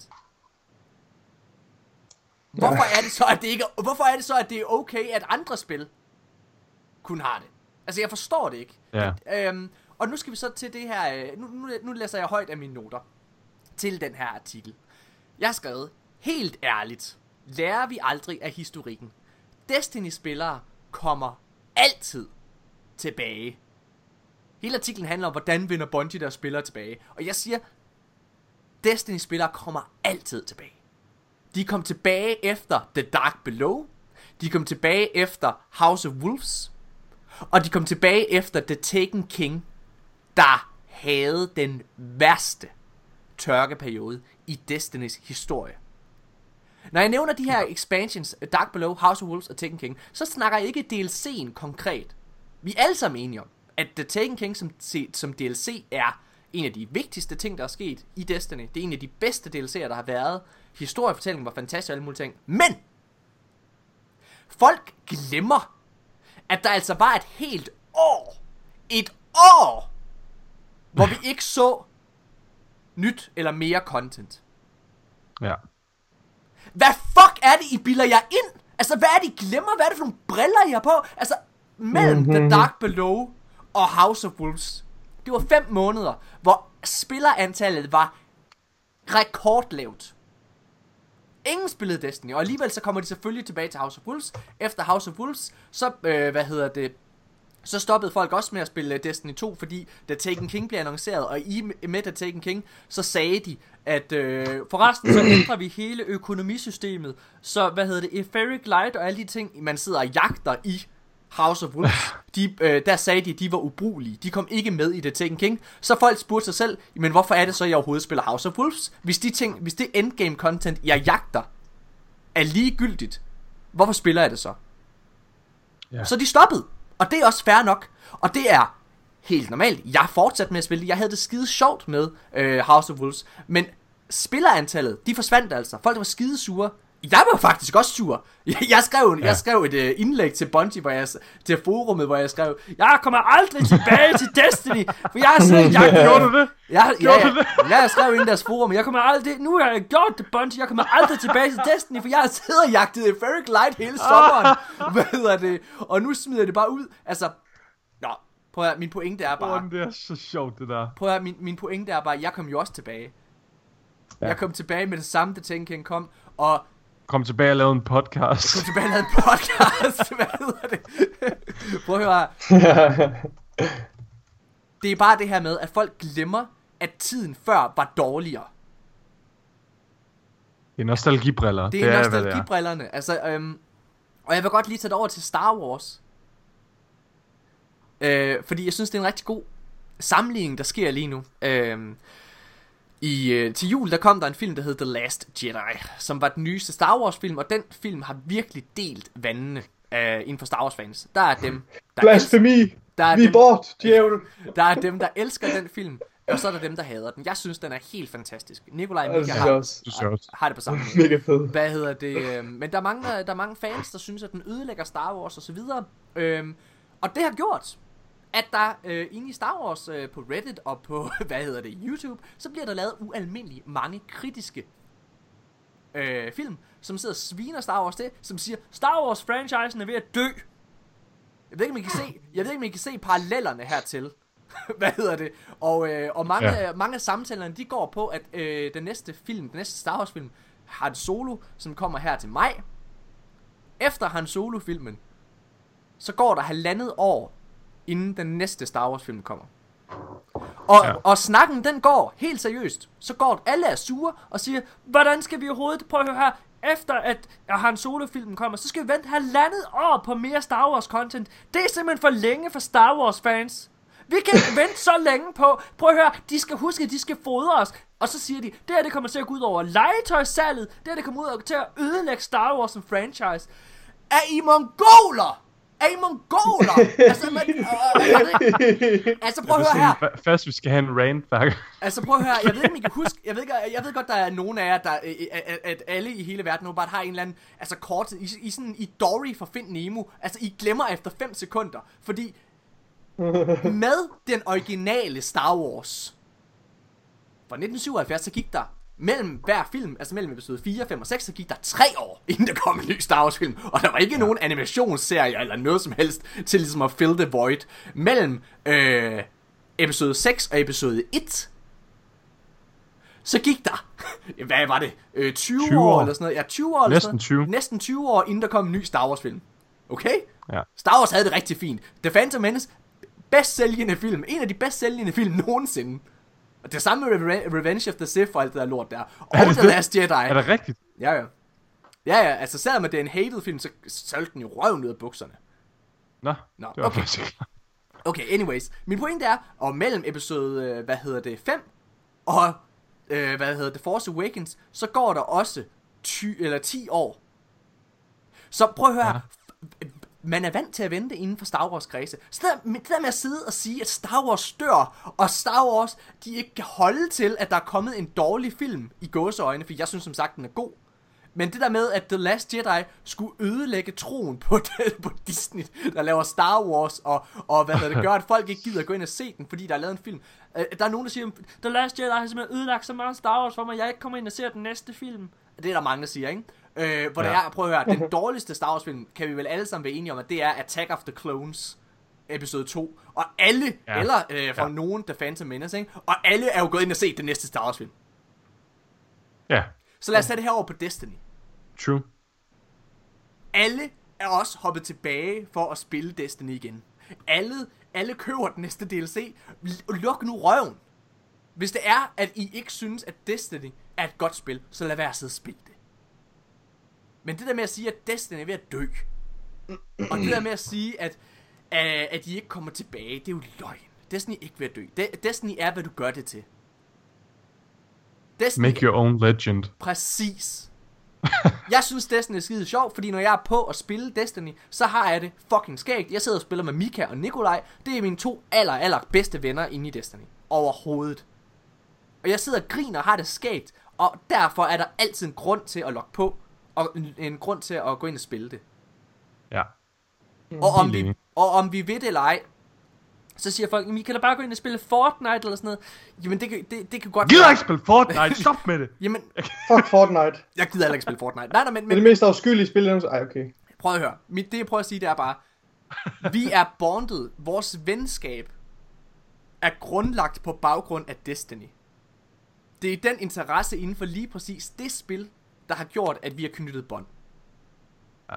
Hvorfor er det så, at det er okay, at andre spil kun har det? Altså, jeg forstår det ikke. Og nu skal vi så til det her... Nu læser jeg højt af mine noter til den her artikel. Jeg har skrevet, helt ærligt, lærer vi aldrig af historikken. Destiny-spillere kommer altid tilbage. Hele artiklen handler om, hvordan vinder Bungie deres spillere tilbage. Og jeg siger, Destiny-spillere kommer altid tilbage. De kom tilbage efter The Dark Below. De kom tilbage efter House of Wolves. Og de kom tilbage efter The Taken King, der havde den værste tørkeperiode i Destinys historie. Når jeg nævner de her expansions, Dark Below, House of Wolves og Taken King, så snakker jeg ikke DLC'en konkret. Vi er alle sammen enige om, at The Taken King som DLC er en af de vigtigste ting, der er sket i Destiny. Det er en af de bedste DLC'er, der har været. Historiefortællingen var fantastisk og alle mulige ting. Men folk glemmer, at der altså var et helt år, hvor vi ikke så nyt eller mere content. Ja. Hvad fuck er det, I bilder jer ind? Altså, hvad er det, I glemmer? Hvad er det for nogle briller, I har på? Altså, mellem The Dark Below og House of Wolves, det var 5 måneder, hvor spillerantallet var rekordlavt. Ingen spillede Destiny, og alligevel så kommer de selvfølgelig tilbage til House of Wolves. Efter House of Wolves, så, så stoppede folk også med at spille Destiny 2, fordi da Taken King blev annonceret, og i med da Taken King, så sagde de, at forresten så ændrer vi hele økonomisystemet, så Etheric Light og alle de ting, man sidder og jagter i House of Wolves, der sagde de, at de var ubrugelige. De kom ikke med i The Taken King. Så folk spurgte sig selv, men hvorfor er det så, jeg overhovedet spiller House of Wolves? Hvis det endgame content, jeg jagter, er ligegyldigt, hvorfor spiller jeg det så? Ja. Så de stoppede. Og det er også fair nok. Og det er helt normalt. Jeg fortsatte med at spille. Jeg havde det skide sjovt med House of Wolves. Men spillerantallet, de forsvandt altså. Folk var skide sure. Jeg var faktisk også sur. Jeg skrev et indlæg til Bungie, til forummet, hvor jeg skrev, jeg kommer aldrig tilbage til Destiny, for jeg har siddet jagtet. Gjorde du det? Jeg skrev ind i deres forum, nu har jeg gjort det, Bungie, jeg kommer aldrig tilbage til Destiny, for jeg har siddet og jagtet Etheric Light hele sommeren. Og nu smider jeg det bare ud. Altså, prøv at min pointe er bare... det er så sjovt, det der. Prøv at min pointe er bare, jeg kom jo også tilbage. Ja. Jeg kom tilbage med det samme, da Taken King kom, og... Kom tilbage og lavede en podcast. Hvad hedder det? Prøv at høre. Det er bare det her med, at folk glemmer, at tiden før var dårligere. Det er nostalgibriller. Det er nostalgibrillerne. Altså, og jeg vil godt lige tage det over til Star Wars. Fordi jeg synes, det er en rigtig god sammenligning, der sker lige nu. Til jul, der kom der en film, der hed The Last Jedi, som var den nyeste Star Wars film, og den film har virkelig delt vandene inden for Star Wars fans. Der er dem, der blasfemi! Vi er bort, djævel! Der er dem, der elsker den film, Og så er der dem, der hader den. Jeg synes, den er helt fantastisk. Nikolaj og Ja, Mika det synes jeg også. har det på samme måde. Mega fed. Hvad hedder det? Men der er mange fans, der synes, at den ødelægger Star Wars og så videre. Og det har gjort, at der inde i Star Wars på Reddit og på, YouTube, så bliver der lavet ualmindeligt mange kritiske film, som sidder og sviner Star Wars til, som siger, Star Wars-franchisen er ved at dø. Jeg ved ikke, om I kan se parallellerne hertil. Og mange af samtalerne, de går på, at den næste Star Wars film, Han Solo, som kommer her til maj. Efter Han Solo-filmen, så går der 1,5 år, inden den næste Star Wars film kommer. Og snakken, den går helt seriøst. Så går alle er sure og siger, hvordan skal vi overhovedet, prøve at høre her, efter at Han Solo-filmen kommer, så skal vi vente 1,5 år på mere Star Wars content. Det er simpelthen for længe for Star Wars fans. Vi kan ikke vente så længe på. Prøv at høre, de skal huske, at de skal fodre os. Og så siger de, det her det kommer til at gå ud over legetøjssalget. Det her det kommer ud til at ødelægge Star Wars som franchise. Er I mongoler? Altså prøv at høre her. Først vi skal have en rant back. Altså prøv at høre, jeg ved ikke om I kan huske. Jeg ved godt der er nogen af jer der at alle i hele verden åbenbart har en eller anden altså kortet i sådan i Dory for Find Nemo. Altså I glemmer efter 5 sekunder, fordi med den originale Star Wars fra 1977, så gik der mellem hver film, altså mellem episode 4, 5 og 6, så gik der 3 år, inden der kom en ny Star Wars film. Og der var ikke nogen animationsserie eller noget som helst til ligesom at fill the void mellem episode 6 og episode 1. Så gik der, hvad var det, 20 år eller sådan noget? Ja, 20 år eller sådan noget. Næsten 20 år, inden der kom en ny Star Wars film. Okay? Ja. Star Wars havde det rigtig fint. The Phantom Menace, bedst sælgende film. En af de bedst sælgende film nogensinde. Og det samme med Revenge of the Sith og alt det der lort der. Og The Last Jedi. Er det rigtigt? Ja, altså selvom det er en hated film, så solgte den jo røven ud af bukserne. Nå, okay. Okay, anyways. Min pointe er, og mellem episode, 5 og, The Force Awakens, så går der også 10 år. Så prøv at høre her. Man er vant til at vente inden for Star Wars kredse. Så det der med at sidde og sige, at Star Wars dør, og Star Wars, de ikke kan holde til, at der er kommet en dårlig film i gåseøjne, for jeg synes som sagt, den er god. Men det der med, at The Last Jedi skulle ødelægge troen på Disney, der laver Star Wars, og det gør, at folk ikke gider at gå ind og se den, fordi der er lavet en film. Der er nogen, der siger, The Last Jedi har simpelthen ødelagt så meget Star Wars for mig, jeg ikke kommer ind og ser den næste film. Det er der mange, der siger, ikke? Hvor der er, prøv at høre, den dårligste Star Wars film, kan vi vel alle sammen være enige om, at det er Attack of the Clones, episode 2. Og alle, for nogen, The Phantom Menace, ikke? Og alle er jo gået ind og set den næste Star Wars film. Ja. Så lad os tage det her over på Destiny. True. Alle er også hoppet tilbage for at spille Destiny igen. Alle køber den næste DLC. Luk nu røven. Hvis det er, at I ikke synes, at Destiny er et godt spil, så lad være at sidde og spille det. Men det der med at sige, at Destiny er ved at dø, og det der med at sige, at I ikke kommer tilbage, det er jo løgn. Destiny er ikke ved at dø. Destiny er, hvad du gør det til. Destiny, make your own legend. Præcis. Jeg synes Destiny er skide sjov, fordi når jeg er på at spille Destiny, så har jeg det fucking skægt. Jeg sidder og spiller med Mika og Nikolaj. Det er mine 2 aller bedste venner inde i Destiny. Overhovedet. Og jeg sidder og griner og har det skægt. Og derfor er der altid en grund til at logge på. Og en grund til at gå ind og spille det. Ja. Og om vi ved det eller ej, så siger folk, I kan da bare gå ind og spille Fortnite eller sådan noget. Jamen det kan godt gider ikke spille Fortnite, stop med det. Jamen fuck Fortnite. Jeg gider heller ikke spille Fortnite. Nej, men det er det mest afskyelige spil. Okay. Prøv at høre. Det jeg prøver at sige, det er bare, vi er bondet. Vores venskab er grundlagt på baggrund af Destiny. Det er den interesse inden for lige præcis det spil, der har gjort, at vi har knyttet bånd. Ja.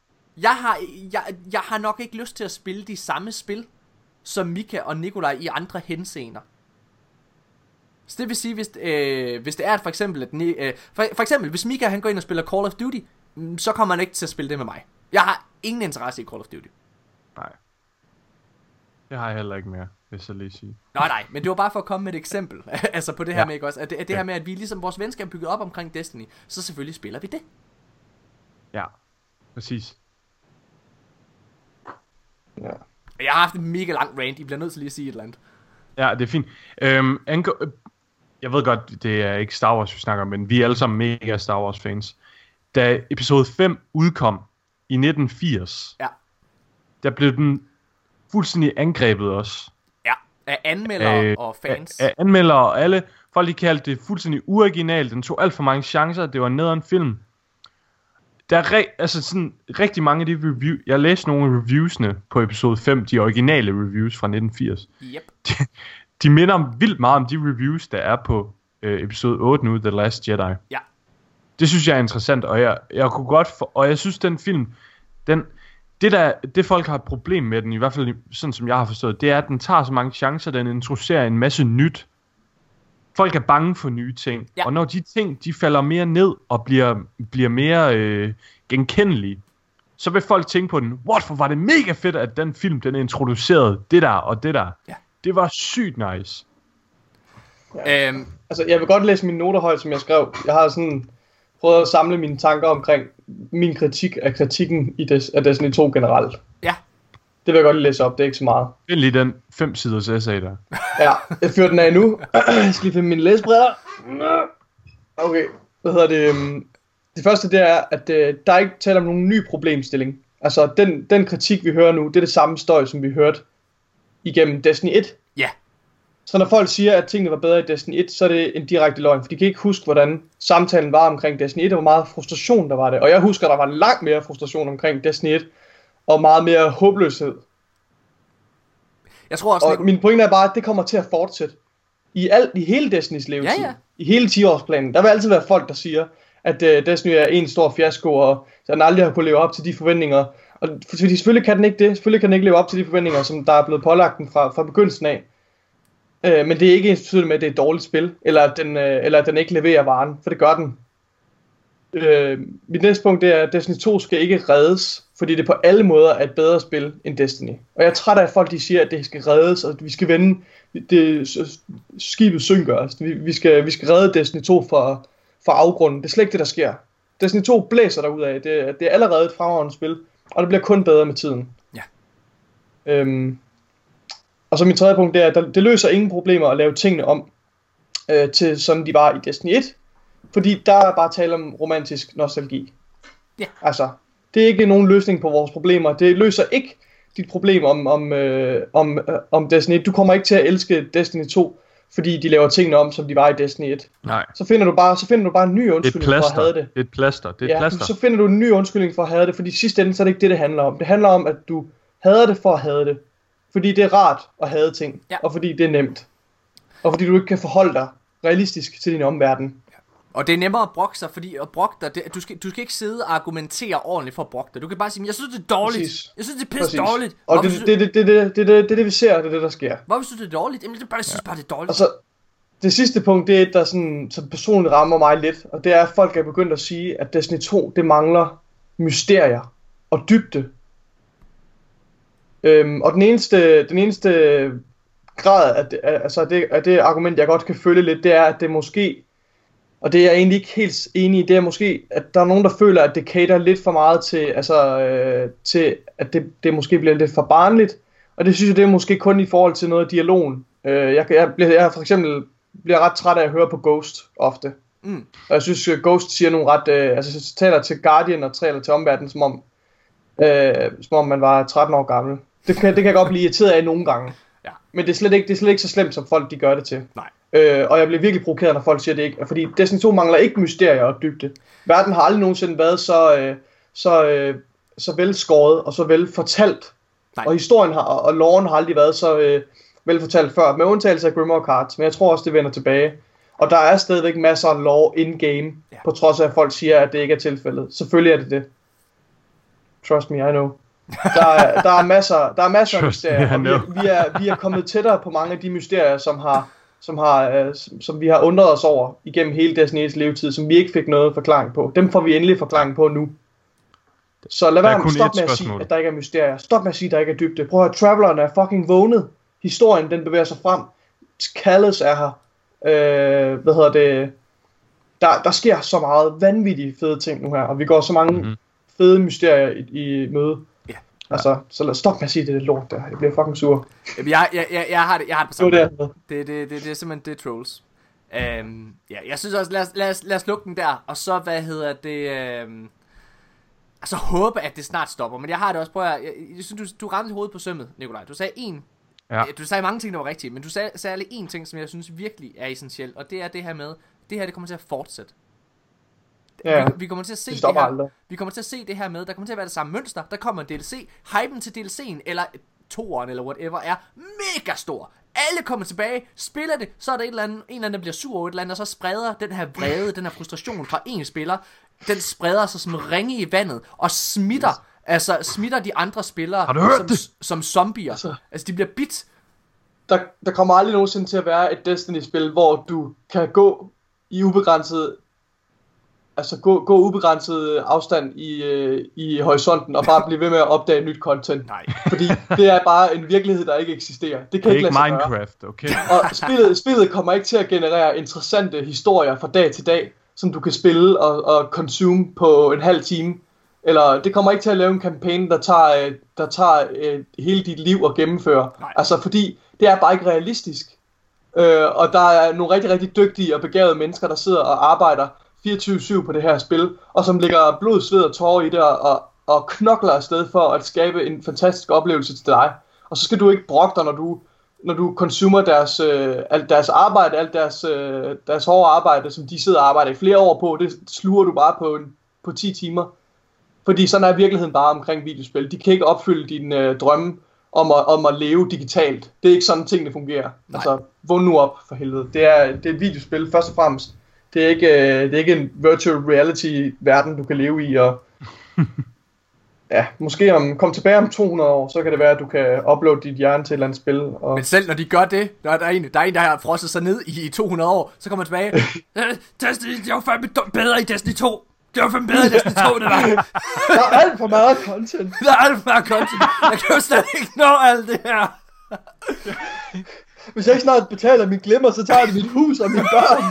Jeg har nok ikke lyst til at spille de samme spil som Mika og Nikolaj i andre henseender. Så det vil sige, hvis det er for eksempel, for eksempel, hvis Mika han går ind og spiller Call of Duty, så kommer han ikke til at spille det med mig. Jeg har ingen interesse i Call of Duty. Nej. Det har jeg heller ikke mere, hvis jeg lige sige. Nej, men det var bare for at komme med et eksempel. Altså på det her med, ikke også? At det her med, at vi ligesom vores venskab bygget op omkring Destiny, så selvfølgelig spiller vi det. Ja, præcis. Ja. Jeg har haft en mega lang rant. I bliver nødt til lige at sige et eller andet. Ja, det er fint. Jeg ved godt, det er ikke Star Wars, vi snakker om, men vi er alle sammen mega Star Wars fans. Da episode 5 udkom i 1980, der blev den fuldstændig angrebet også. Ja, af anmeldere og fans. Af anmeldere og alle. Folk de kaldte det fuldstændig uoriginalt. Den tog alt for mange chancer. Det var nederen film. Der er rigtig mange af de reviews. Jeg læste nogle af reviewsene på episode 5, de originale reviews fra 1980. Yep. De minder vildt meget om de reviews, der er på episode 8 nu, The Last Jedi. Ja. Det synes jeg er interessant, og jeg kunne godt og jeg synes den film, det folk har et problem med den, i hvert fald sådan som jeg har forstået, det er at den tager så mange chancer, den introducerer en masse nyt. Folk er bange for nye ting, og når de ting de falder mere ned og bliver mere genkendelige, så vil folk tænke på den. Hvorfor var det mega fedt at den film den introducerede det der og det der. Ja. Det var sygt nice. Ja. Altså jeg vil godt læse mine noter højt, som jeg skrev. Jeg har sådan prøvet at samle mine tanker omkring min kritik af kritikken af Destiny 2 generelt. Ja. Det vil jeg godt læse op, det er ikke så meget. Find lige den 5 siders essay der. Ja, jeg fyrer den af nu. Jeg skal lige finde mine læsbriller. Okay, hvad hedder det? Det første det er, at der er ikke tale om nogen ny problemstilling. Altså den kritik vi hører nu, det er det samme støj som vi hørte igennem Destiny 1. Ja. Så når folk siger at tingene var bedre i Destiny 1, så er det en direkte løgn. For de kan ikke huske hvordan samtalen var omkring Destiny 1, og hvor meget frustration der var det. Og jeg husker der var langt mere frustration omkring Destiny 1, og meget mere håbløshed. Jeg tror også, og min pointe er bare, at det kommer til at fortsætte. I hele Destinys levetid. Ja. I hele 10-årsplanen. Der vil altid være folk, der siger, at Destiny er en stor fiasko, og den aldrig har kunnet leve op til de forventninger. Og fordi selvfølgelig kan den ikke det. Selvfølgelig kan den ikke leve op til de forventninger, som der er blevet pålagt den fra begyndelsen af. Men det er ikke ensbetydende med, at det er et dårligt spil, eller at den ikke leverer varen, for det gør den. Mit næste punkt er, at Destiny 2 skal ikke reddes, fordi det på alle måder er et bedre spil end Destiny. Og jeg er træt af, at folk de siger, at det skal reddes, og vi skal vende skibet synker. Altså, vi skal redde Destiny 2 fra afgrunden. Det er slet ikke det, der sker. Destiny 2 blæser derud af. Det er allerede et fremragende spil, og det bliver kun bedre med tiden. Ja. Og så mit tredje punkt er, at det løser ingen problemer at lave tingene om til sådan de var i Destiny 1. Fordi der er bare tale om romantisk nostalgi. Ja. Altså, det er ikke nogen løsning på vores problemer. Det løser ikke dit problem om Destiny 1. Du kommer ikke til at elske Destiny 2, fordi de laver tingene om, som de var i Destiny 1. Nej. Så finder du bare en ny undskyldning for at have det. Det er et plaster. Så finder du en ny undskyldning for at have det, fordi sidst ende, så er det ikke det handler om. Det handler om, at du hader det for at have det. Fordi det er rart at have ting, og fordi det er nemt. Og fordi du ikke kan forholde dig realistisk til din omverden. Og det er nemmere at brokke sig, fordi at brokke dig, du skal ikke sidde og argumentere ordentligt for at brokke dig. Du kan bare sige, jeg synes det er dårligt. Præcis. Jeg synes det er pisse dårligt. Og det vi ser, det er det der sker. Hvorfor synes du det er dårligt? Jamen jeg synes bare det er dårligt. Og så det sidste punkt, det er der sådan personligt rammer mig lidt, og det er at folk er begyndt at sige, at Destiny 2 det mangler mysterier og dybde. Og den eneste grad af det argument jeg godt kan følge lidt, det er at det måske, og det er jeg egentlig ikke helt enig i, det er måske at der er nogen der føler at det cater lidt for meget til til at det måske bliver lidt for barnligt, og det synes jeg det er måske kun i forhold til noget af dialogen. Jeg for eksempel bliver ret træt af at høre på Ghost ofte. Og jeg synes Ghost siger nogle ret taler til Guardian og taler til omverdenen som om man var 13 år gammel. Det kan jeg godt blive irriteret af nogle gange. Ja. Men det er slet ikke så slemt som folk de gør det til. Nej. Og jeg bliver virkelig provokeret når folk siger det ikke, fordi Destiny 2 mangler ikke mysterier og dybde. Verden har aldrig nogensinde været så velskåret og så vel fortalt. Nej. Og historien og loren har aldrig været så vel fortalt før, med undtagelse af Grimoire Cards, men jeg tror også det vender tilbage. Og der er stadigvæk masser af lore in-game, på trods af at folk siger at det ikke er tilfældet. Selvfølgelig er det. Trust me, I know. Der er masser af mysterier, og vi er kommet tættere på mange af de mysterier, som vi har undret os over igennem hele Destiny's levetid, som vi ikke fik noget forklaring på. Dem får vi endelig forklaring på nu. Så lad være med stop med at sige, at der ikke er mysterier. Stop med at sige, at der ikke er dybde. Prøv at høre, Traveleren er fucking vågnet. Historien, den bevæger sig frem. Calus er her. Der sker så meget vanvittige fede ting nu her, og vi går så mange fede mysterier i møde. Altså, så lad stop med at sige det lort der. Jeg bliver fucking sur. Jeg har det på samme måde. Det er simpelthen det trolls. Jeg synes også, lad os lukke den der. Og så, så håbe, at det snart stopper. Men jeg har det også, jeg synes, du ramte hovedet på sømmet, Nikolaj. Du sagde du sagde mange ting, der var rigtige. Men du sagde særlig en ting, som jeg synes virkelig er essentielt. Og det er det her med, det kommer til at fortsætte. Ja, vi kommer til at se det her. Vi kommer til at se det her med, der kommer til at være det samme mønster. Der kommer en DLC. Hypen til DLC'en, eller toeren, eller whatever, er mega stor. Alle kommer tilbage, spiller det, så er der en eller anden, der bliver sur over et eller andet, og så spreder den her vrede, den her frustration fra en spiller, den spreder sig som ringe i vandet, og smitter de andre spillere som zombier. Altså, de bliver bit. Der kommer aldrig nogensinde til at være et Destiny-spil, hvor du kan gå i ubegrænset afstand i horisonten og bare blive ved med at opdage nyt content. Nej. Fordi det er bare en virkelighed, der ikke eksisterer. Det kan ikke lade sig gøre. Minecraft, okay? Og spillet kommer ikke til at generere interessante historier fra dag til dag, som du kan spille og consume på en halv time. Eller det kommer ikke til at lave en kampagne, der tager hele dit liv at gennemføre. Nej. Altså fordi det er bare ikke realistisk. Og der er nogle rigtig, rigtig dygtige og begavede mennesker, der sidder og arbejder 24/7 på det her spil, og som lægger blod, sved og tårer i det, og knokler afsted for at skabe en fantastisk oplevelse til dig. Og så skal du ikke brokke dig, når du consumer alt deres arbejde, alt deres hårde arbejde, som de sidder og arbejder i flere år på, det sluger du bare på 10 timer. Fordi sådan er virkeligheden bare omkring videospil. De kan ikke opfylde dine drømme om at leve digitalt. Det er ikke sådan, tingene fungerer. Nej. Altså, vågn nu op for helvede. Det er et videospil, først og fremmest. Det er ikke en virtual reality verden, du kan leve i, og ja, måske kom tilbage om 200 år, så kan det være, at du kan uploade dit hjerne til et eller andet spil. Og... Men selv når de gør det, der er en, der har frosset sig ned i 200 år, så kommer man tilbage. Destiny, det var fandme bedre i Destiny 2. Det var fandme bedre i Destiny 2, det var. Der er alt for meget content. Der er alt for meget content. Jeg kan jo slet ikke nå alt det her. Hvis jeg ikke snart betaler min glimmer, så tager de mit hus og mine børn.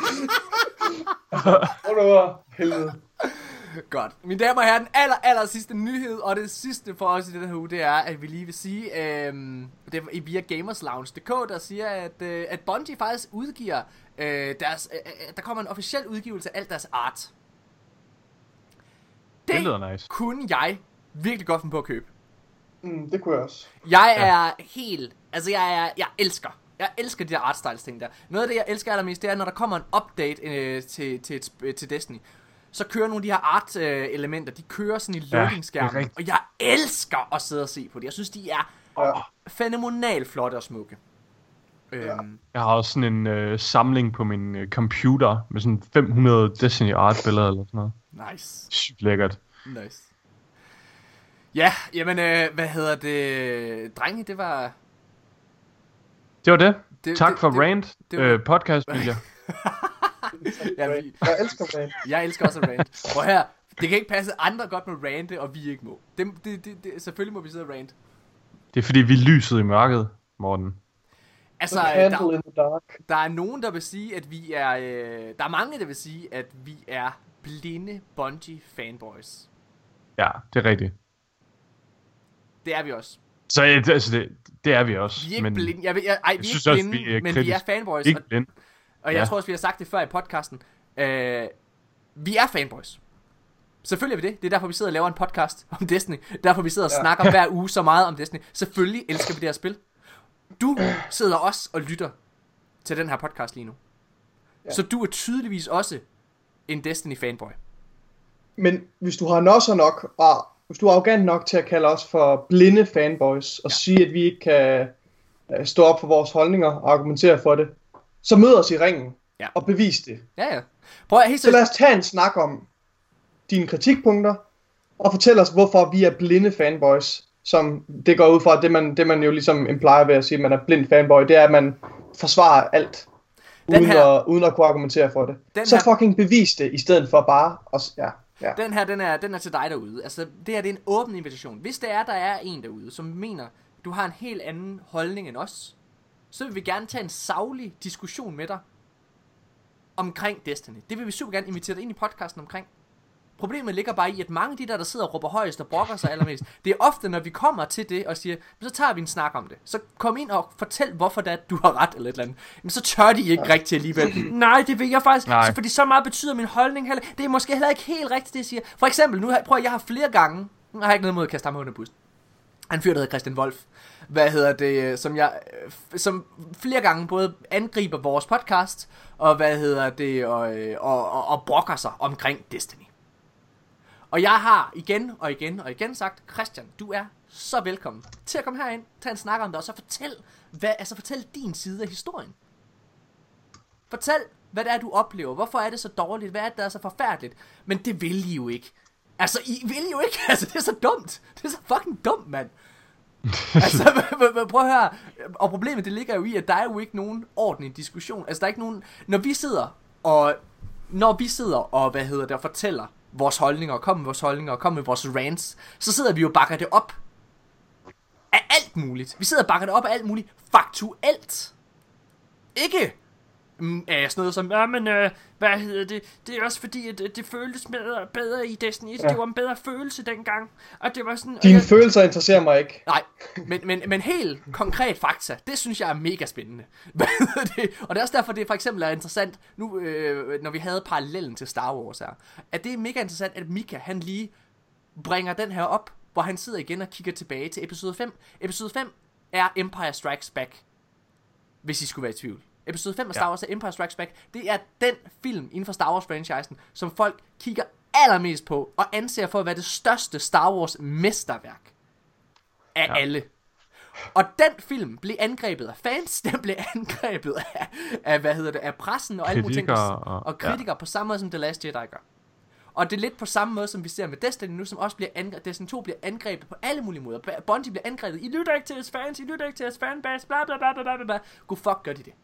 Helvede. Godt. Mine damer og herrer, den aller sidste nyhed, og det sidste for os i den her uge, det er, at vi lige vil sige, det er via GamersLounge.dk, der siger, at Bungie faktisk udgiver der kommer en officiel udgivelse af alt deres art. Det lyder nice. Kunne jeg virkelig godt finde på at købe. Det kunne jeg også. Jeg er helt, altså jeg elsker de der artstyles ting der. Noget af det jeg elsker allermest, det er når der kommer en update til Destiny. Så kører nogle af de her art elementer, de kører sådan i loading-skærmen, og jeg elsker at sidde og se på det. Jeg synes de er fænomenalt flotte og smukke. Jeg har også sådan en samling på min computer med sådan 500 Destiny art billeder eller sådan noget. Nice. Sygt lækkert. Nice. Ja, jamen, hvad hedder det? Drenge, det var det. Tak for rant, podcast, William. Jeg elsker rant. Jeg elsker også rant. Prøv her, det kan ikke passe, andre godt må rante, og vi ikke må. Selvfølgelig må vi sidde og rant. Det er fordi, vi lyset i mørket, Morten. Altså, der er nogen, der vil sige, at vi er... der er mange, der vil sige, at vi er blinde Bungie fanboys. Ja, det er rigtigt. Det er vi også. Så altså, det er vi også. Vi er ikke blinde. Vi er ikke blinde, men vi er fanboys. Ikke blinde. Og jeg tror også, vi har sagt det før i podcasten. Vi er fanboys. Selvfølgelig er vi det. Det er derfor, vi sidder og laver en podcast om Destiny. Derfor, vi sidder og snakker hver uge så meget om Destiny. Selvfølgelig elsker vi det her spil. Du sidder også og lytter til den her podcast lige nu. Så du er tydeligvis også en Destiny fanboy. Men hvis du har nosser nok, og hvis du er arrogant nok til at kalde os for blinde fanboys, og sige, at vi ikke kan stå op for vores holdninger og argumentere for det, så mød os i ringen og bevis det. Ja. Prøv at så lad os tage en snak om dine kritikpunkter, og fortæl os, hvorfor vi er blinde fanboys, som det går ud fra, det man jo ligesom implier ved at sige, at man er blind fanboy, det er, at man forsvarer alt, uden at kunne argumentere for det. Så fucking bevis det, i stedet for bare os, Den her, den er til dig derude. Altså, det her, det er en åben invitation. Hvis der er en derude, som mener, du har en helt anden holdning end os, så vil vi gerne tage en saglig diskussion med dig omkring Destiny. Det vil vi super gerne invitere dig ind i podcasten omkring. Problemet ligger bare i, at mange af de der sidder og råber højst og brokker sig allermest, det er ofte, når vi kommer til det og siger, så tager vi en snak om det. Så kom ind og fortæl, hvorfor det er, du har ret eller et eller andet. Men så tør de ikke rigtig alligevel. Nej, det vil jeg faktisk. Så fordi så meget betyder min holdning heller. Det er måske heller ikke helt rigtigt, det jeg siger. For eksempel, nu prøver jeg har flere gange, jeg har ikke noget mod at kaste ham under bussen. Han fyr, der hedder Christian Wolf. Som flere gange både angriber vores podcast, og og brokker sig omkring Destiny. Og jeg har igen og igen sagt, Christian, du er så velkommen til at komme herind, tage en snak om det, og så fortæl din side af historien. Fortæl, hvad det er, du oplever. Hvorfor er det så dårligt? Hvad er det, der er så forfærdeligt? Men det vil I jo ikke. Altså, I vil jo ikke. Altså, det er så dumt. Det er så fucking dumt, mand. Altså, prøv at høre. Og problemet, det ligger jo i, at der er jo ikke nogen ordentlig diskussion. Altså, der er ikke nogen... Når vi sidder og fortæller vores holdninger, og kommer med vores rants, så sidder vi jo og bakker det op af alt muligt. Vi sidder og bakker det op af alt muligt faktuelt. Ikke sådan noget som, det er også fordi, at det føltes bedre i Destiny. Ja. Det var en bedre følelse dengang. Og det var sådan... Dine følelser interesserer mig ikke. Nej, men helt konkret fakta, det synes jeg er mega spændende. Og det er også derfor, det for eksempel er interessant, nu når vi havde parallellen til Star Wars her, at det er mega interessant, at Mika, han lige bringer den her op, hvor han sidder igen og kigger tilbage til episode 5. Episode 5 er Empire Strikes Back, hvis I skulle være i tvivl. Episode 5 af Star Wars er Empire Strikes Back. Det er den film inden for Star Wars-franchisen, som folk kigger allermest på, og anser for at være det største Star Wars-mesterværk af alle. Og den film blev angrebet af fans, den blev angrebet af pressen og alle mulige ting, og kritikere på samme måde som The Last Jedi gør. Og det er lidt på samme måde, som vi ser med Destiny nu, som også bliver angrebet. Destiny 2 bliver angrebet på alle mulige måder. Bungie bliver angrebet. I lytter ikke til jeres fans, I lytter ikke til jeres fanbase, bla bla bla bla bla. God fuck, gør de det.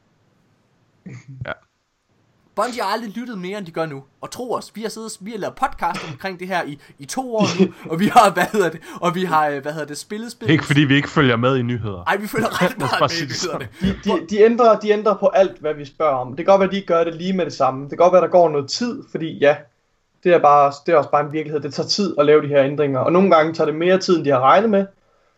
Ja. Bungie har aldrig lyttet mere, end de gør nu. Og tro os, vi har lavet podcast omkring det her i 2 år nu. Og vi har, spillet. Ikke fordi vi ikke følger med i nyheder. Nej, vi følger ret meget med i nyhederne. De ændrer på alt, hvad vi spørger om. Det kan godt være, at de ikke gør det lige med det samme. Det kan godt være, at der går noget tid, fordi det er også bare en virkelighed. Det tager tid at lave de her ændringer. Og nogle gange tager det mere tid, end de har regnet med.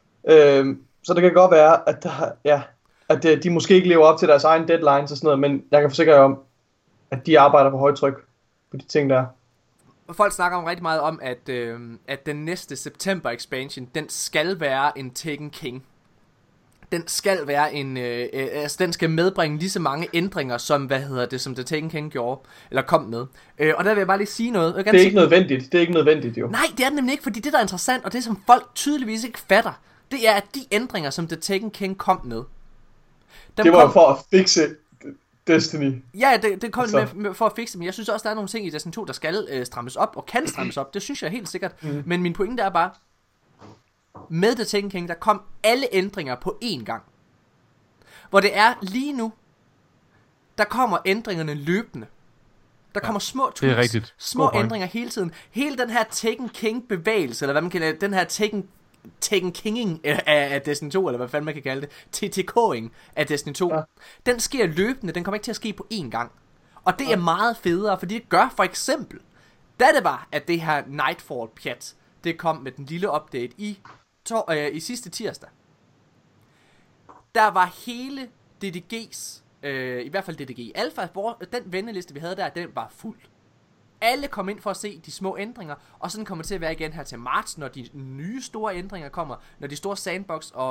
Så det kan godt være, at de måske ikke lever op til deres egen deadlines og sådan noget, men jeg kan forsikre jer om, at de arbejder på højtryk på de ting der. Folk snakker om rigtig meget om, at den næste September expansion, den skal være en Taken King. Den skal være den skal medbringe lige så mange ændringer, som, som The Taken King gjorde, eller kom med. Og der vil jeg bare lige sige noget. Det er ikke nødvendigt, jo. Nej, det er det nemlig ikke, fordi det der er interessant, og det som folk tydeligvis ikke fatter, det er, at de ændringer, som The Taken King kom med, det var for at fikse Destiny. Ja, det kom med for at fikse, men jeg synes også, der er nogle ting i Destiny 2, der skal strammes op, og kan strammes op. Det synes jeg helt sikkert. Men min pointe er bare, med The Taken King, der kom alle ændringer på én gang. Hvor det er lige nu, der kommer ændringerne løbende. Der kommer små tweaks, små ændringer hele tiden. Hele den her Taken King bevægelse, eller hvad man kan kalde den her Taken Kinging af Destiny 2, eller hvad fanden man kan kalde det, TTK'ing af Destiny 2, den sker løbende, den kommer ikke til at ske på én gang. Og det er meget federe, fordi det gør for eksempel, da det var, at det her Nightfall-pjat, det kom med den lille update i sidste tirsdag, der var hele DDG's, i hvert fald DDG Alpha, hvor den venneliste vi havde der, den var fuld. Alle kom ind for at se de små ændringer, og sådan kommer det til at være igen her til marts, når de nye store ændringer kommer, når de store sandbox og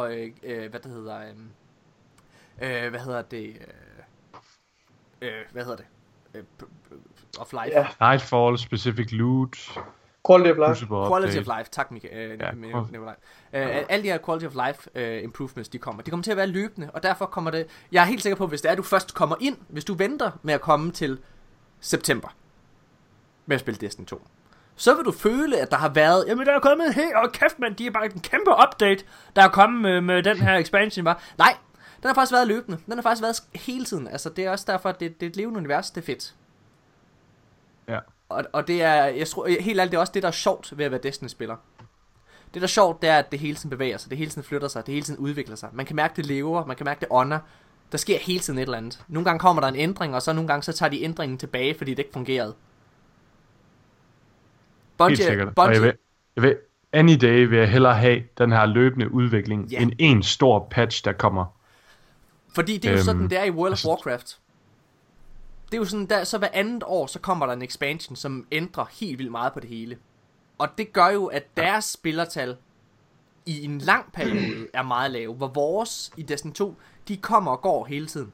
of life. Yeah. Nightfall, specific loot, quality of life. Quality of life, tak Michael. Alle de her quality of life improvements, de kommer til at være løbende, og derfor kommer det. Jeg er helt sikker på, hvis det er, du først kommer ind, hvis du venter med at komme til september med at spille Destiny 2, så vil du føle, at der har været, jamen der er kommet helt, og kæft mand, de er bare en kæmpe update, der er kommet med den her expansion bare. Nej, den har faktisk været løbende. Den har faktisk været hele tiden. Altså det er også derfor, at det er et levende univers, det er fedt. Ja. Og det er, jeg tror, helt ærligt, det er også det, der er sjovt ved at være Destiny-spiller. Det der er sjovt, det er, at det hele tiden bevæger sig, det hele tiden flytter sig, det hele tiden udvikler sig. Man kan mærke, det lever, man kan mærke, det ånder. Der sker hele tiden et eller andet. Nogle gange kommer der en ændring, og så nogle gange så tager de ændringen tilbage, fordi det ikke fungerede. Helt sikkert. Og jeg vil, any day vil jeg hellere have den her løbende udvikling, end en stor patch, der kommer. Fordi det er jo sådan, det er i World of Warcraft. Det er jo sådan, så hver andet år, så kommer der en expansion, som ændrer helt vildt meget på det hele. Og det gør jo, at deres spillertal i en lang periode er meget lave, hvor vores i Destiny 2, de kommer og går hele tiden.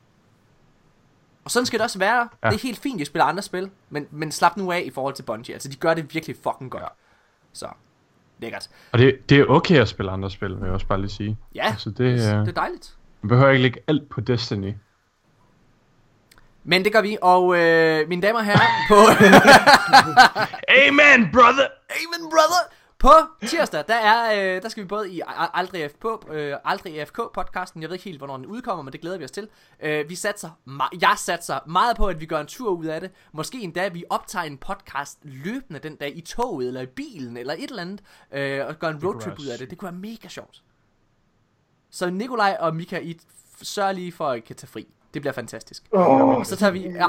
Og sådan skal det også være. Ja. Det er helt fint, at spiller andre spil, men slap nu af i forhold til Bungie. Altså, de gør det virkelig fucking godt. Ja. Så, lækkert. Og det er okay at spille andre spil, vil jeg også bare lige sige. Ja, altså, det er dejligt. Man behøver ikke lægge alt på Destiny. Men det gør vi, og mine damer og herrer, på... Amen, brother! Amen, brother! På tirsdag, der skal vi både i Aldrig AFK podcasten. Jeg ved ikke helt, hvornår den udkommer, men det glæder vi os til. Jeg satser meget på, at vi gør en tur ud af det. Måske endda, at vi optager en podcast løbende den dag i toget, eller i bilen, eller et eller andet. Og gør en roadtrip ud af det. Det kunne være mega sjovt. Så Nikolaj og Mika, I sørger lige for, at I kan tage fri. Det bliver fantastisk. Og så tager vi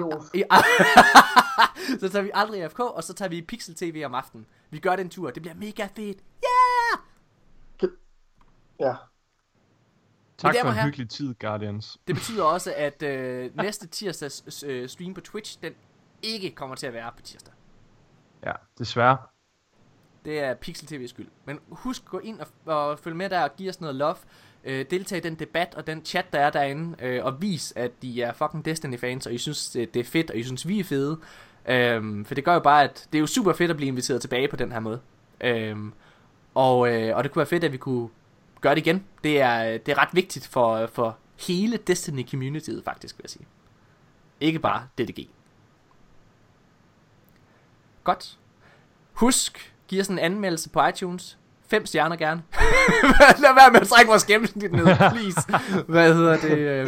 så tager vi Aldrig AFK, og så tager vi Pixel TV om aftenen. Vi gør den tur. Det bliver mega fedt. Yeah! Ja. Tak for en hyggelig tid, Guardians. Det betyder også, at næste tirsdags stream på Twitch, den ikke kommer til at være på tirsdag. Ja, desværre. Det er Pixel TV's skyld. Men husk, gå ind og følg med der og giv os noget love. Deltag i den debat og den chat, der er derinde. Og vis, at de er fucking Destiny-fans, og I synes, det er fedt, og I synes, vi er fede. For det gør jo bare, at det er jo super fedt at blive inviteret tilbage på den her måde. Og det kunne være fedt, at vi kunne gøre det igen. Det er ret vigtigt for hele Destiny-communityet, faktisk, vil jeg sige. Ikke bare DDG. Godt. Husk, giv os en anmeldelse på iTunes. 5 stjerner gerne. Lad være med at trække vores gennemsnit ned, please. Hvad hedder det?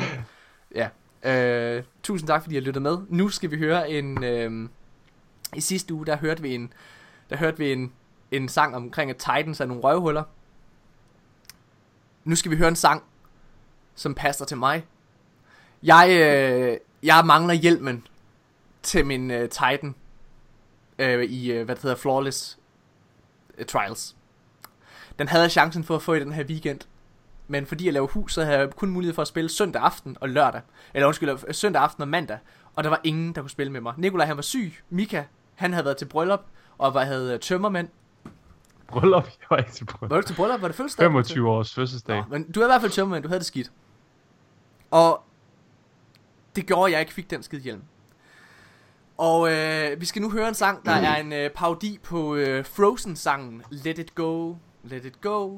Tusind tak, fordi I har lyttet med. Nu skal vi høre i sidste uge, der hørte vi en sang omkring, at Titans er nogle røvhuller. Nu skal vi høre en sang, som passer til mig. Jeg mangler hjelmen til min Titan i, Flawless Trials. Den havde chancen for at få i den her weekend, men fordi jeg laver hus, så havde jeg kun mulighed for at spille søndag aften og lørdag. Søndag aften og mandag. Og der var ingen, der kunne spille med mig. Nikolaj, han var syg. Mika, han havde været til bryllup og havde tømmermænd. Bryllup? Jeg var ikke til bryllup. Var du ikke til bryllup? Var det fødselsdag? 25 års fødselsdag. Nå, men du havde i hvert fald tømmermænd. Du havde det skidt. Og det gjorde, at jeg ikke fik den skide hjelm. Og vi skal nu høre en sang, der er en parodi på Frozen-sangen Let It Go, Let It Go.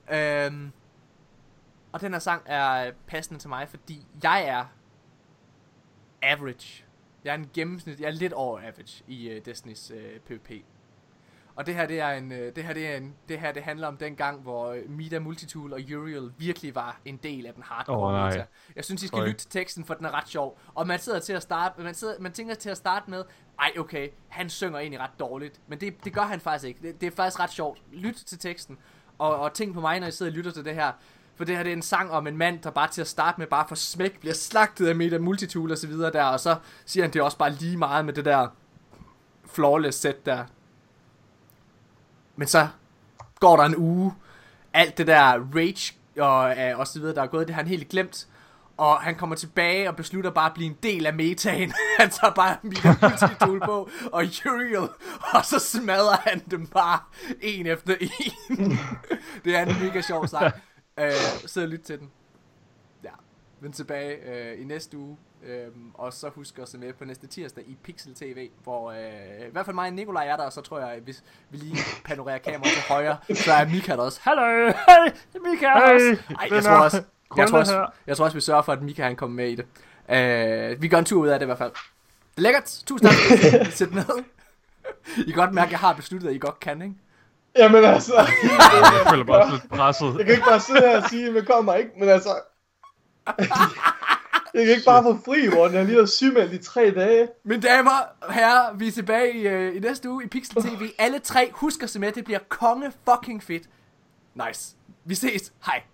Og den her sang er passende til mig, fordi jeg er average. Jeg er en gennemsnit, jeg er lidt over average i Destinys PvP. Og det her det handler om den gang, hvor Mida Multitool og Uriel virkelig var en del af den hardcore meta. Jeg synes I skal lytte til teksten, for den er ret sjov. Og man sidder til at starte, man tænker til at starte med, okay, han synger egentlig ret dårligt, men det gør han faktisk ikke. Det er faktisk ret sjovt. Lyt til teksten og tænk på mig, når I sidder og lytter til det her. For det her, det er en sang om en mand, der bare til at starte med bare for smæk bliver slagtet af Mida Multitool og så videre der, og så siger han det også bare lige meget med det der flawless set der. Men så går der en uge, alt det der rage og så videre, der er gået, det har han helt glemt. Og han kommer tilbage og beslutter bare at blive en del af metaen. Han tager bare Mida Multitool på og Uriel, og så smadrer han dem bare en efter en. Det er en mega sjov sang. Sid og lyt til den. Ja, vend tilbage i næste uge. Og så husk at se med på næste tirsdag i Pixel TV, hvor i hvert fald mig og Nikolaj er der, og så tror jeg, hvis vi lige panorerer kameraet til højre, så er Mika der også. Hallo! Hey! Mika er også! Ej, jeg tror også, vi sørger for, at Mika han kommer med i det. Vi gør en tur ud af det i hvert fald. Det er lækkert! Tusind tak for at sætte ned. I kan godt mærke, at jeg har besluttet, at I godt kan, ikke? Jamen altså... Jeg føler bare lidt presset. Jeg kan ikke bare sidde her og sige, at jeg kommer ikke, men altså... Jeg kan ikke bare få fri, hvor jeg lige har sygemeldt i 3 dage. Mine damer og herrer, vi er tilbage i næste uge i Pixel TV. Alle 3 husk at se med, det bliver konge fucking fedt. Nice. Vi ses. Hej.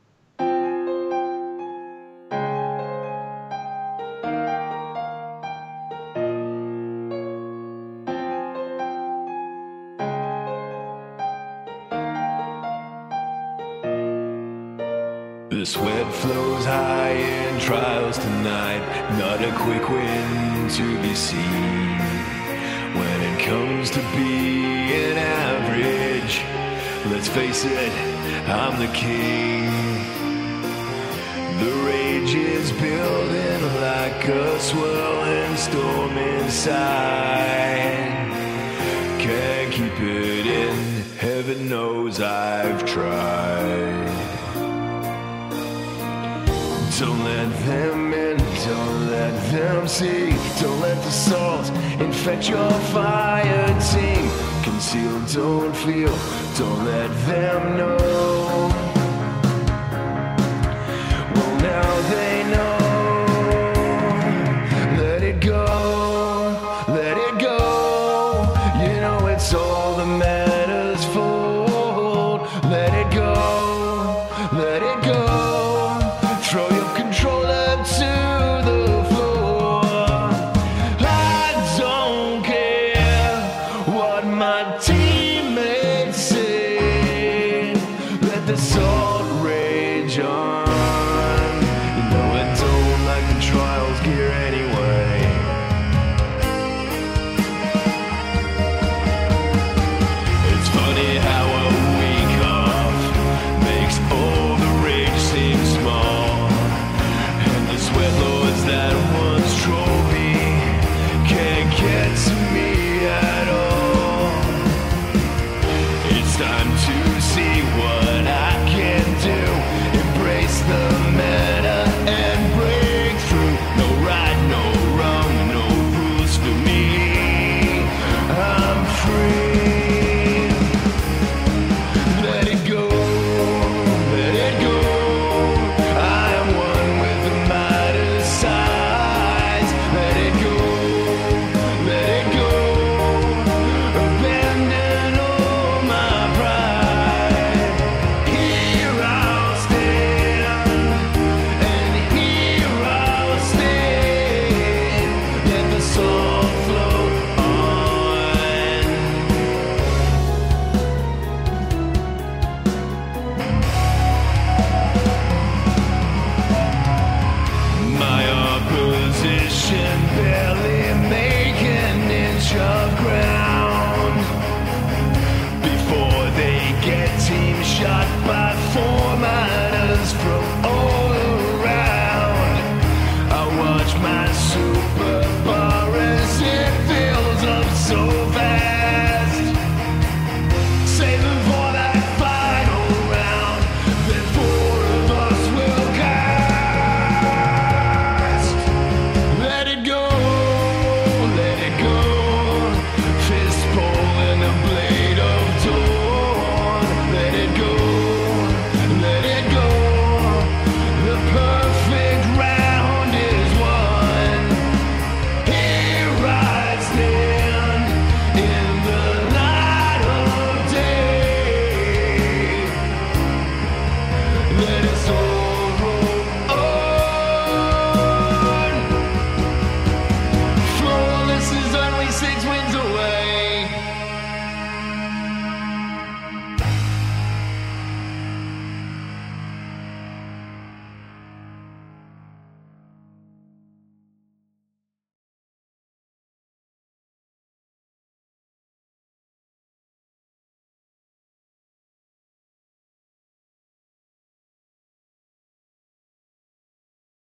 The sweat flows high in trials tonight, not a quick win to be seen. When it comes to being average, let's face it, I'm the king. The rage is building like a swirling storm inside. Can't keep it in, heaven knows I've tried. Don't let them in, don't let them see. Don't let the salt infect your fire team. Conceal, don't feel, don't let them know. Well, now they